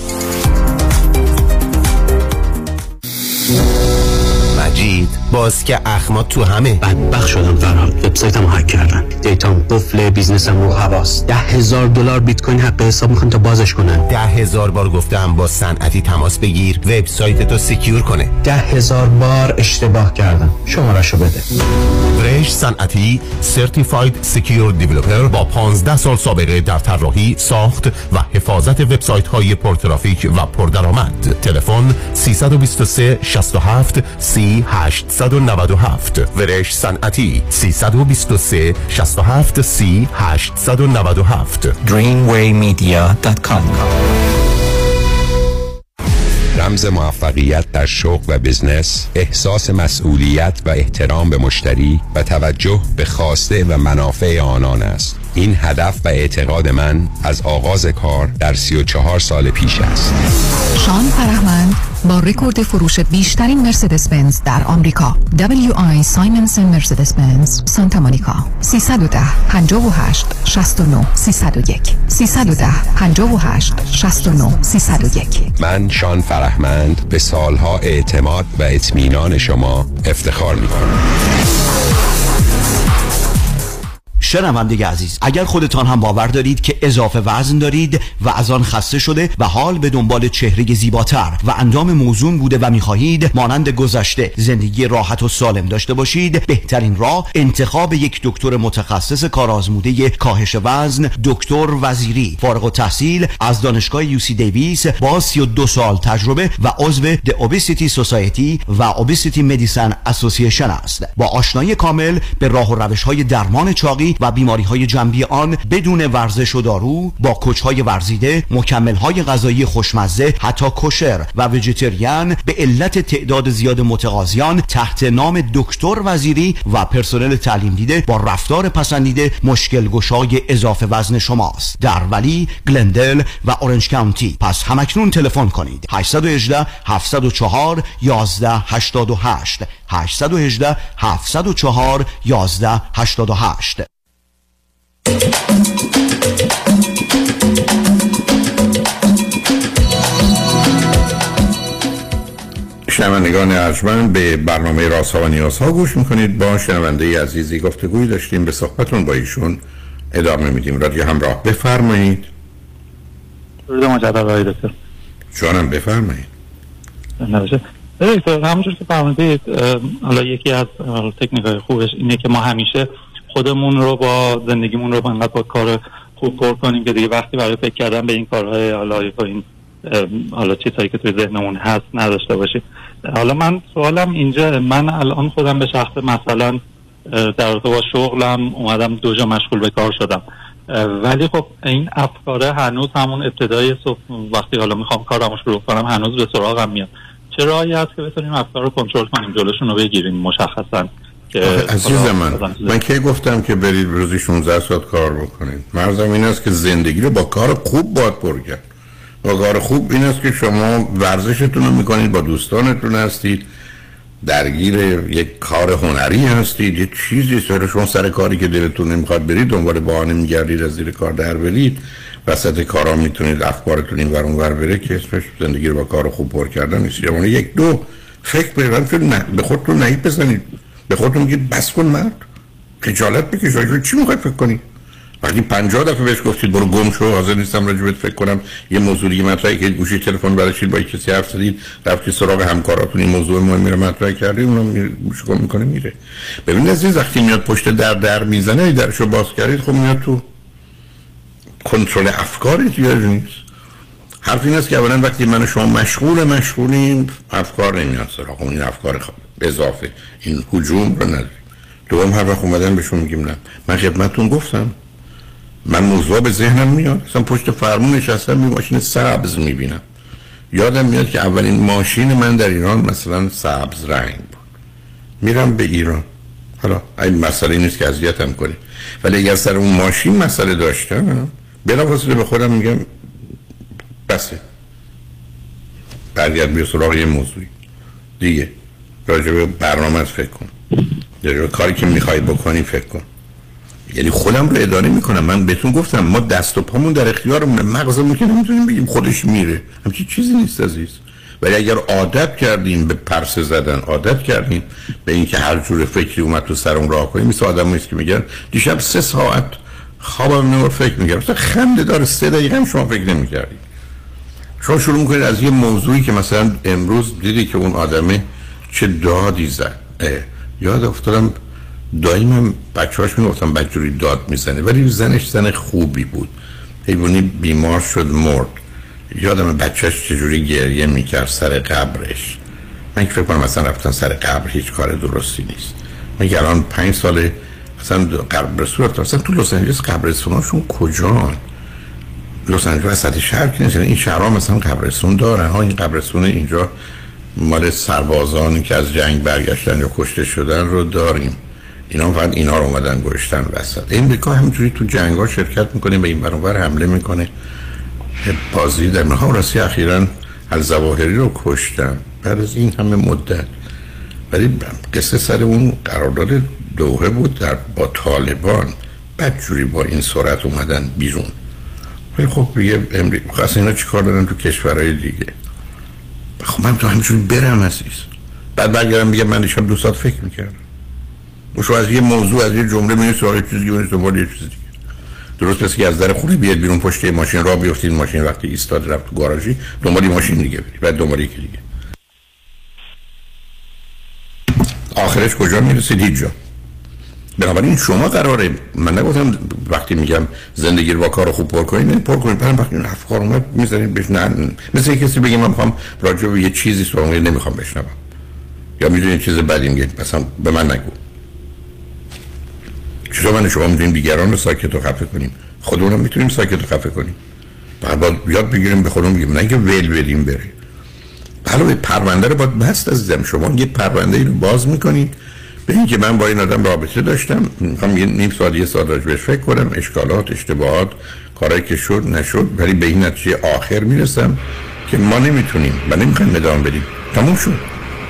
مجید، باز که اخمات تو همه. بدبخت شدم فرهاد، وبسایتمو هک کردن، دیتام قفل، بیزنسم رو حواس. ده هزار دلار بیت کوین حق حساب میخوان تا بازش کنن. ده هزار بار گفتم با صنعتی تماس بگیر، وبسایتتو سکیور کنه. ده هزار بار اشتباه کردم، شماره‌شو بده. فرش صنعتی سرتیفاید سکیور دیولپر با پانزده سال سابقه در طراحی، ساخت و حفاظت وبسایت‌های پرترافیک و پردرآمد. تلفن سه دو سه شش هفت سی هشت نه هفت. ورش صنعتی سه دو سه شش هفت سی هشت نه هفت. دریم وی مدیا دات کام. رمز موفقیت در شغل و بزنس، احساس مسئولیت و احترام به مشتری و توجه به خواسته و منافع آنان است. این هدف و اعتقاد من از آغاز کار در سی و چهار سال پیش است. شان فرهمند با رکورد فروش بیشترین مرسدس بنز در آمریکا، دبلیو آی سایمنسن مرسدس بنز سانتا مونیکا. سه یک صفر، پنج هشت، شش نه، سه صفر یک سه یک صفر، پنج هشت، شش نه، سه صفر یک. من شان فرهمند به سالها اعتماد و اطمینان شما افتخار می‌کنم. شنونده عزیز، اگر خودتان هم باور دارید که اضافه وزن دارید و از آن خسته شده و حال به دنبال چهره زیباتر و اندام موزون بوده و می‌خواهید مانند گذشته زندگی راحت و سالم داشته باشید، بهترین راه انتخاب یک دکتر متخصص کارآزموده کاهش وزن، دکتر وزیری، فارغ التحصیل از دانشگاه یو سی دیویس با سی و دو سال تجربه و عضو The Obesity Society و Obesity Medicine Association است. با آشنایی کامل به راه و روش‌های درمان چاقی و بیماری‌های جنبی آن بدون ورزش و دارو، با کوچ‌های ورزیده، مکمل‌های غذایی خوشمزه، حتی کوشر و ویجیتریان، به علت تعداد زیاد متقاضیان تحت نام دکتر وزیری و پرسنل تعلیم دیده با رفتار پسندیده مشکل گشای اضافه وزن شماست در ولی، گلندل و اورنج کانتی. پس همکنون تلفن کنید هشت یک هشت، هفت صفر چهار، یک یک هشت هشت هشت یک هشت، هفت صفر چهار، یک یک هشت هشت. شنوندگان ارجمند، به برنامه رازها و نیازها گوش میکنید. با شنونده عزیزی گفتگوی داشتیم، به صحبتون با ایشون ادامه میدیم. رادیو همراه، بفرمایید. درود مجدد آقای دکتر. جانم بفرمایید. نوشه دکتر، همونجور که فرمودید، حالا یکی از تکنیک‌های خوبش اینه که ما همیشه خودمون رو با زندگیمون رو انقدر با کار خوب پر کنیم که دیگه وقتی برای فکر کردن به این کارهای حالا این حالا چیزایی که توی ذهنمون هست نداشته باشیم. حالا من سوالم اینجا، من الان خودم به شخص مثلا در رابطه با شغلم اومدم دو جا مشغول به کار شدم ولی خب این افکار هنوز همون ابتدای صبح وقتی حالا میخوام کارمو شروع کنم هنوز به سراغم میاد. چه راهی هست که بتونیم افکار رو کنترل کنیم، جلوشون رو بگیریم مشخصا؟ عزیز من من که گفتم که برید روزی شانزده ساعت کار بکنید. مرزم این است که زندگی رو با کار خوب باید پر کرد. با کار خوب این است که شما ورزشتون رو میکنید، با دوستانتون هستید، درگیر یک کار هنری هستید، یه چیزی سر شما سر کاری که دلتون نمیخواد برید دنبال بهانه میگردید از زیر کار در برید، وسط کارا میتونید افکارتون این ور اون ور بره که اسمش زندگی رو با کار خوب پر کردن نیست. یعنی یک دو فکر برید، نه به خودتون نهیب بزنید، به خودتون میگید بس کن مرد، خجالت بکش، چی میخواید فکر کنی؟ وقتی پنجاه دفعه بهش گفتید برو گم شو، حاضر نیستم راجبت فکر کنم، یه موضوعی مطرحی که گوشی تلفن براشید با کسی حرف زدید، رفتید سراغ همکاراتون این موضوع مهمی رو مطرح کردید، اونم گوش کن میکنه میره. ببینید عزیز وقتی میاد پشت در در میزنه، درشو باز کردید، خب میاد تو کنترل افکارت یا نیست. حرف این است که اولا وقتی من و شما مشغول مشغولیم افکار نمیاد سراغ، این افکار اضافه این هجوم رو نداریم. دوم هر وقت اومدن بهشون میگیم نه من خدمتتون گفتم، من موضوع به ذهنم میاد، اصلا پشت فرمون نشستم یه ماشین سبز میبینم، یادم میاد که اولین ماشین من در ایران مثلا سبز رنگ بود. میرم به ایران، حالا این مسئله نیست که اذیتم کنه، ولی اگر سر اون ماشین مسئله داشتم بلافاصله به خودم میگم بسه، برگرد بیا سراغ یه موضوعی دیگه، راجع به برنامه‌ات فکر کن، راجع به کاری که میخوای بکنی فکر کن. یعنی خودم رو اداره میکنم. من بهتون گفتم ما دست و پامون در اختیارمونه، مغزمون که نمیتونیم بگیم خودش میره، همچین چیزی نیست عزیز. ولی اگر عادت کردیم به پرسه زدن، عادت کردیم به اینکه هر جور فکری اومد تو سرم راه کنیم، مثل آدمایی که میگن دیشب سه ساعت خوابم نمیبرد فکر میکردم، مثلا خنده داره، سه دقیقه هم شما فکر نمیکردید. شما شروع میکنید از یه موضوعی که مثلا امروز دیدی که اون آدمه چه دادی زد، یاد افتادم دایما بچه‌هاش میگفتن بچه‌جوری داد میزنه، ولی زنش زن خوبی بود، حیوانی بیمار شد مرد، یادم بچه‌ش چجوری گریه میکرد سر قبرش. من که فکر کنم مثلا رفتن سر قبر هیچ کار درستی نیست. من الان پنج ساله مثلا قبرستون رفتم، مثلا تو لس آنجلس قبرستوناشون کجان؟ لس آنجلس وسط شهر که نیست، این شهرها مثلا قبرستون دارن ها. این قبرستون اینجا مال سربازانی که از جنگ برگشتن یا کشته شدن رو داریم، اینا فقط اینا رو اومدن گشتن وسط. این امریکا همینجوری تو جنگ‌ها شرکت میکنه، به این برابر حمله میکنه. بازی در نها راستی اخیراً الزواهری رو کشتن بعد از این همه مدت، ولی قصه سر اون قرارداد دوحه بود در با طالبان، بعد جوری با این سرعت اومدن بیرون. ولی خب دیگه امریکا اصلا اینا چیکار دارن تو کشورهای دیگه؟ خب من تو همینجوری برم عزیز، بعد برگردم میگم من دیشب دو ساعت فکر میکردم. شو از یه موضوع از یه جمله میونی سوال چیزی که میونی دنبال یه چیز دیگه. درست پس که از در خونه بیاد بیرون پشت ماشین راه بیفتید، ماشین وقتی ایستاد رفت تو گاراژی دنبال ماشین دیگه بری، بعد دنبال یکی دیگه، آخرش کجا میرسید؟ هیچ جا. بنابراین شما قراره، من نگفتم وقتی میگم زندگی رو با کار خوب پر کنید نه پر کنید، برام وقتی این افکار اومد میذارید بهش نه، مثل کسی بگه من میخوام راجع به یه چیزی صحبت نمیخوام بشنوم، یا میدونید چیز بدی میگه مثلا به من نگو. چطور من شما میتونیم دیگران رو ساکت و خفه کنیم، خودمون میتونیم ساکت و خفه کنیم؟ بعد باید یاد بگیریم به خودمون بگیم، نه اینکه ول بدیم بره. حالا پرونده رو باید بست عزیزم. شما یه پرونده رو باز میکنید به اینکه من با این آدم رابطه داشتم، میخوام یه نیم ساعت یه ساعت راجع بهش فکر کنم، اشکالات، اشتباهات، کارایی که شد نشد، ولی به این نتیجه آخر میرسم که ما نمیتونیم و نمیخوایم ادامه بدیم. تموم شد.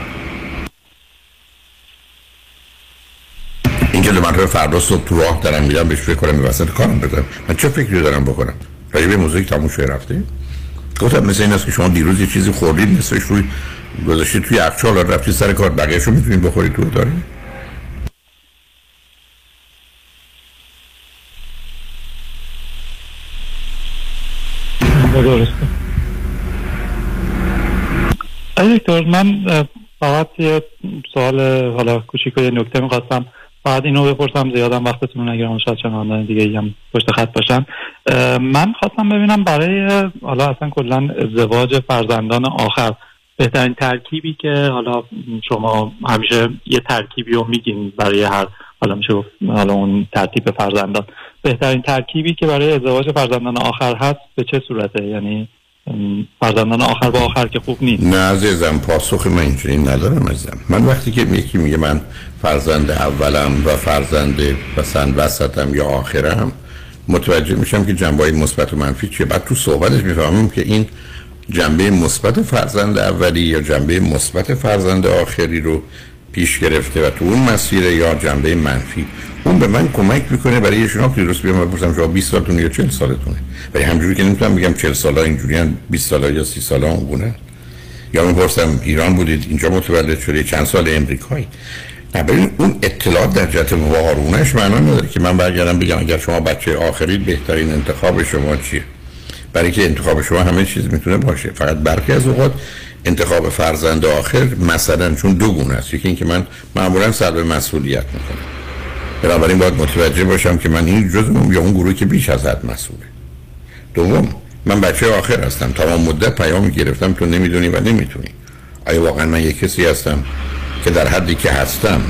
اینکه من رو فردا صبح تو راه دارم میرم بهش فکر کنم، به وسط کارم بذارم، من چه فکری دارم بکنم؟ راجع به موزیک تموم شده رفته. گفتم مثل این است که شما دیروز یه چیزی خوردید، نصفش روی گذاشتید توی یخچال و رفتید سر کار، بقیه‌شو میتونید بخورید تو اتاق. درسته. ای دکتر، من فقط یه سوال حالا کوچیک و یه نکته می‌خواستم فقط اینو بپرسم، زیادم وقتتون نگیرم، شاید چند دیگه هم پشت خط باشن. من خواستم ببینم برای حالا اصلا کلا ازدواج فرزندان آخر بهترین ترکیبی که حالا شما همیشه یه ترکیبی رو میگین برای هر، حالا میشه گفت حالا اون ترتیب فرزندان، بهترین ترکیبی که برای ازدواج فرزندان آخر هست به چه صورته؟ یعنی فرزندان آخر با آخر که خوب نیست. نه عزیزم، پاسخ من اینجوری ندارم عزیزم. من وقتی که یکی میگه من فرزند اولم و فرزند مثلا وسطم یا آخرم، متوجه میشم که جنبه‌های مثبت و منفی چیه. بعد تو صحبتش میفهمم که این جنبه مثبت فرزند اولی یا جنبه مثبت فرزند آخری رو پیش گرفته و تو اون مسیر، یا جنبه منفی. اون به من کمک میکنه برای یه شناختی درست بیام بپرسم شما بیست سالتونه یا چهل سالتونه. ولی همجوری که نمیتونم بگم چهل سالا اینجوریان، بیست سالا یا سی سالا اونگونه. یا میپرسم ایران بودید، اینجا متولد شدید، چند سال امریکایی. نه، ببین اون اطلاعات در جهت وارونش معنا نداره که من برگردم بگم اگر شما بچه آخرید بهترین انتخاب شما چیه. برای که انتخاب شما همه چیز میتونه باشه، فقط برخی از اوقات انتخاب فرزند آخر مثلا چون دو گونه است. یکی اینکه من معمولا سلب مسئولیت میکنم، بنابراین باید متوجه باشم که من این جزءم یا اون گروهی که بیش از حد مسئوله. دوم، من بچه آخر هستم، تمام مدت پیام گرفتم تو نمیدونی و نمیتونی. آیا واقعا من یک کسی هستم که در حدی که هستم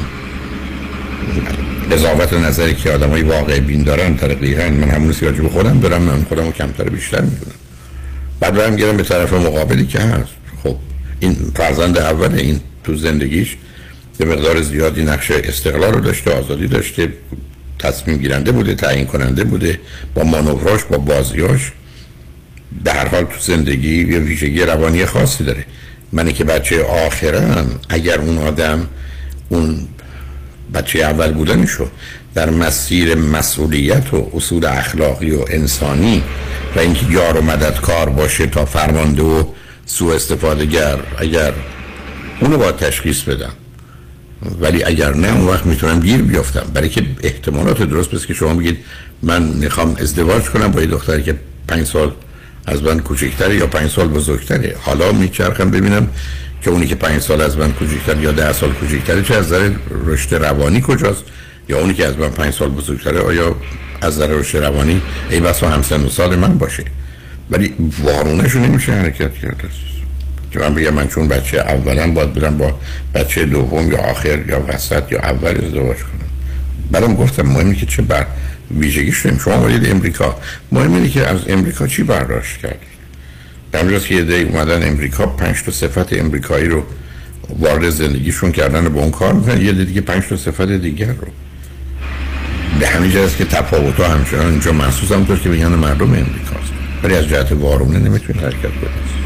قضاوت نظری که آدمای واقع بین دارن طریقاً من همون سی راجع به خودم دارم، من خودمو کمتر بیشتر میدونم. بعد برم گیرم به طرف مقابلی که هست. خب این فرزند اول، این تو زندگیش به مقدار زیادی نقش استقلال رو داشته، آزادی داشته، تصمیم گیرنده بوده، تعیین کننده بوده، با مانوراش، با بازیاش در هر حال تو زندگی یه ویژگی روانی خاصی داره. منی که بچه آخرم، اگر اون آدم اون بچه اول بودنشو در مسیر مسئولیت و اصول اخلاقی و انسانی و اینکه یار و مددکار باشه تا فرمانده و سوء استفاده گر، اگر اونو باید تشخیص بدم. ولی اگر نه، اون وقت میتونم گیر بیافتم، برای که احتمالات درست بس که شما بگید من میخوام ازدواج کنم با یه دختری که پنج سال از من کوچکتره یا پنج سال بزرگتره. حالا میچرخم ببینم که اونی که پنج سال از من کوچکتر یا ده سال کوچکتره چه از نظر رشد روانی کجاست، یا اونی که از من پنج سال بزرگتره آیا از نظر رشد روانی ای بسا همسن و سال من باشه. ولی وارونش رو نمیشه حرکت کرد که من بگم من چون بچه اولم باید برم با بچه دوم یا آخر یا وسط یا اول ازدواج کنم. برام گفتم مهمی که چه بر ویژگی شدیم. شما وارد امریکا، مهم اینه که از امریکا چی برداشت کردید. در امروز که یه دی اومدن امریکا، پنج تا صفت امریکایی رو وارد زندگیشون کردن و با اون کار میکنن، یه دیگه پنج تا صفت دیگر رو. به همین جهت که تفاوت‌ها همچنان اینجا محسوس هم طور که میگن مردم امریکاست، ولی از جهت وارونه نمیتونید حرکت کنید.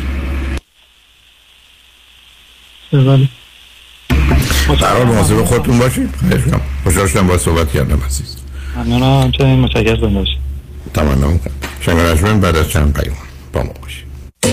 بله. برای مواظب خودتون باشید. خوشحال شدم با صحبت کردم عزیز. ممنونم، همچنین متشکرم باشید. تمام میکنم. شنگ بعد از چند پیام با ما باشید.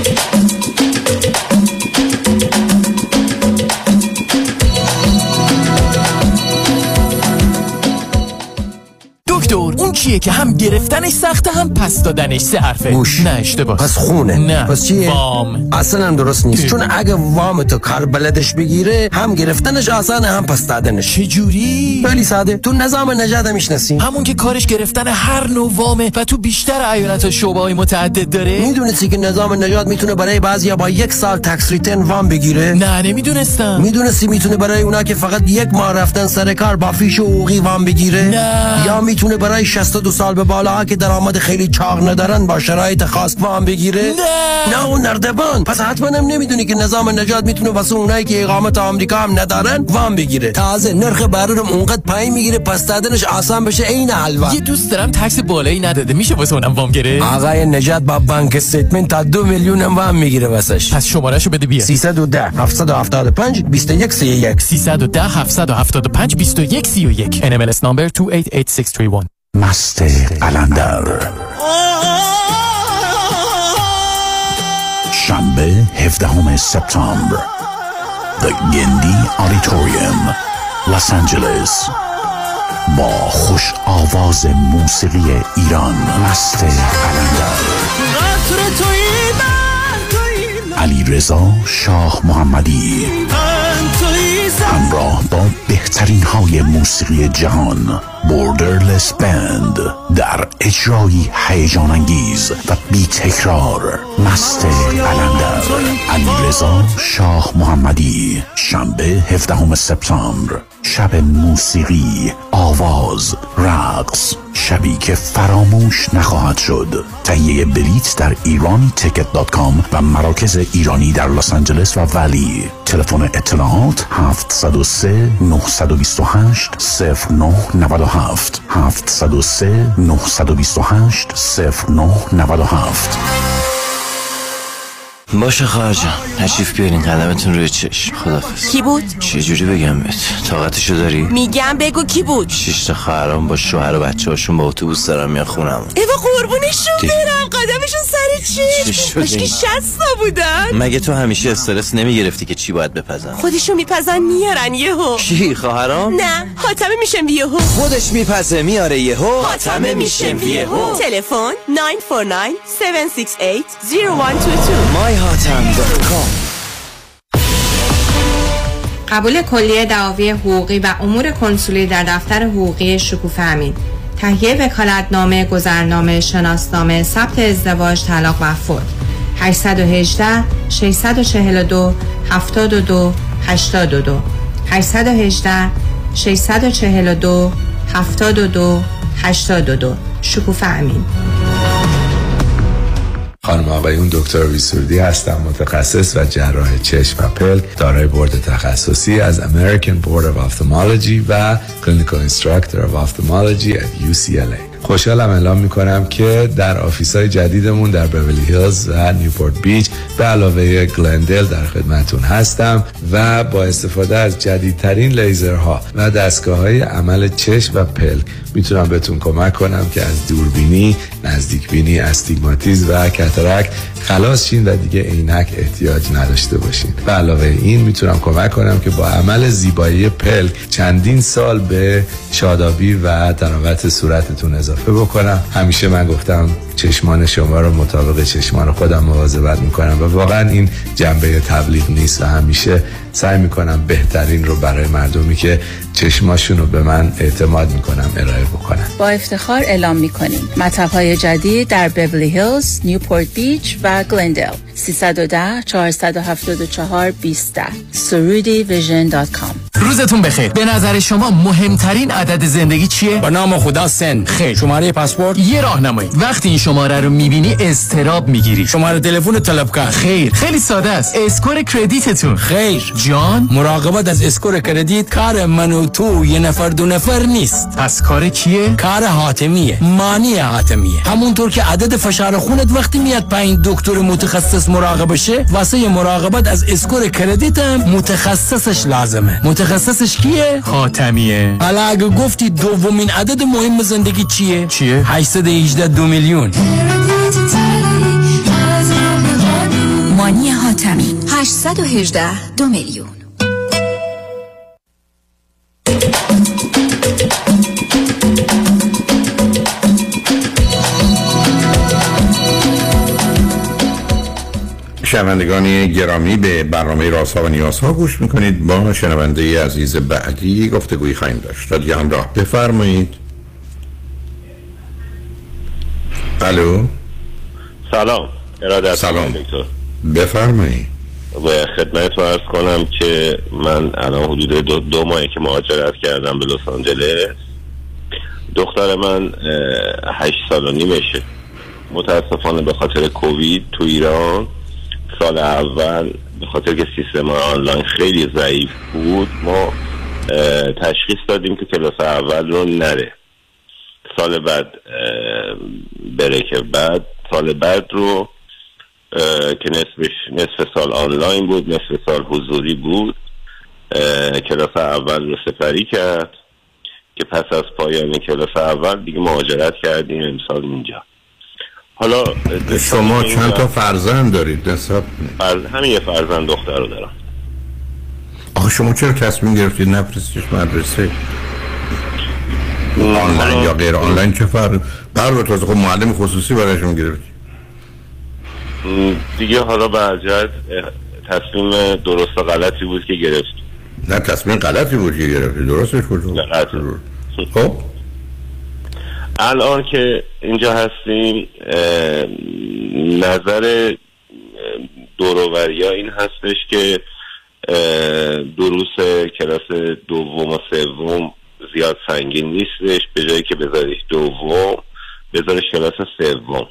دکتر اون چیه که هم گرفتنش سخته هم پس دادنش سه حرفه؟ گوش. نه اشتباه. پس خونه. نه. پس چیه؟ وام. اصلا هم درست نیست. چون اگه وام تو کار بلدش بگیره، هم گرفتنش آسانه هم پس دادنش. چه جوری؟ خیلی ساده. تو نظام نجات میشناسی؟ همون که کارش گرفتن هر نوع وامه و تو بیشتر ایالت‌ها شعبه‌های متعدد داره. میدونستی که نظام نجات میتونه برای بعضیا با یک سال تکس ریتن وام بگیره؟ نه نمیدونستم. میدونستی میتونه برای اونا که فقط یک ماه رفتن سر کار با فیش حقوقی وام بگیره؟ نه. یا میتونه برای شصت و دو سال به بالا که درآمد خیلی چاق ندارن با شرایط خاص وام بگیره؟ نه. نه اون نردبان. پس حتما هم نمیدونی که نظام نجات میتونه واسه اونایی که اقامت آمریکا هم ندارن وام بگیره. تازه نرخ بهره رو اونقدر پایین میگیره پس دادنش آسان بشه عین حلوا. یه دوست دارم تکس بالایی نداده، میشه واسه اونم وام گیره؟ آقای نجات با بانک استیتمنت تا دو میلیون هم وام میگیره واسش. پس شمارهشو بده بیا. سیصد و ده هفتصد و هفتاد و پنج بیست و یک سی و یک سیصد و ده هفتصد و هفتاد و پنج بیست و یک سی و یک ان ام ال اس number دو هشت هشت شش سه یک. مست قلندر شنبه هفدهم سپتامبر The گندی آدیتوریوم لس آنجلس با خوش آواز موسیقی ایران. مست قلندر علی رضا شاه محمدی همراه با بهترین های موسیقی جهان بوردرلس بند در اجرایی هیجان انگیز و بی تکرار. مست قلندر علی رضا شاه محمدی شنبه هفدهم سپتامبر شب موسیقی، آواز، رقص، شبی که فراموش نخواهد شد. تهیه بلیت در ایرانی تیکت دات کام و مراکز ایرانی در لس آنجلس و ولی. تلفن اطلاعات هفت صفر سه نه دو هشت صفر نه نه هفت هفت صفر سه نه دو هشت صفر نه نه هفت. باشه خواهر جان، تشریف بیارین، قدمتون روی چشم. خدافظ. کی بود؟ چه جوری بگم بهت؟ طاقتشو داری؟ میگم بگو کی بود؟ شش تا خواهرام با شوهر و بچه‌هاشون با اتوبوس دارن میان خونم. ایوا قربونشون برم، قدمشون سر چشم. مشکی شصت تا بودن. مگه تو همیشه استرس نمیگرفتی که چی باید بپزن؟ خودشون میپزن میارن یهو. چی خواهرام؟ نه، حاتمه میشم یهو. خودش میپزه میاره یهو. حاتمه میشم یهو. تلفن نه چهار نه هفت شش هشت صفر یک دو دو. مای هاتم دات کام. قبول کلیه دعاوی حقوقی و امور کنسولی در دفتر حقوقی شکوفه امین. تهیه وکالتنامه، گذرنامه، شناسنامه، ثبت ازدواج، طلاق و فوت. هشت یک هشت شش چهار دو هفت دو هشت دو هشت یک هشت شش چهار دو هفت دو هشت دو. شکوفه امین. خانم آقایون، دکتر ویسوردی هستم، متخصص و جراح چشم و پلک، دارای بورد تخصصی از American Board of Ophthalmology و Clinical Instructor of Ophthalmology at یو سی ال ای. خوشحالم اعلام میکنم که در آفیس‌های جدیدمون در بیولی هیلز و نیوپورت بیچ به علاوه گلندل در خدمتون هستم و با استفاده از جدیدترین لیزرها و دستگاه‌های عمل چشم و پلک میتونم بهتون کمک کنم که از دوربینی، نزدیکبینی، استیگماتیسم و کاتاراکت خلاص شین و دیگه عینک احتیاج نداشته باشین. به علاوه این میتونم کمک کنم که با عمل زیبایی پلک چندین سال به شادابی و تراوت صورتتون اضافه بکنم. همیشه من گفتم چشمان شما رو مطابق چشمان خودم مواظبت میکنم و واقعا این جنبه تبلیغ نیست و همیشه سعی میکنم بهترین رو برای مردمی که چشماشون رو به من اعتماد میکنم ارائه بکنم. با افتخار اعلام میکنیم مطب‌های جدید در بیولی هیلز، نیوپورت بیچ و گلندل. سیصد و ده چهارصد و هفتاد و چهار بیست سرودی ویژن دات کام. روزتون بخیر. به نظر شما مهمترین عدد زندگی چیه؟ به نام خدا سن. خیر. شماره پاسپورت؟ یه راهنمایی. وقتی این شماره رو میبینی اضطراب میگیری. شماره تلفن طلبکار؟ خیر. خیلی ساده است. اسکور کردیتتون؟ خیر. جان؟ مراقبت از اسکور کردیت کار من و تو یه نفر دو نفر نیست. پس کار کیه؟ کار حاتمیه. مانی حاتمیه. همونطور که عدد فشار خونت وقتی میاد پایین دکتر متخصص مراقبه شه، واسه مراقبت از اسکور کردیت هم متخصصش لازمه. متخصصش کیه؟ حاتمیه. حالا اگه گفتی دومین عدد مهم زندگی چیه؟ چیه؟ هشتصد و هجده دو میلیون. مانی حاتمی. هشتصد و هجده دو میلیون. شنوندگان گرامی، به برنامه رازها و نیازها گوش میکنید. با شنونده عزیز بعدی گفتگویی خواهیم داشت. رادیو همراه، بفرمایید. الو. سلام. ارادت. سلام دکتر. بفرمایید. به خدمتتون عرض کنم که من الان حدود دو, دو ماهی که مهاجرت کردم به لس آنجلس. دختر من هشت سال و نیمشه. متاسفانه به خاطر کووید تو ایران سال اول به خاطر که سیستم آنلاین خیلی ضعیف بود ما تشخیص دادیم که کلاس اول رو نره، سال بعد بره که بعد سال بعد رو که نصفش نصف سال آنلاین بود نصف سال حضوری بود کلاس اول رو سپری کرد که پس از پایان کلاس اول دیگه مهاجرت کردیم امسال اینجا. حالا شما چند تا فرزند دارید؟ نسب فرز... همین یه فرزند دختر رو دارم. آخه شما چرا تصمیم گرفتید نفرستیش مدرسه آنلاین یا غیر آنلاین؟ چه فرق بر رو تازه خب معلم خصوصی برایشون گرفتید دیگه؟ حالا به هر جهت تصمیم درست و غلطی بود که گرفت. نه تصمیم غلطی بود که گرفتی، درستش کجا؟ غلطی. خب الان که اینجا هستیم نظر دوروبریا این هستش که دروس کلاس دوم و سوم زیاد سنگین نیستش، به جایی که بذاریش دوم بذارش کلاس سوم.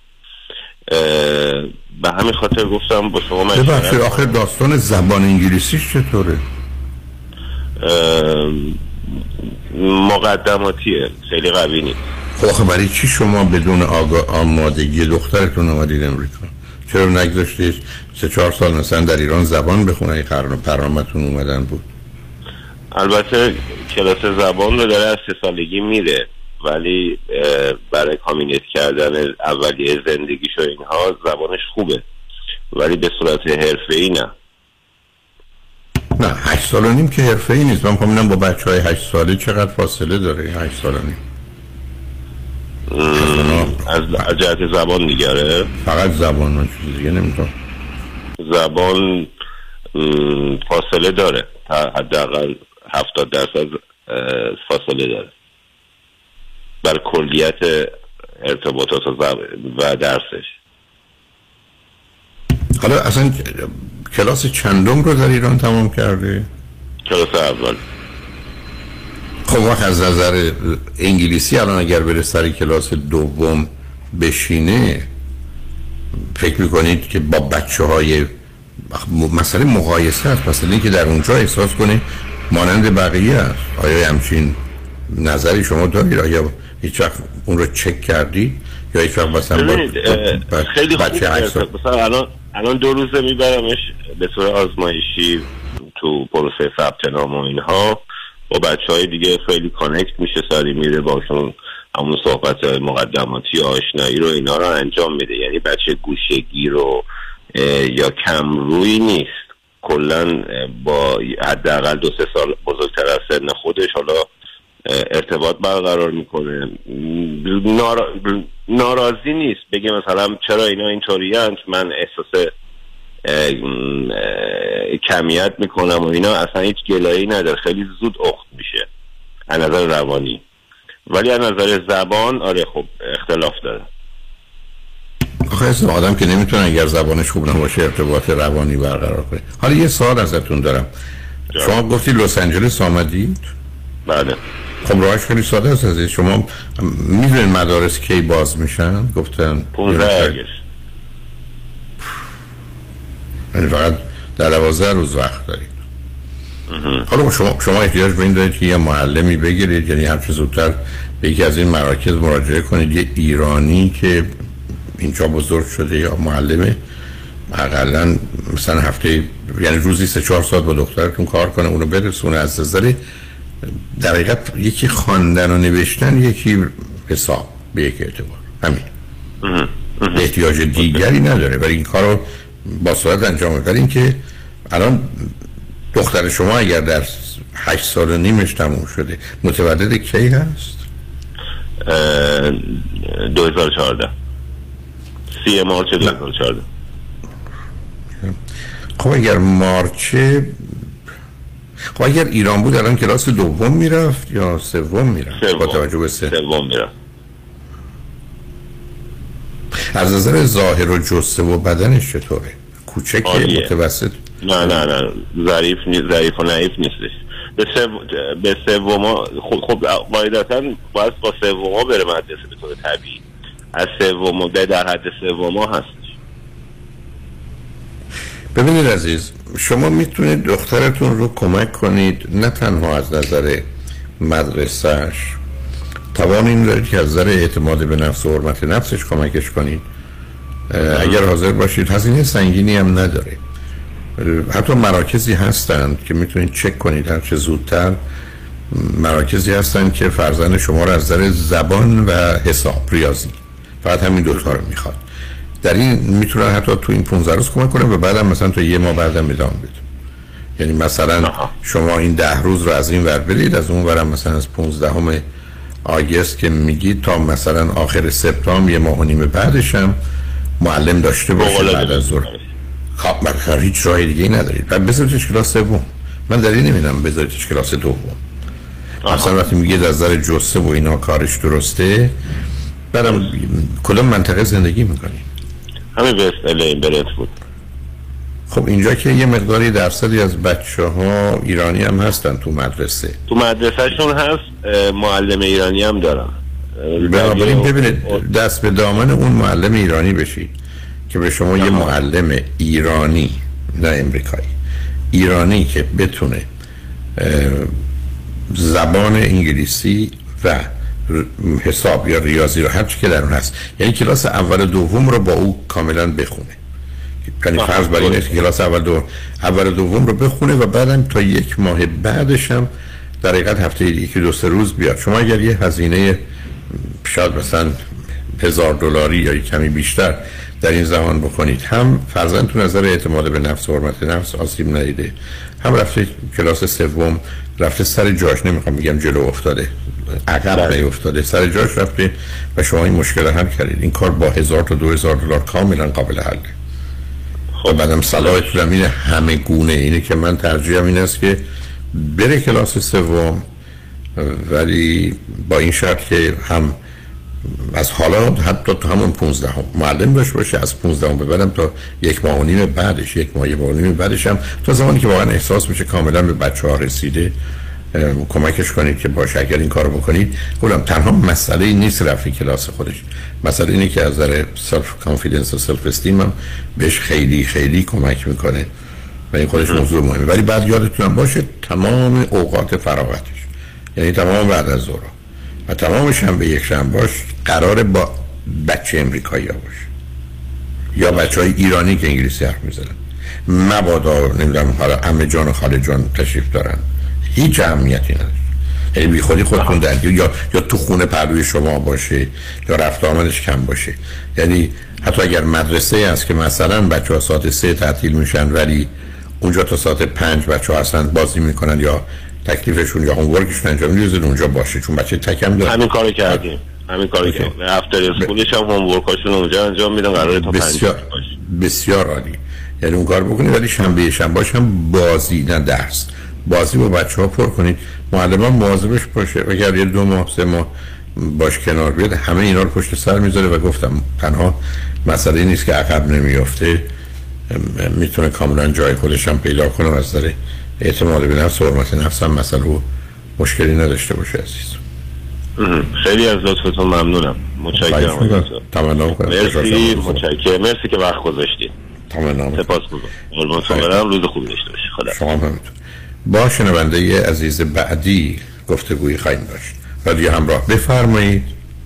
به همین خاطر گفتم با شما مشورت. ببخشید آخر داستان زبان انگلیسیش چطوره؟ مقدماتیه، خیلی قوی نیست. خب آخه برای چی شما بدون آگاه آمادگی دخترتون آمدید امریکا؟ چرا نگذاشتید سه چهار سال مثلا در ایران زبان بخونه؟ ای قرار پرنامه‌تون اومدن بود. البته کلاس زبان رو داره از سه سالگی میره، ولی برای کامیونیت کردن اولیه زندگیش و اینها زبانش خوبه، ولی به صورت حرفه‌ای نه. نه هشت سال و نیم که حرفه‌ای نیست. من می‌خوام با بچه‌های هشت ساله چقدر فاصله داره؟ هشت سال و نیم از جهت زبان دیگره؟ فقط زبان و چیز دیگه نمی‌تونم. زبان فاصله داره، تا حداقل هفتاد درصد فاصله داره بر کلیت ارتباطات و درسش. حالا اصلا کلاس چندم رو در ایران تمام کرده؟ کلاس اول. خب وقت از نظر انگلیسی الان اگر بره سر کلاس دوم بشینه، فکر میکنید که با بچه های مسئله مقایسه هست، مثلا این که در اونجا احساس کنه مانند بقیه است؟ آیا همچین نظری شما دارید؟ آیا هیچ وقت اون رو چک کردید؟ یا هیچ وقت مثلا با خیلی بچه خوب مثلا الان الان دو روزه میبرمش به طور آزمایشی تو پروسه ثبت نام و اینها، با بچه های دیگه خیلی کانکت میشه، سری میره باشون همون صحبت مقدماتی آشنایی رو اینا رو انجام میده. یعنی بچه گوشگیر رو یا کم روی نیست، کلن با حداقل دو سه سال بزرگتر از سن خودش حالا ارتباط برقرار میکنه. نارا... ناراضی نیست بگه مثلا چرا اینا اینطوریان، من احساس کمیت میکنم و اینا، اصلا هیچ گلایی نداره، خیلی زود اخت میشه از نظر روانی. ولی از نظر زبان آره خب اختلاف داره. آخه اصلا آدم که نمیتونه اگر زبانش خوب نباشه ارتباط روانی برقرار کنه. حالا یه سوال ازتون دارم. جا. شما گفتی لس آنجلس آمدید؟ بله. خب راهش خیلی ساده است. از شما میدونین مدارس کی باز میشن؟ گفتن پونزده آگوست. یعنی فقط در دوازده روز وقت دارید. حالا شما شما احتیاج به این دارید که یه معلمی بگیرید، یعنی هر چه زودتر به یکی از این مراکز مراجعه کنید، یه ایرانی که اینجا بزرگ شده یا معلمه حداقل مثلا هفته یعنی روزی سه چهار ساعت با دخترتون کار کنه، اونو برسونه. از نظر در حقیقت یکی خواندن و نوشتن، یکی حساب به یک اعتبار، همین. احتیاج دیگری نداره ولی این کارو با سرعت انجام بده. این که الان دختر شما اگر در هشت سال و نیمش تموم شده متولد کی هست؟ دو هزار و چهارده سی مارچ دو هزار و چهارده. خب اگر مارچه، خب اگر ایران بود الان کلاس دوم میرفت یا سوم میرفت؟ با توجه به سن سوم میرفت. از نظر ظاهر و جسه و بدنش چطوره؟ کوچکه متوسط؟ نه نه نه ظریف نیست، ظریف و نحیف نیستش. به سو... به سوما خب خب قاعدتاً باید با سوما بره مدرسه به طور طبیعی. از سوما در حد سوما هستش. ببینید عزیز، شما میتونید دخترتون رو کمک کنید نه تنها از نظر مدرسهش، توان این دارید که از نظر اعتماد به نفس و حرمت نفسش کمکش کنید. اگر حاضر باشید هزینه سنگینی هم نداره. حتی مراکزی هستند که میتونید چک کنید هر چه زودتر. مراکزی هستند که فرزند شما رو از نظر زبان و حساب ریاضی فقط همین دو تا رو میخواد. در این میتونن حتی تو این پانزده روز کمک کنن و بعدم مثلا تا یه ماه بعدم ادامه بدن. یعنی مثلا شما این ده روز رو از این ور برید، از اون ورم مثلا از پانزدهم آگوست که میگید تا مثلا آخر سپتامبر یه ماه و نیم بعدش هم معلم داشته باشه بعد از ظهر. خب من هیچ راه دیگه ای ندارید. بعد بذاریدش کلاس سوم. من در این نمیدونم بذاریدش کلاس دوم. مثلا وقتی میگید از نظر جسه و اینا کارش درسته، بعدم کلا منطقه زندگی میکنی. همه به استله برت بود. خب اینجا که یه مقداری درصدی از بچه ها ایرانی هم هستن تو مدرسه، تو مدرسهشون هست، معلم ایرانی هم دارن. بنابراین ببینید دست به دامن اون معلم ایرانی بشید که به شما یه معلم ایرانی، نه امریکایی، ایرانی که بتونه زبان انگلیسی و حساب یا ریاضی رو هر چی که در اون هست، یعنی کلاس اول و دوم رو با او کاملا بخونه. یعنی فرض بر اینه که کلاس اول دو اول و دوم رو بخونه و بعدم تا یک ماه بعدش هم در حقیقت هفته یکی دو سه روز بیاد. شما اگر یه هزینه شاید مثلا هزار دلاری یا کمی بیشتر در این زمان بکنید، هم فرزند تو نظر اعتماد به نفس و حرمت نفس آسیب ندیده، هم رفته کلاس سوم رفته سر جاش، نمیخوام بگم جلو افتاده، عقب نیفتاده، سر جاش رفته و شما این مشکل حل کردید. این کار با هزار تا دو هزار دلار کاملا قابل حله. خب بعدم صلاحتون اینه همه گونه اینه که من ترجیحم این است که بره کلاس سوم، ولی با این شرط که هم از حالا حتی تا همون پونزده هم معلم داشته باشه، از پونزده هم ببرم تا یک ماه و نیم بعدش، یک ماه و نیم بعدش هم تا زمانی که واقعا احساس میشه کاملا به بچه ها رسیده کمکش کنید که باشه. اگر این کارو بکنید، گفتم تنها مسئله این نیست رفت کلاس خودش، مسئله اینه که از نظر سلف کانفیدنس و سلف استیم هم بهش خیلی خیلی کمک میکنه و این خودش موضوع مهمه. ولی بعد یادتون باشه تمام اوقات فراغتش، یعنی تمام بعد از ظهر و تمامش هم به یک شنبهش قراره با بچه امریکایی ها باشه یا بچه های ایرانی که انگلیسی حرف میزنن. مبادا نمیدونم حالا عمه جان و خاله جان تشریف دارن، هیچ اهمیتی نداره. یعنی بی خودی خودتون درگیر یا یا تو خونه پهلوی شما باشه یا رفت آمدش کم باشه. یعنی حتی اگر مدرسه است که مثلا بچه ها ساعت سه تعطیل میشن ولی اونجا تا ساعت پنج بچه ها هستن بازی میکنن یا تکلیفشون یا هومورکشون انجام میدن اونجا باشه، چون بچه تکم داره. همین کارو کردیم همین کارو کردیم افتر اسکولش هم هومورکاشون اونجا انجام میدن، قراره تا پنج بسیار بسیار عالی. یعنی اون کار بکنید، ولی شنبه شنبه هم بازی نه درس، بازی با بچه ها پر کنید، معلمان مواظبش باشه. اگر یه دو ماه سه ماه باش کنار بیاد همه اینا رو پشت سر میذاره و گفتم تنها مسئله نیست که عقب نمیافته، میتونه کاملا جای خودش هم پیدا کنه و از نظر اعتماد به نفس و حرمت نفس هم مسئله و مشکلی نداشته باشه. عزیز خیلی از لطفتون ممنونم، متشکرم. تمام کنم. مرسی، متشکرم، مرسی که وقت گذاشتید. تمام. سپاسگزارم. قربونتون برم، روز خوبی داشته باشید. خدا. شما هم همینطور. با شنونده عزیز بعدی گفتگویی خواهیم داشت. رادیو همراه، بفرمایید.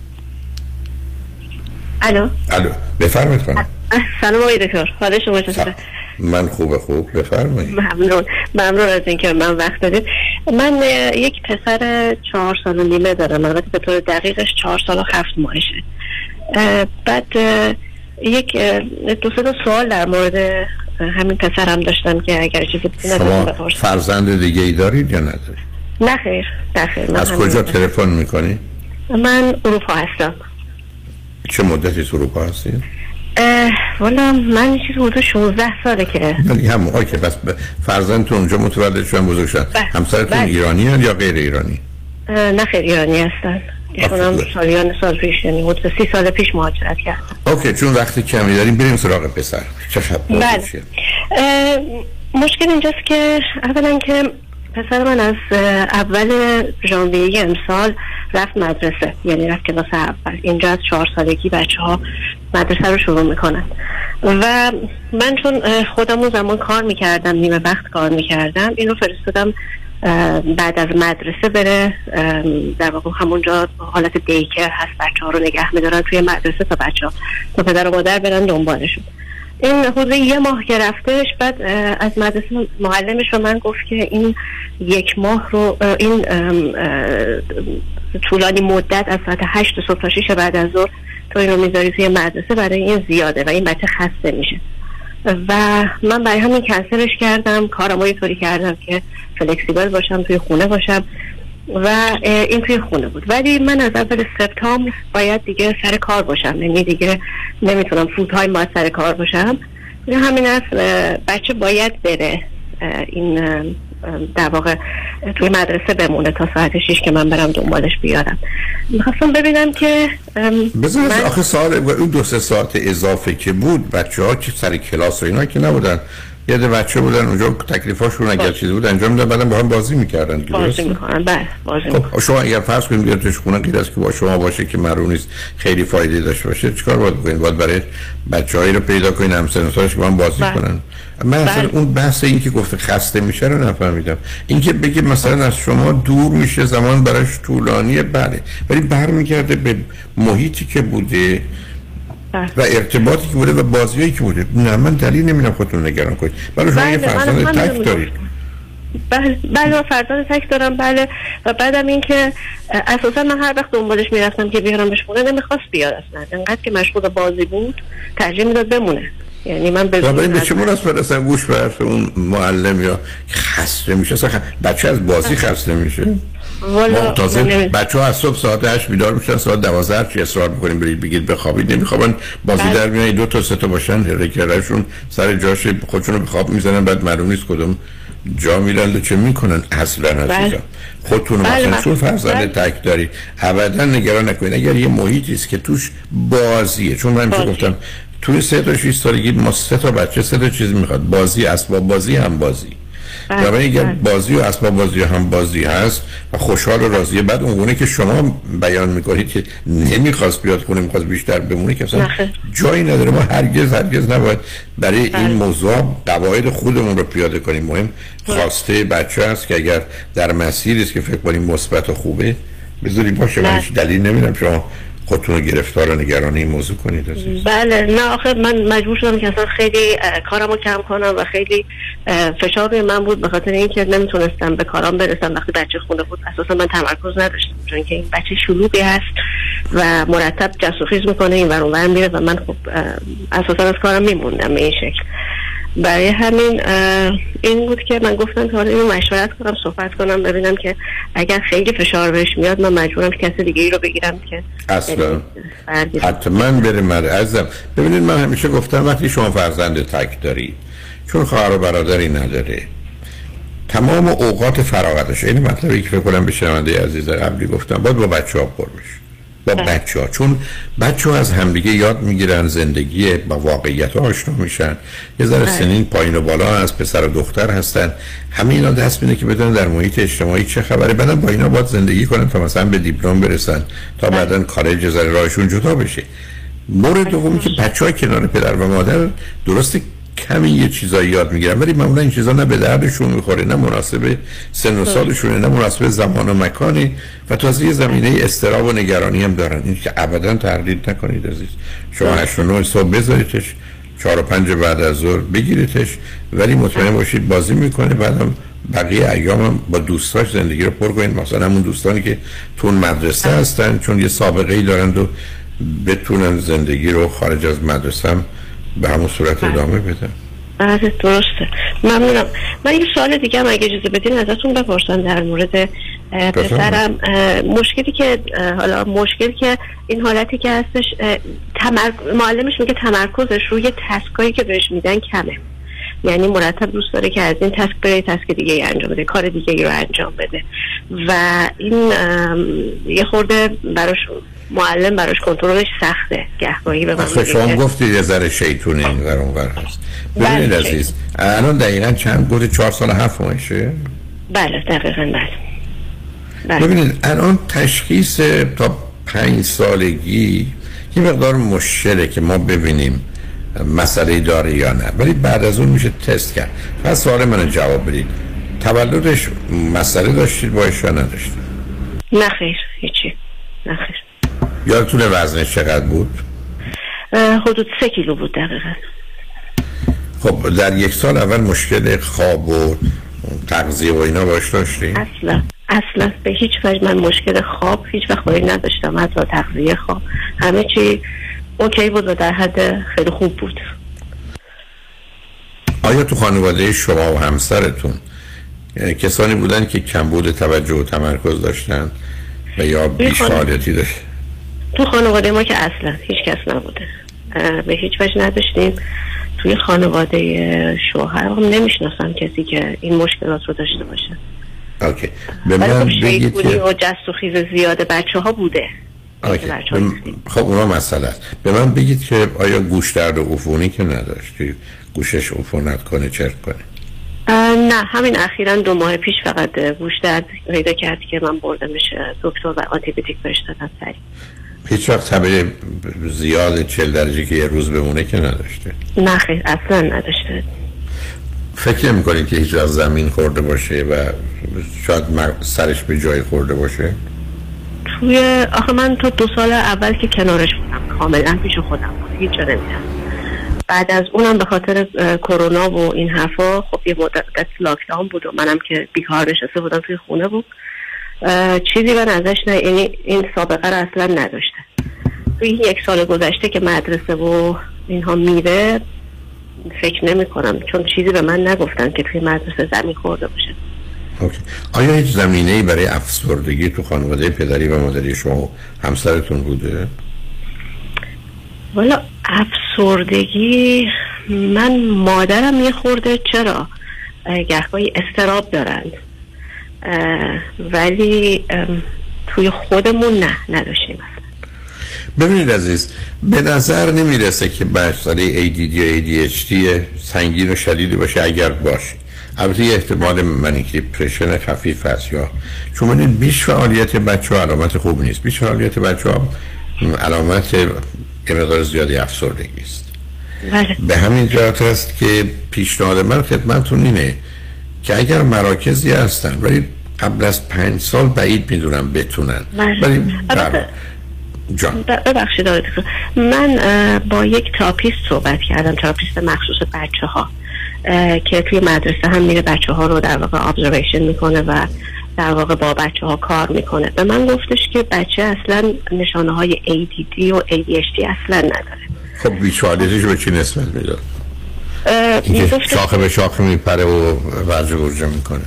الو. الو، بفرمایید خانم. سلام آقای دکتر، حال شما چطوره؟ من خوبه خوب بفرمایید. ممنون ممنون از اینکه من وقت دادید. من یک پسر چهار سال و نیمه دارم، البته به طور دقیقش چهار سال و هفت ماهشه. بعد یک دو سه تا سوال در مورد همین پسرم داشتم که اگر چیزی شما فرزند دیگه ای دارید یا ندارید؟ نه خیر نه خیر. از کجا تلفن میکنی؟ من اروپا هستم. چه مدتی اروپا هستید؟ والا من چیز حدود شانزده ساله که ولی هم موقعی که بس فرزندتون اونجا متولد شدن بزرگ شدن. همسرتون ایرانی هست یا غیر ایرانی؟ نه خیر ایرانی هستن. ایشونم سالیان سال پیش، یعنی حدود سی سال پیش مهاجرت کردن. اوکی، چون وقتی کمی داریم بریم سراغ پسر. چه خبر؟ بله. مشکل اینجاست که اولا که پسر من از اول ژانویه امسال رفت مدرسه، یعنی رفت کلاس اول. اینجا از چهار سالگی بچه ها مدرسه رو شروع میکنن و من چون خودم اون زمان کار میکردم، نیمه وقت کار میکردم، این رو فرستادم بعد از مدرسه بره در واقع همونجا حالت دیکر هست، بچه ها رو نگه میدارن توی مدرسه تا بچه ها تا پدر و مادر برن دنبالشون. این حدود یه ماه که رفتش، بعد از مدرسه معلمش به من گفت که این یک ماه رو این طولانی مدت از ساعت هشت صبح تا شش بعد از ظهر تو این رو میذاری توی مدرسه برای این زیاده و این بچه خسته میشه و من برای همین کنسلش کردم. کارم رو طوری کردم که فلکسیبل باشم، توی خونه باشم و این توی خونه بود. ولی من از اول سپتامبر باید دیگه سر کار باشم، یعنی دیگه نمیتونم فول تایم باید سر کار باشم. همین است بچه باید بره این در واقع توی مدرسه بمونه تا ساعت شش که من برم دنبالش بیارم. میخواستم ببینم که بذارید من... آخه سال اون دو سه ساعت اضافه که بود بچه ها که سر کلاس و اینا که نبودن یه ده بچه بودن اونجا تکلیفاشون اگر چیزی بود انجام میدن بعدم با هم بازی میکردن. بازی میکنن بله بازی میکنن. خب شما اگر فرض کنید بیارتش خونه غیر از که با شما باشه که معلوم نیست خیلی فایده داشته باشه چیکار باید بکنید؟ باید برای بچه‌هایی رو پیدا کنین همسن و سالش که با هم بازی بله. کنن. من اصلا اون بحث این که گفته خسته میشه رو نفهمیدم. این که بگه مثلا از شما دور میشه زمان براش طولانیه بله ولی برمیگرده به محیطی که بوده و ارتباطی که بوده و بازیایی که بوده. نه من دلیل نمیدونم خودتون نگران کنید. برای شما یه فرزند تک دارید. بله بله فرزند تک دارم بله و بعدم این که اساسا من هر وقت دنبالش میرفتم که بیارمش خونه نمیخواست بیاد اصلا انقدر که مشغول بازی بود ترجیح میداد بمونه. یعنی من به به چه مناسبت اصلا گوش به حرف اون معلم یا خسته میشه اصلا بچه از بازی خسته میشه. والا تازه بچه ها از صبح ساعت هشت بیدار میشن ساعت دوازده چی اصرار میکنیم برید بگید بخوابید نمیخوابن بازی بله. در میان دو تا سه تا باشن رکرشون سر جاش خودشون رو به خواب میزنن بعد معلوم نیست کدوم جا میرن چه میکنن اصلا عزیزم. خودتون بله. مثلا چون فرزند تک داری ابدا نگران نکنید اگر یه محیطی است که توش بازیه چون من چه گفتم توی سه تا شش سالگی ما سه تا بچه سه تا چیز میخواد بازی اسباب بازی هم بازی و من اگر بازی و اسباب بازی هم بازی هست و خوشحال و راضیه بعد اونگونه که شما بیان میکنید که نمیخواست بیاد خونه میخواست بیشتر بمونه که اصلا جایی نداره. ما هرگز هرگز نباید برای این موضوع قواعد خودمون رو پیاده کنیم. مهم خواسته بچه هست که اگر در مسیری است که فکر کنیم مثبت و خوبه بذارید باشه. من هیچ دلیل نمیدم شما خودتون رو گرفتار و نگران این موضوع کنید عزیز. بله نه آخه من مجبور شدم که اصلا خیلی کارمو کم کنم و خیلی فشار روی من بود به خاطر اینکه نمیتونستم به کارام برسم وقتی بچه خونه بود. اساسا من تمرکز نداشتم چون که این بچه شلوغی هست و مرتب جست و خیز میکنه این ور اون ور میره و من خب اساسا از کارم میموندم به این شکل. برای همین این بود که من گفتم که حالا اینو مشورت کنم صحبت کنم ببینم که اگر خیلی فشار بهش میاد من مجبورم که کسی دیگه ای رو بگیرم که اصلا حتما بریم عزیزم. ببینید من همیشه گفتم وقتی شما فرزند تک دارید چون خواهر و برادری نداره تمام اوقات فراغتش این مطلبی که فکر کنم به شنونده عزیز قبلی گفتم باید با بچه‌ها پر بشه با بچه ها چون بچه ها از همدیگه یاد میگیرن زندگی با واقعیت ها آشنا میشن یه ذره سنین پایین و بالا از پسر و دختر هستن همه اینا دست میده که بدونن در محیط اجتماعی چه خبره بعدم با اینا باید زندگی کنن تا مثلا به دیپلم برسن تا بعدن کالج ذره راهشون جدا بشه. مورد دومی که بچه های کنار پدر و مادر درسته کمی یه چیزایی یاد میگیرن ولی معمولا این چیزا نه به دردشون میخوره نه مناسب سن و سالشونه نه مناسب زمان و مکانی و تازه یه زمینه اضطراب و نگرانی هم دارن. این که ابدا تردید نکنید عزیز. شما هشت و نه صبح بذاریدش چهار و پنج بعد از ظهر بگیریدش ولی مطمئن باشید بازی میکنه بعدم بقیه ایام با دوستاش زندگی رو پر کنید مثلا همون دوستانی که تو مدرسه هستن چون یه سابقه ای دارن و بتونن زندگی رو خارج از مدرسه هم به همون صورت ادامه بدم. بله درسته ممنونم. من یه سوال دیگه هم اگه اجازه بدین ازتون بپرسم در مورد پسرم. مشکلی که حالا مشکلی که این حالتی که هستش تمر... معلمش میگه تمرکزش روی تسکایی که بهش میدن کمه یعنی مرتب دوست داره که از این تسک بره تسک دیگه ای انجام بده کار دیگه ای رو انجام بده و این یه خورده براش معلم براش کنترلش سخته گهگاهی به من میگه شما گفتید یه ذره شیطونه این ور اون ور هست. ببینید عزیز الان دقیقاً چند گفته چهار سال هفت ماهشه؟ بله دقیقاً بله. بله ببینید الان تشخیص تا پنج سالگی یه مقدار مشکله که ما ببینیم مسئله داره یا نه ولی بعد از اون میشه تست کرد. پس سوال منو جواب بدید تولدش مسئله داشتید باش یا نداشتید؟ نه خیر هیچی نه خیر. یادتونه وزنش چقدر بود؟ حدود سه کیلو بود دقیقا. خب در یک سال اول مشکل خواب و تغذیه و اینا باش داشتی؟ اصلا اصلا به هیچ وجه من مشکل خواب هیچ وقت باید نداشتم حتی تغذیه خواب همه چی اوکی بود و در حد خیلی خوب بود. آیا تو خانواده شما و همسرتون کسانی بودن که کمبود توجه و تمرکز داشتن و یا بیش فعالیتی داشت؟ تو خانواده ما که اصلا هیچ کس نبوده به هیچ وجه نداشتیم. توی خانواده شوهرم نمیشناسم کسی که این مشکلات رو داشته باشه. اوکی. به من بگید که و جست و خیز زیاد بچه ها بوده خب اونا مسئله است. به من بگید که آیا گوش درد و عفونی که نداشتی گوشش عفونت کنه چرت کنه؟ نه همین اخیراً دو ماه پیش فقط گوش درد پیدا کرد که من بردمش دکتر و آنتی بیوتیک بهش دادن سری. هیچ وقت تبه زیاد چهل درجه که یه روز بمونه که نداشته؟ نه خیلی اصلا نداشته. فکر نمی کنید که هیچ وقت زمین خورده باشه و شاید سرش به جای خورده باشه؟ توی آخه من تا دو سال اول که کنارش بودم کاملا پیش خودم بود، هیچ جا نمیدم. بعد از اونم به خاطر کرونا و این حرفا خب یه مدت لاکداون بود و منم که بیکار نشسته بودم توی خونه بود، چیزی من ازش نه، یعنی این سابقه رو اصلا نداشته. توی یک سال گذشته که مدرسه و اینها میره فکر نمی کنم، چون چیزی به من نگفتن که توی مدرسه زمین خورده باشه. اوکی. آیا هیچ زمینه‌ای برای افسردگی تو خانواده پدری و مادری شما و همسرتون بوده؟ والا افسردگی من مادرم یه خورده چرا گهگاهی استراب دارند، ولی توی خودمون نه نداشتیم. ببینید عزیز، به نظر نمیرسه که بحث‌های ای دی دی یا ای دی اچ دی سنگین و شدیدی باشه. اگر باشه البته یه احتمال منیک دیپرشن خفیف هست، یا چون ببینید بیش فعالیت بچه‌ها علامت خوب نیست. بیش فعالیت بچه‌ها علامت یه مقدار زیادی افسردگی است. بله. به همین جهت است که پیشنهاد من خدمتتون اینه که اگر مراکزی هستن ولی قبل از پنج سال بعید میدونم بتونن، ولی جان ببخشید من با یک تراپیست صحبت کردم، تراپیست مخصوص بچه ها که توی مدرسه هم میره بچه ها رو در واقع ابزرویشن میکنه و در واقع با بچه ها کار میکنه. به من گفتش که بچه اصلا نشانه های ای دی دی و ای دی اچ دی اصلا نداره. خب بیچاره‌اش به چی نسبت میداد؟ شاخه به شاخه میپره و وجه ورجه میکنه.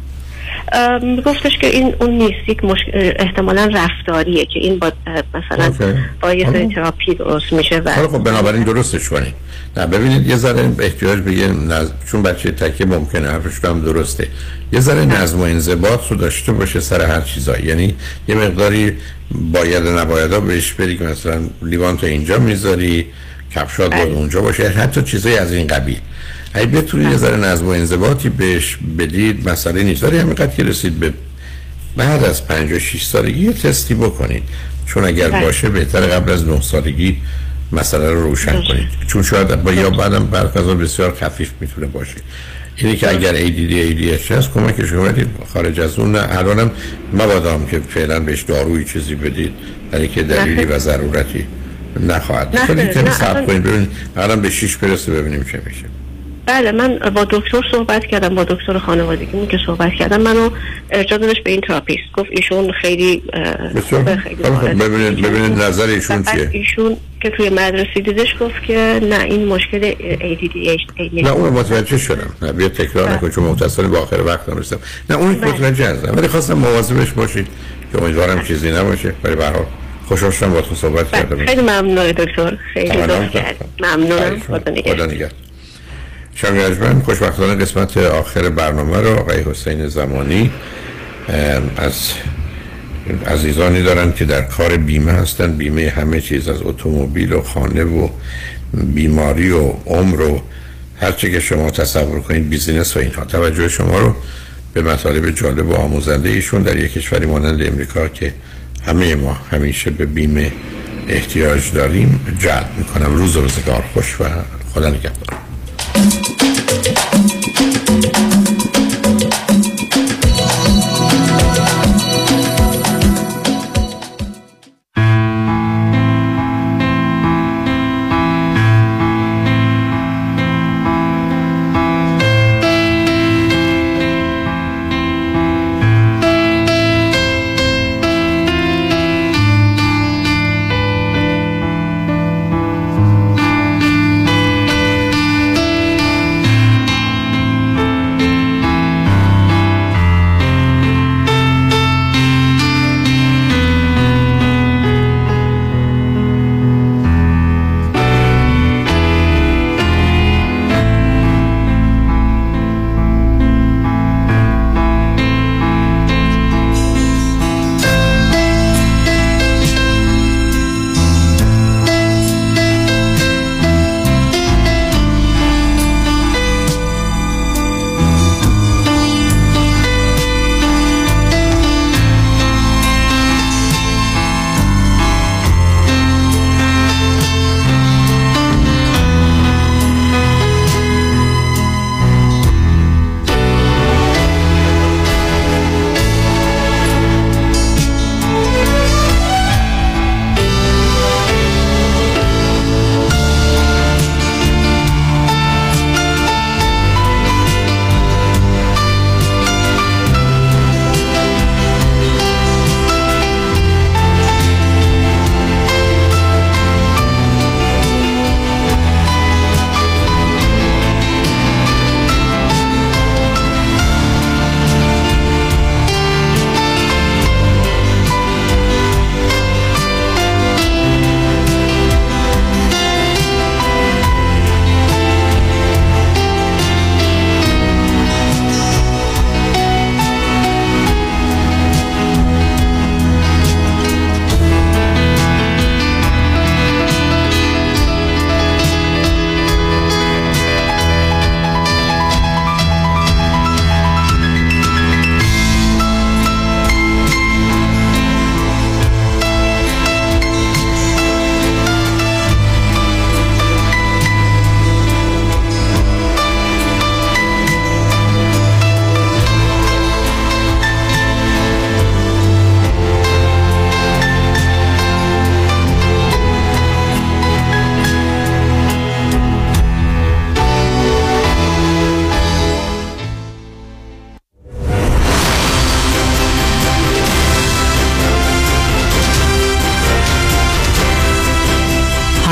گفتش که این اون نیست، یک مشکل احتمالاً رفتاریه که این با مثلا okay. با یه سری تراپی درست میشه. و خب بنابراین درستش کنید. نه ببینید یه ذره احتیاج به یه نظم، چون بچه تکه ممکنه حرفش هم درسته، یه ذره نظم و انضباط رو داشته باشه سر هر چیزایی. یعنی یه مقداری باید و نبایدها بهش بری که مثلا لیوان تو اینجا میذاری، کفشات باید اونجا باشه، حتی چیزایی از این قبیل. اگه بتونید یه ذره نظم و انضباطی بهش بدید مسئله نیست. ولی همینقدر که رسید به بعد از پنجاه و شش سالگی یه تستی بکنید، چون اگر بله. باشه بهتره قبل از نه سالگی مسئله رو روشن بله. کنید، چون شاید با یا بعدم برخلاف بسیار خفیف میتونه باشه. اینی که اگر ای دی دی ای دی اچ هست کمکش کنید، خارج از اون نه. الانم مبادام که فعلا بهش دارویی چیزی بدید برای که دلیلی و ضرورتی نخواهد. ولی کمی صبر کنید ببینید الان به شش برسه ببینیم چه میشه. بله من با دکتر صحبت کردم، با دکتر خانوادگیمون که صحبت کردم منو ارجاع دادش به این تراپیست، گفت ایشون خیلی خیلی ببینید ببینید نظر ایشون چیه. ایشون که توی مدرسه دیدش گفت که نه این مشکل ای دی دی اچ دی. نه اون متوجه شدم، نه بیا تکرار نکن چون متصل با آخر وقتم رسیدم. نه اون متوجه هستم ولی خواستم مواظبش باشید که امیدوارم چیزی نباشه. ولی به هر حال خوشحال شدم باهاتون صحبت کردم. خیلی ممنون دکتر، خیلی ممنونم. خدا نگهدار. شنوندگان خوشبختانه قسمت آخر برنامه رو آقای حسین زمانی از عزیزانی دارن که در کار بیمه هستن، بیمه همه چیز از اتومبیل و خانه و بیماری و عمر و هر چه که شما تصور کنید، بیزینس و اینها. توجه شما رو به مطالب جالب و آموزنده ایشون در یک کشوری مانند امریکا که همه ما همیشه به بیمه احتیاج داریم جلب میکنم. روز و روزگار خوش و خدا نگهدار.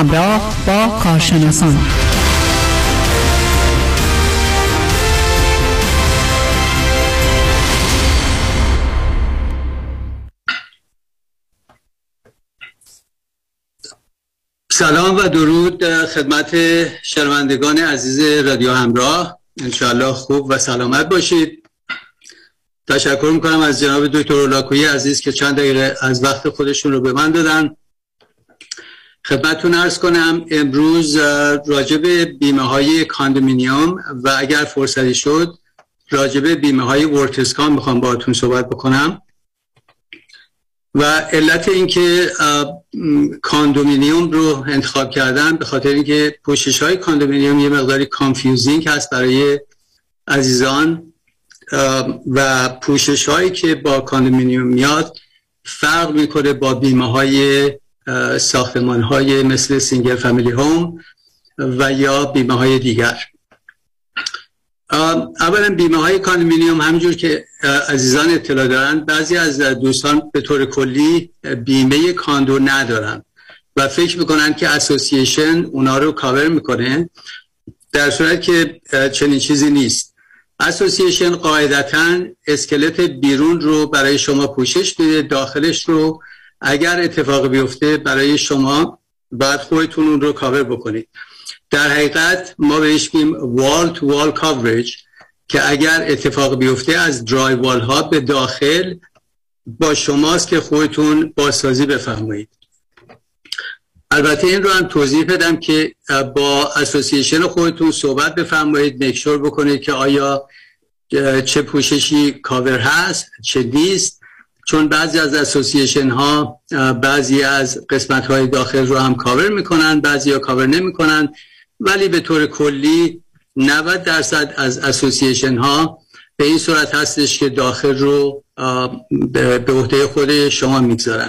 همراه با کارشناسان. سلام و درود خدمت شنوندگان عزیز رادیو همراه. انشاءالله خوب و سلامت باشید. تشکر میکنم از جناب دکتر اولاکویی عزیز که چند دقیقه از وقت خودشون رو به من دادن. خدمتتون عرض کنم امروز راجع به بیمه های کاندومینیوم و اگر فرصتی شد راجع به بیمه های ورتسکام میخوام باهاتون صحبت بکنم. و علت اینکه کاندومینیوم رو انتخاب کردن به خاطر اینکه پوشش های کاندومینیوم یه مقداری کانفیوزینگ هست برای عزیزان و پوشش هایی که با کاندومینیوم میاد فرق میکنه با بیمه های ساختمان های مثل سینگل فامیلی هوم و یا بیمه های دیگر. اولا بیمه های کاندومینیوم همونجور که عزیزان اطلاع دارن بعضی از دوستان به طور کلی بیمه کاندو ندارن و فکر میکنن که اسوسییشن اونا رو کاور میکنه، در صورت که چنین چیزی نیست. اسوسییشن قاعدتاً اسکلت بیرون رو برای شما پوشش میده، داخلش رو اگر اتفاق بیفته برای شما باید خودتون اون رو کاور بکنید. در حقیقت ما بهش میگیم وال تو وال کاورج که اگر اتفاق بیفته از درای وال ها به داخل با شماست که خودتون بازسازی بفرمایید. البته این رو هم توضیح بدم که با اسوسییشن خودتون صحبت بفرمایید، مکشور بکنید که آیا چه پوششی کاور هست چه نیست، چون بعضی از اسوسییشن ها بعضی از قسمت های داخل رو هم کاور میکنن، بعضی ها کاور نمیکنن، ولی به طور کلی نود درصد از اسوسییشن ها به این صورت هستش که داخل رو به عهده خود شما میگذارن.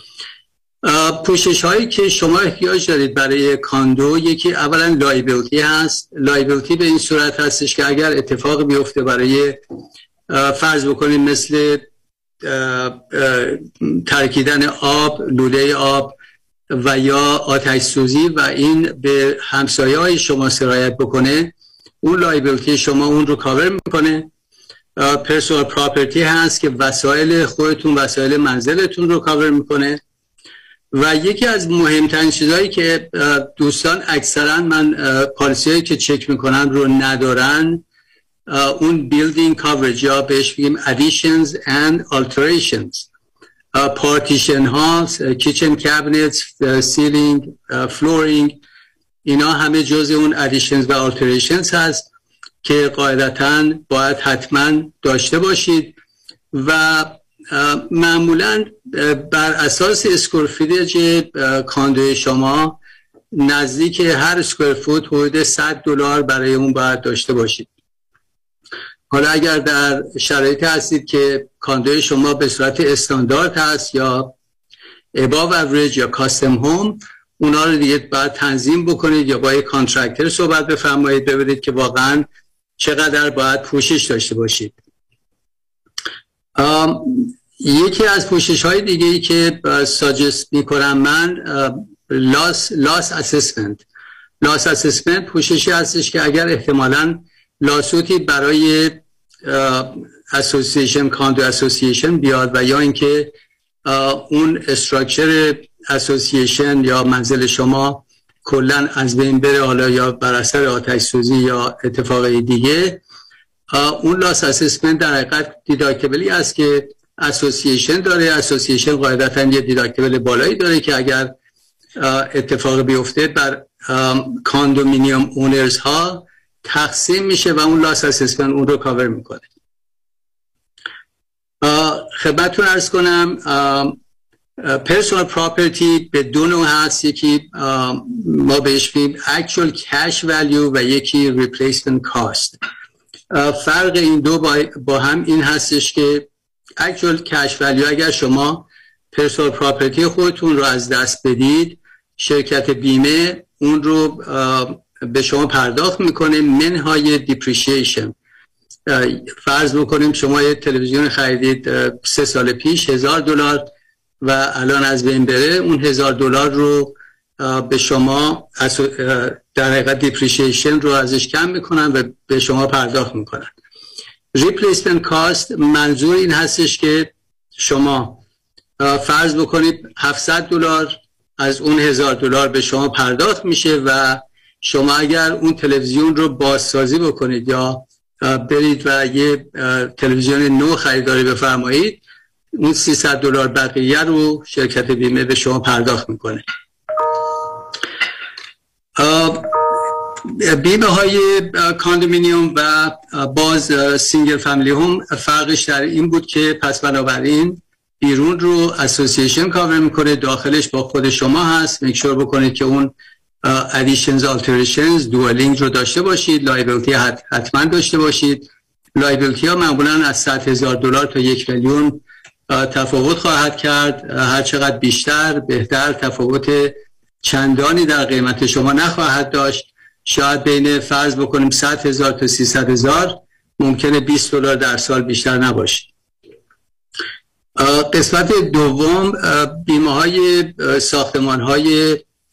پوشش هایی که شما احتیاج دارید برای کاندو، یکی اولا لایبیلیتی هست. لایبیلیتی به این صورت هستش که اگر اتفاق بیفته برای فرض بکنید مثل ترکیدن آب، لوله آب و یا آتش سوزی و این به همسایه های شما سرایت بکنه، اون لایبیلیتی شما اون رو کاور میکنه. پرسونال پراپرتی هست که وسایل خودتون، وسایل منزلتون رو کاور میکنه. و یکی از مهمترین چیزهایی که دوستان اکثرا من پالیسی هایی که چک میکنن رو ندارن، اون building coverage یا بهش بگیم additions and alterations. partition ها، kitchen cabinets، ceiling، flooring، اینا همه جزء اون additions و alterations هست که قاعدتاً باید حتما داشته باشید و معمولاً بر اساس اسکوئر فیتج کاندوی شما نزدیک هر اسکوئر فوت حدود صد دلار برای اون باید داشته باشید. حالا اگر در شرایطی هستید که کاندوی شما به صورت استاندارد هست یا above average یا کاستم هوم، اونا رو دیگه باید تنظیم بکنید یا با یک کانترکتر صحبت بفرمایید ببینید که واقعا چقدر باید پوشش داشته باشید. یکی از پوشش های دیگه ای که ساجست میکنم من لاس لاس اسسمنت. لاس اسسمنت پوششی هستش که اگر احتمالاً لاسوتی برای اسوسییشن کاندو اسوسییشن بیاد و یا اینکه اون استراکچر اسوسییشن یا منزل شما کلا از بین بره، حالا یا بر اثر آتش سوزی یا اتفاقی دیگه، اون لاس اسسمنت در حقیقت دیداکتیبلی است که اسوسییشن داره. اسوسییشن قاعدتاً یه دیداکتیبل بالایی داره که اگر اتفاق بیفته بر کاندومینیوم اونرز ها تقسیم میشه و اون لاس اسسمنت اون رو کاور میکنه. خدمتتون عرض کنم پرسونال پراپرتی به دو نوع هست، یکی ما بهش میگیم actual cash value و یکی replacement cost. فرق این دو با هم این هستش که actual cash value اگر شما پرسونال پراپرتی خودتون رو از دست بدید، شرکت بیمه اون رو به شما پرداخت میکنه منهای دیپریشیشن. فرض بکنیم شما یه تلویزیون خریدید سه سال پیش هزار دلار و الان از بین بره، اون هزار دلار رو به شما در حقیقت دیپریشیشن رو ازش کم میکنن و به شما پرداخت میکنن. ریپلیسمنت کاست منظور این هستش که شما فرض بکنید هفتصد دلار از اون هزار دلار به شما پرداخت میشه و شما اگر اون تلویزیون رو بازسازی بکنید یا برید و یه تلویزیون نو خریداری بفرمایید، اون سیصد دلار بقیه رو شرکت بیمه به شما پرداخت میکنه. بیمه های کاندومینیوم و باز سینگل فامیلی هوم فرقش در این بود که پس بنابراین بیرون رو اسوسییشن کاور میکنه، داخلش با خود شما هست. میکشور بکنید که اون additions alterations دوالینگ رو داشته باشید. لایبیلیتی حتما داشته باشید. لایبیلیتی ها معمولا از صد هزار دلار تا یک میلیون تفاوت خواهد کرد. هر چقدر بیشتر بهتر، تفاوت چندانی در قیمت شما نخواهد داشت. شاید بین فرض بکنیم صد هزار تا سیصد هزار ممکنه بیست دلار در سال بیشتر نباشه. قسمت دوم بیمه های ساختمان های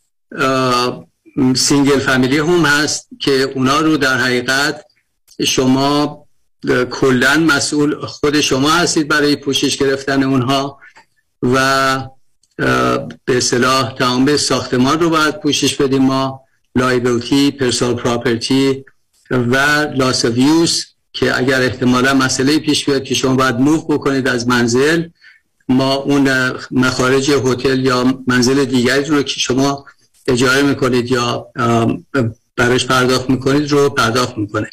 سینگل فامیلی هوم هست که اونا رو در حقیقت شما کلن مسئول خود شما هستید برای پوشش گرفتن اونها و به اصطلاح تمام ساختمان رو باید پوشش بدیم ما. لایبیلیتی، پرسونال پراپرتی و لاس آف یوز که اگر احتمالا مسئله پیش بیاد که شما باید موو بکنید از منزل، ما اون مخارج هتل یا منزل دیگری رو که شما اجاره میکنید یا برش پرداخت میکنید رو پرداخت میکنه.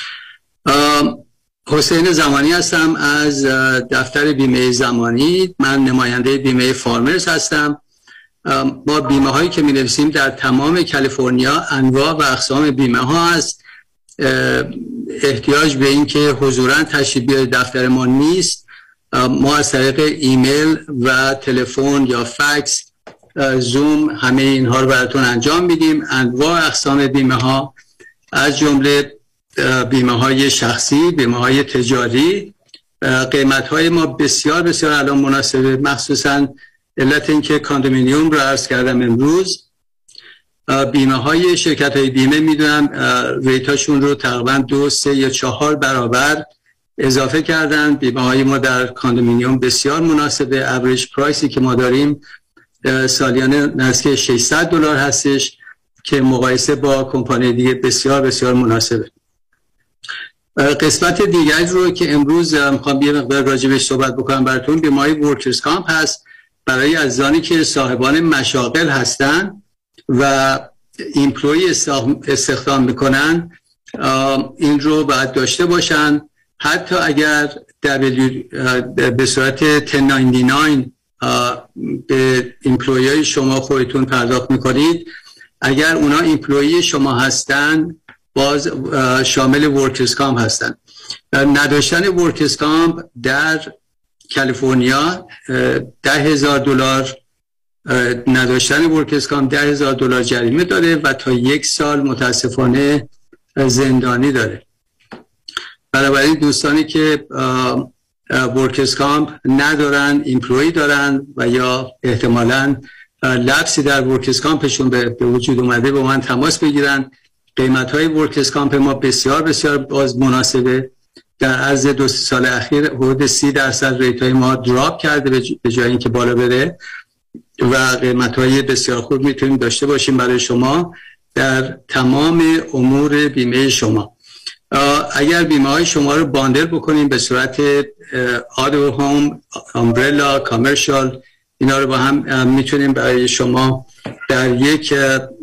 حسین زمانی هستم از دفتر بیمه زمانی. من نماینده بیمه فارمرز هستم. ما بیمه هایی که می نویسیم در تمام کالیفرنیا انواع و اقسام بیمه ها هست. احتیاج به این که حضوراً تشریف بیارید دفتر ما نیست. ما از طریق ایمیل و تلفن یا فکس، زوم، همه اینها رو براتون انجام میدیم. انواع اقسام بیمه ها از جمله بیمه های شخصی، بیمه های تجاری. قیمت های ما بسیار بسیار الان مناسبه، مخصوصاً علت این که کاندومینیوم رو عرض کردم امروز. بیمه های شرکت های بیمه میدونم ریتاشون رو تقریبا دو، سه یا چهار برابر اضافه کردن. بیمه های ما در کاندومینیوم بسیار مناسبه. اوریج پرایسی که ما داریم سالیانه نزدیک ششصد دلار هستش که مقایسه با کمپانی دیگه بسیار بسیار مناسبه. قسمت دیگر رو که امروز میخوام یه مقدار راجبش صحبت بکنم براتون، بیمه های ورکرز کامپ هست برای عزیزانی که صاحبان مشاغل هستن و ایمپلوی استخدام میکنن. این رو باید داشته باشن. حتی اگر به صورت ده نود و نه به ایمپلوی های شما خودتون پرداخت میکنید، اگر اونا ایمپلوی شما هستن باز شامل ورکرز کامپ هستن. نداشتن ورکرز کامپ در کالیفرنیا ده هزار دلار، نداشتن ورکرز کامپ ده هزار دلار جریمه داره و تا یک سال متاسفانه زندانی داره. بنابراین دوستانی که ورکرز کامپ ندارن، ایمپلوی دارن و یا احتمالاً لبسی در ورکرز کامپشون به وجود اومده با من تماس بگیرن. قیمت های ورکرز کامپ ما بسیار بسیار باز مناسبه. در عرض دو سال اخیر حدود سی درصد ریت های ما دراپ کرده به جای اینکه بالا بره و قیمت های بسیار خوب میتونیم داشته باشیم برای شما در تمام امور بیمه شما. اگر بیمه های شما رو باندل بکنیم به صورت آدو هوم، امبرلا، کامرشال، اینا رو با هم میتونیم برای شما در یک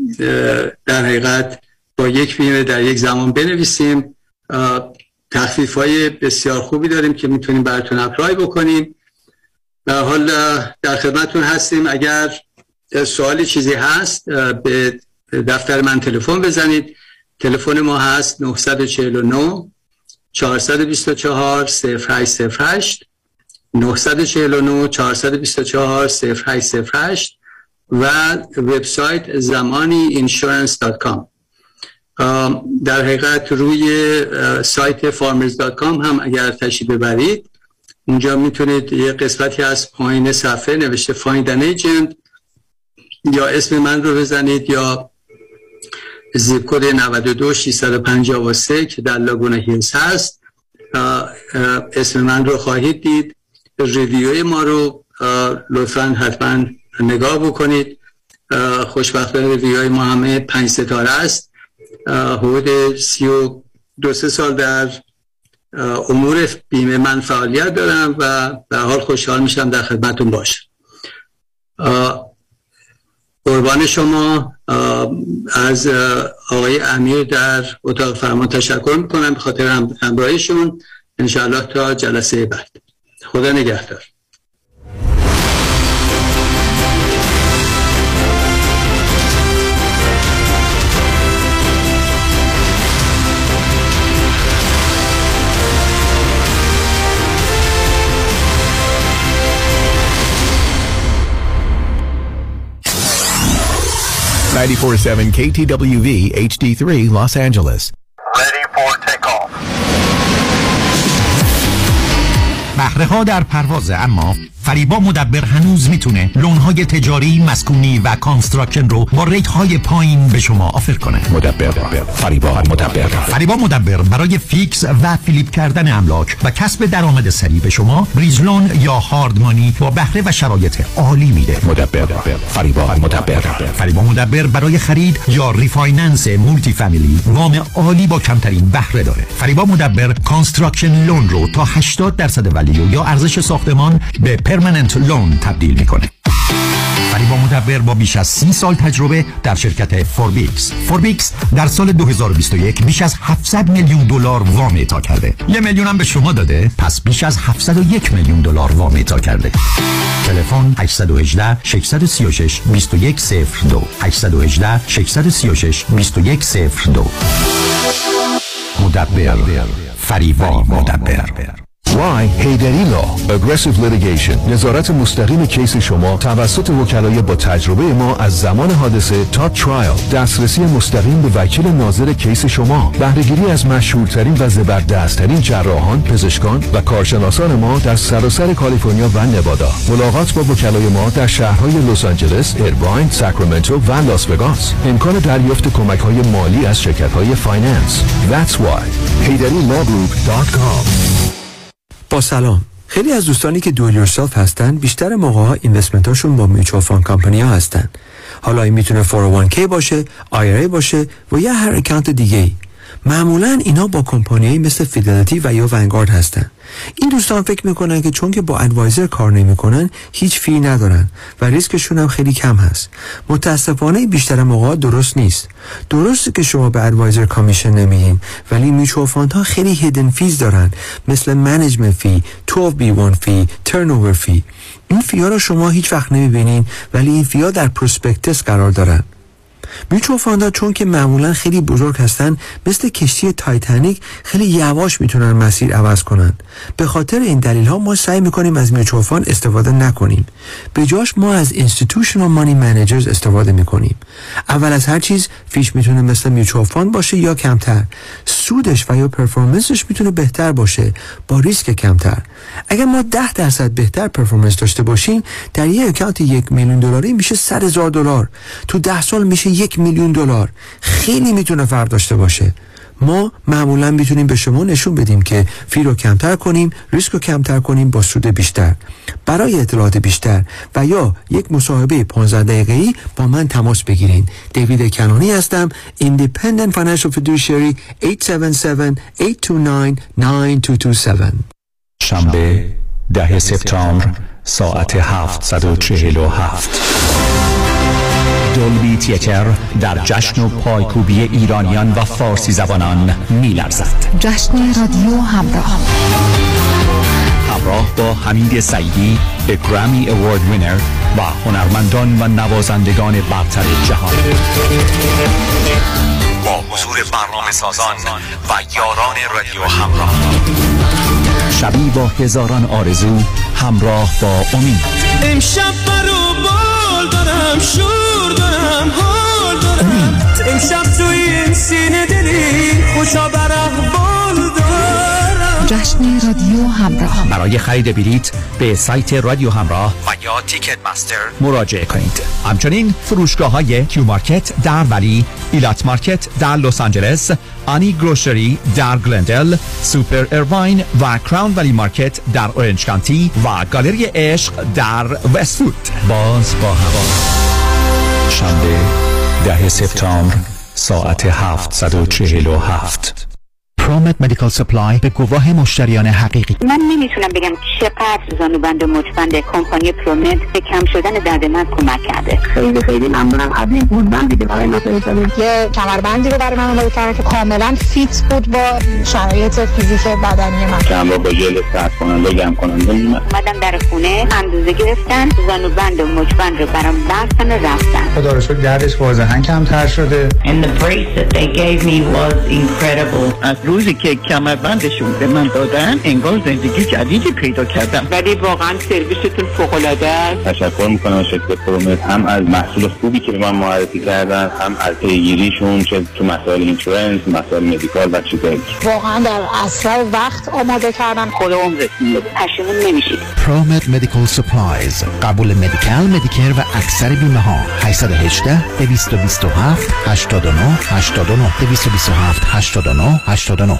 در حقیقت با یک بیمه در یک زمان بنویسیم. تخفیف های بسیار خوبی داریم که میتونیم براتون اپلای بکنیم. در حال در خدمتون هستیم. اگر سوالی چیزی هست به دفتر من تلفن بزنید. تلفن ما هست نه چهار نه چهار دو چهار صفر هشت صفر هشت نه چهار نه چهار دو چهار صفر هشت صفر هشت و وبسایت زمانی اینشورنس دات کام. در حقیقت روی سایت فارمرز دات کام هم اگر تشریف ببرید اونجا میتونید یه قسمتی از پایین صفحه نوشته فایند ان ایجنت یا اسم من رو بزنید یا زیپ کد نود و دو ششصد و پنجاه و سه که در لاگونا هیلز هست اسم من رو خواهید دید. ریویوی ما رو لطفاً حتما نگاه بکنید. خوشبختانه ریویوی ما همه پنج ستاره است. حدود سی و دو سه سال در امور بیمه من فعالیت دارم و به حال خوشحال میشم در خدمتون باشم. قربان شما. از آقای امیر در اتاق فرمان تشکر میکنم به خاطر همراهیشون. انشاءالله تا جلسه بعد. خدا نگهدار. ninety-four point seven K T W V H D three Los Angeles. Ready for takeoff. بهره ها در پرواز، اما فریبا مدبر هنوز میتونه لونهای تجاری، مسکونی و کانستراکشن رو با ریت های پایین به شما آفر کنه. مدبر فریبا مدبر فریبا مدبر برای فیکس و فلیپ کردن املاک و کسب درآمد سریع به شما بریج لون یا هارد مانی با بهره و شرایط عالی میده. مدبر فریبا مدبر فریبا مدبر برای خرید یا ریفایننس مولتی فامیلی وام عالی با کمترین بهره داره. فریبا مدبر کانستراکشن لون رو تا هشتاد درصد ولیو یا ارزش ساختمان به پرمننت لون تبدیل میکنه. فریبا مدبر با بیش از سی سال تجربه در شرکت فوربیکس. فوربیکس در سال دو هزار و بیست و یک بیش از هفتصد میلیون دلار وام اعطا کرده. یه میلیون هم به شما داده، پس بیش از هفتصد و یک میلیون دلار وام اعطا کرده. تلفن هشت یک هشت شش سه شش دو یک صفر دو هشت یک هشت شش سه شش دو یک صفر دو. مدبر فریبا مدبر. وای هیدری لا Aggressive Litigation. نظارت مستقیم کیس شما توسط وکلای با تجربه ما از زمان حادثه تا ترایل. دسترسی مستقیم به وکیل ناظر کیس شما. بهره‌گیری از مشهورترین و زبردستترین جراحان، پزشکان و کارشناسان ما در سراسر کالیفرنیا و نوادا. ملاقات با وکلای ما در شهرهای لس آنجلس، ایرواین، ساکرامنتو و لاس وگاس. امکان دریافت کمک‌های مالی از شرکت‌های فایننس. That's why هیدری لا گروپ دات کام. با سلام. خیلی از دوستانی که دویل یورسلف هستن بیشتر موقع‌ها اینوستمنت هاشون با میوچوال فاند کمپانی ها هستن. حالا این میتونه فور او وان کی باشه، آی آر ای باشه و یا هر اکانت دیگه ای. معمولا اینا با کمپانیایی مثل فیدلیتی و یا ونگارد هستن. این دوستان فکر میکنن که چون که با ادوایزر کار نمیکنن هیچ فی ندارن و ریسکشون هم خیلی کم هست. متاسفانه بیشتر موقع درست نیست. درسته که شما به ادوایزر کامیشن نمیگین، ولی میچوال فاندها خیلی هیدن فیز دارن، مثل منیجمنت فی، دوازده بی وان فی، ترنوور فی. این فی‌ها رو شما هیچ وقت نمیبینین، ولی این فی‌ها در پروسپکتس قرار دارن. میچوال فاندها چون که معمولا خیلی بزرگ هستن، مثل کشتی تایتانیک خیلی یواش میتونن مسیر عوض کنن. به خاطر این دلیل ها ما سعی میکنیم از میچوال فاند استفاده نکنیم. به جاش ما از اینستیتوشنال مانی منیجرز استفاده میکنیم. اول از هر چیز فیش میتونه مثل میچوال فاند باشه یا کمتر. سودش و یا پرفورمنسش میتونه بهتر باشه با ریسک کمتر. اگر ما ده درصد بهتر پرفورمنس داشته باشیم، در یک اکانت یک میلیون دلاری میشه صد هزار دلار. تو ده سال میشه یک میلیون دلار. خیلی میتونه فرق داشته باشه. ما معمولا میتونیم به شما نشون بدیم که فی رو کمتر کنیم، ریسک رو کمتر کنیم با سود بیشتر. برای اطلاعات بیشتر و یا یک مصاحبه پانزده دقیقه‌ای با من تماس بگیرین. دیوید کنانی هستم. Independent Financial Fiduciary هشت هفت هفت هشت دو نه نه دو دو هفت. شنبه ده سپتامبر ساعت هفت و چهل و هفت. دولبی تیتر در جشن و پایکوبی ایرانیان و فارسی زبانان می‌لرزد. جشن رادیو همراه همراه با حمید سعیدی، گرامی اوارد وینر و هنرمندان و نوازندگان برتر جهان، با حضور برنامه سازان و یاران رادیو همراه. شبی با هزاران آرزو همراه با امید. امشب برو بال دارم، شور دارم، حال دارم. امشب توی این سینه دلی خوشا بر احوال دارم. جشن رادیو همراه برای خرید بلیت به سایت رادیو همراه و یا تیکت مستر مراجعه کنید. همچنین فروشگاه‌های کیو مارکت در ولی، ایلات مارکت در لس آنجلس، آنی گروسری در گلندل، سوپر ایرواین و کراون ولی مارکت در اورنج کانتی و گالری عشق در وست‌وود. باز با هوا. شنبه ده سپتامبر ساعت هفتصد و چهل و هفت. پرومت مدیکال سپلای به گواه مشتریان حقیقی. من نمیتونم بگم چقدر زانوبند و مچبند کمپانی پرومت به کم شدن درد من کمک کرده. خیلی خیلی ممنونم. از این بودن دیگه برای مثلا یه کمربندی رو برای من آماده کردن که کاملا فیت بود با شرایط فیزیک بدنی من. کمر با ژل سرد کننده گرم کننده میومد. اومدن در خونه اندازه گرفتن، زانوبند و مچبند رو برام بستن و رفتن. خدا رو شکر دردش واضحا کمتر شده. And the brace that they gave me was incredible. روزی که کمربندشون به من دادن انگار زندگی جدیدی پیدا کردم. ولی واقعا سرویستون فوق‌العاده است. تشکر میکنم از شرکت پرومت، هم از محصول خوبی که به من معرفی کردن، هم از پیگیریشون چه تو مسائل اینشورنس، مسائل مدیکال و چیزایی. واقعا در اسرع وقت آماده کردن. خود عمرتون پشیمون نمیشید. پرومت مدیکال سپلایز، قبول مدیکال، مدیکر و اکثر بیمه ها. هشت یک هشت دویست و بیست و هفت هشتاد و نه هشتاد و نه دویست و بیست و هفت هشتاد و نه هشتاد و نه.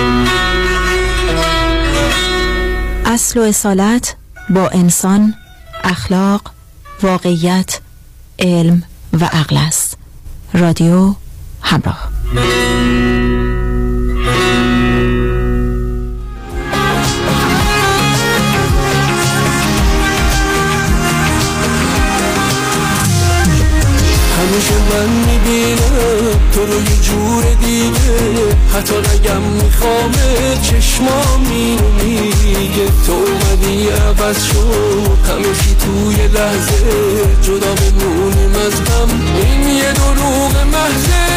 اصل و اصالت با انسان، اخلاق، واقعیت، علم و عقل است. رادیو همراه. همیشه من میبینم تو رو یه جور دیگه، حتی نگم میخوامه چشمام اینو میگه. تو اومدی عوض شد همه چی توی لحظه، جدا بمونیم از هم این یه دروغ محضه.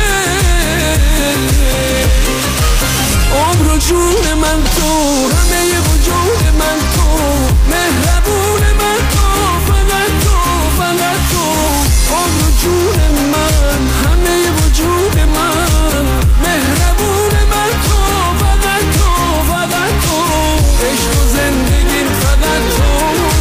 عمر و جون من تو، همه ی وجود من تو، مهربون من تو، فقط تو فقط تو. عمر و جون من، همه ی وجود من، مهربون من تو، فقط تو فقط تو. عشق و زندگی فقط تو.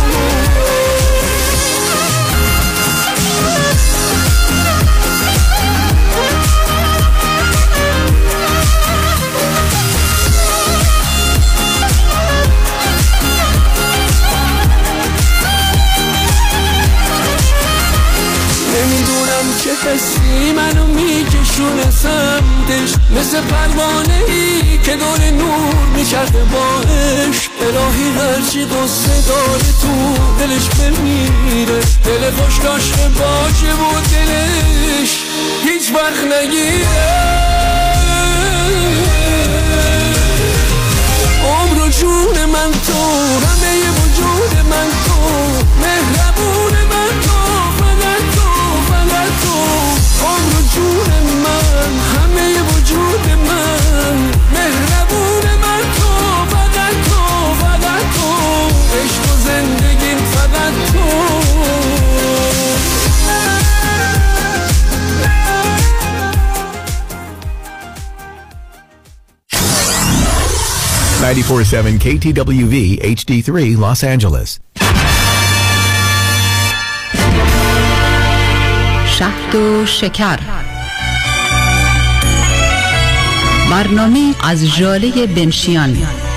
نمیدونم چه حسی منو میکشونه سمتش، مثل پروانه ای که دور نور میچرخه باش. الهی هرچی قصه داره تو دلش بمیره، دل خوش داشته باشه و دلش هیچ وقت نگیره. عمر و جون من تو، همه ی وجود من تو، مهربون من تو، فقط تو فقط تو. عمر و جون من، همه ی وجود من، مهربون من تو، فقط تو فقط تو. عشق و زندگی فقط تو. ninety-four point seven K T W V H D three Los Angeles. شهد و شکر، برنامه از ژاله بنشیان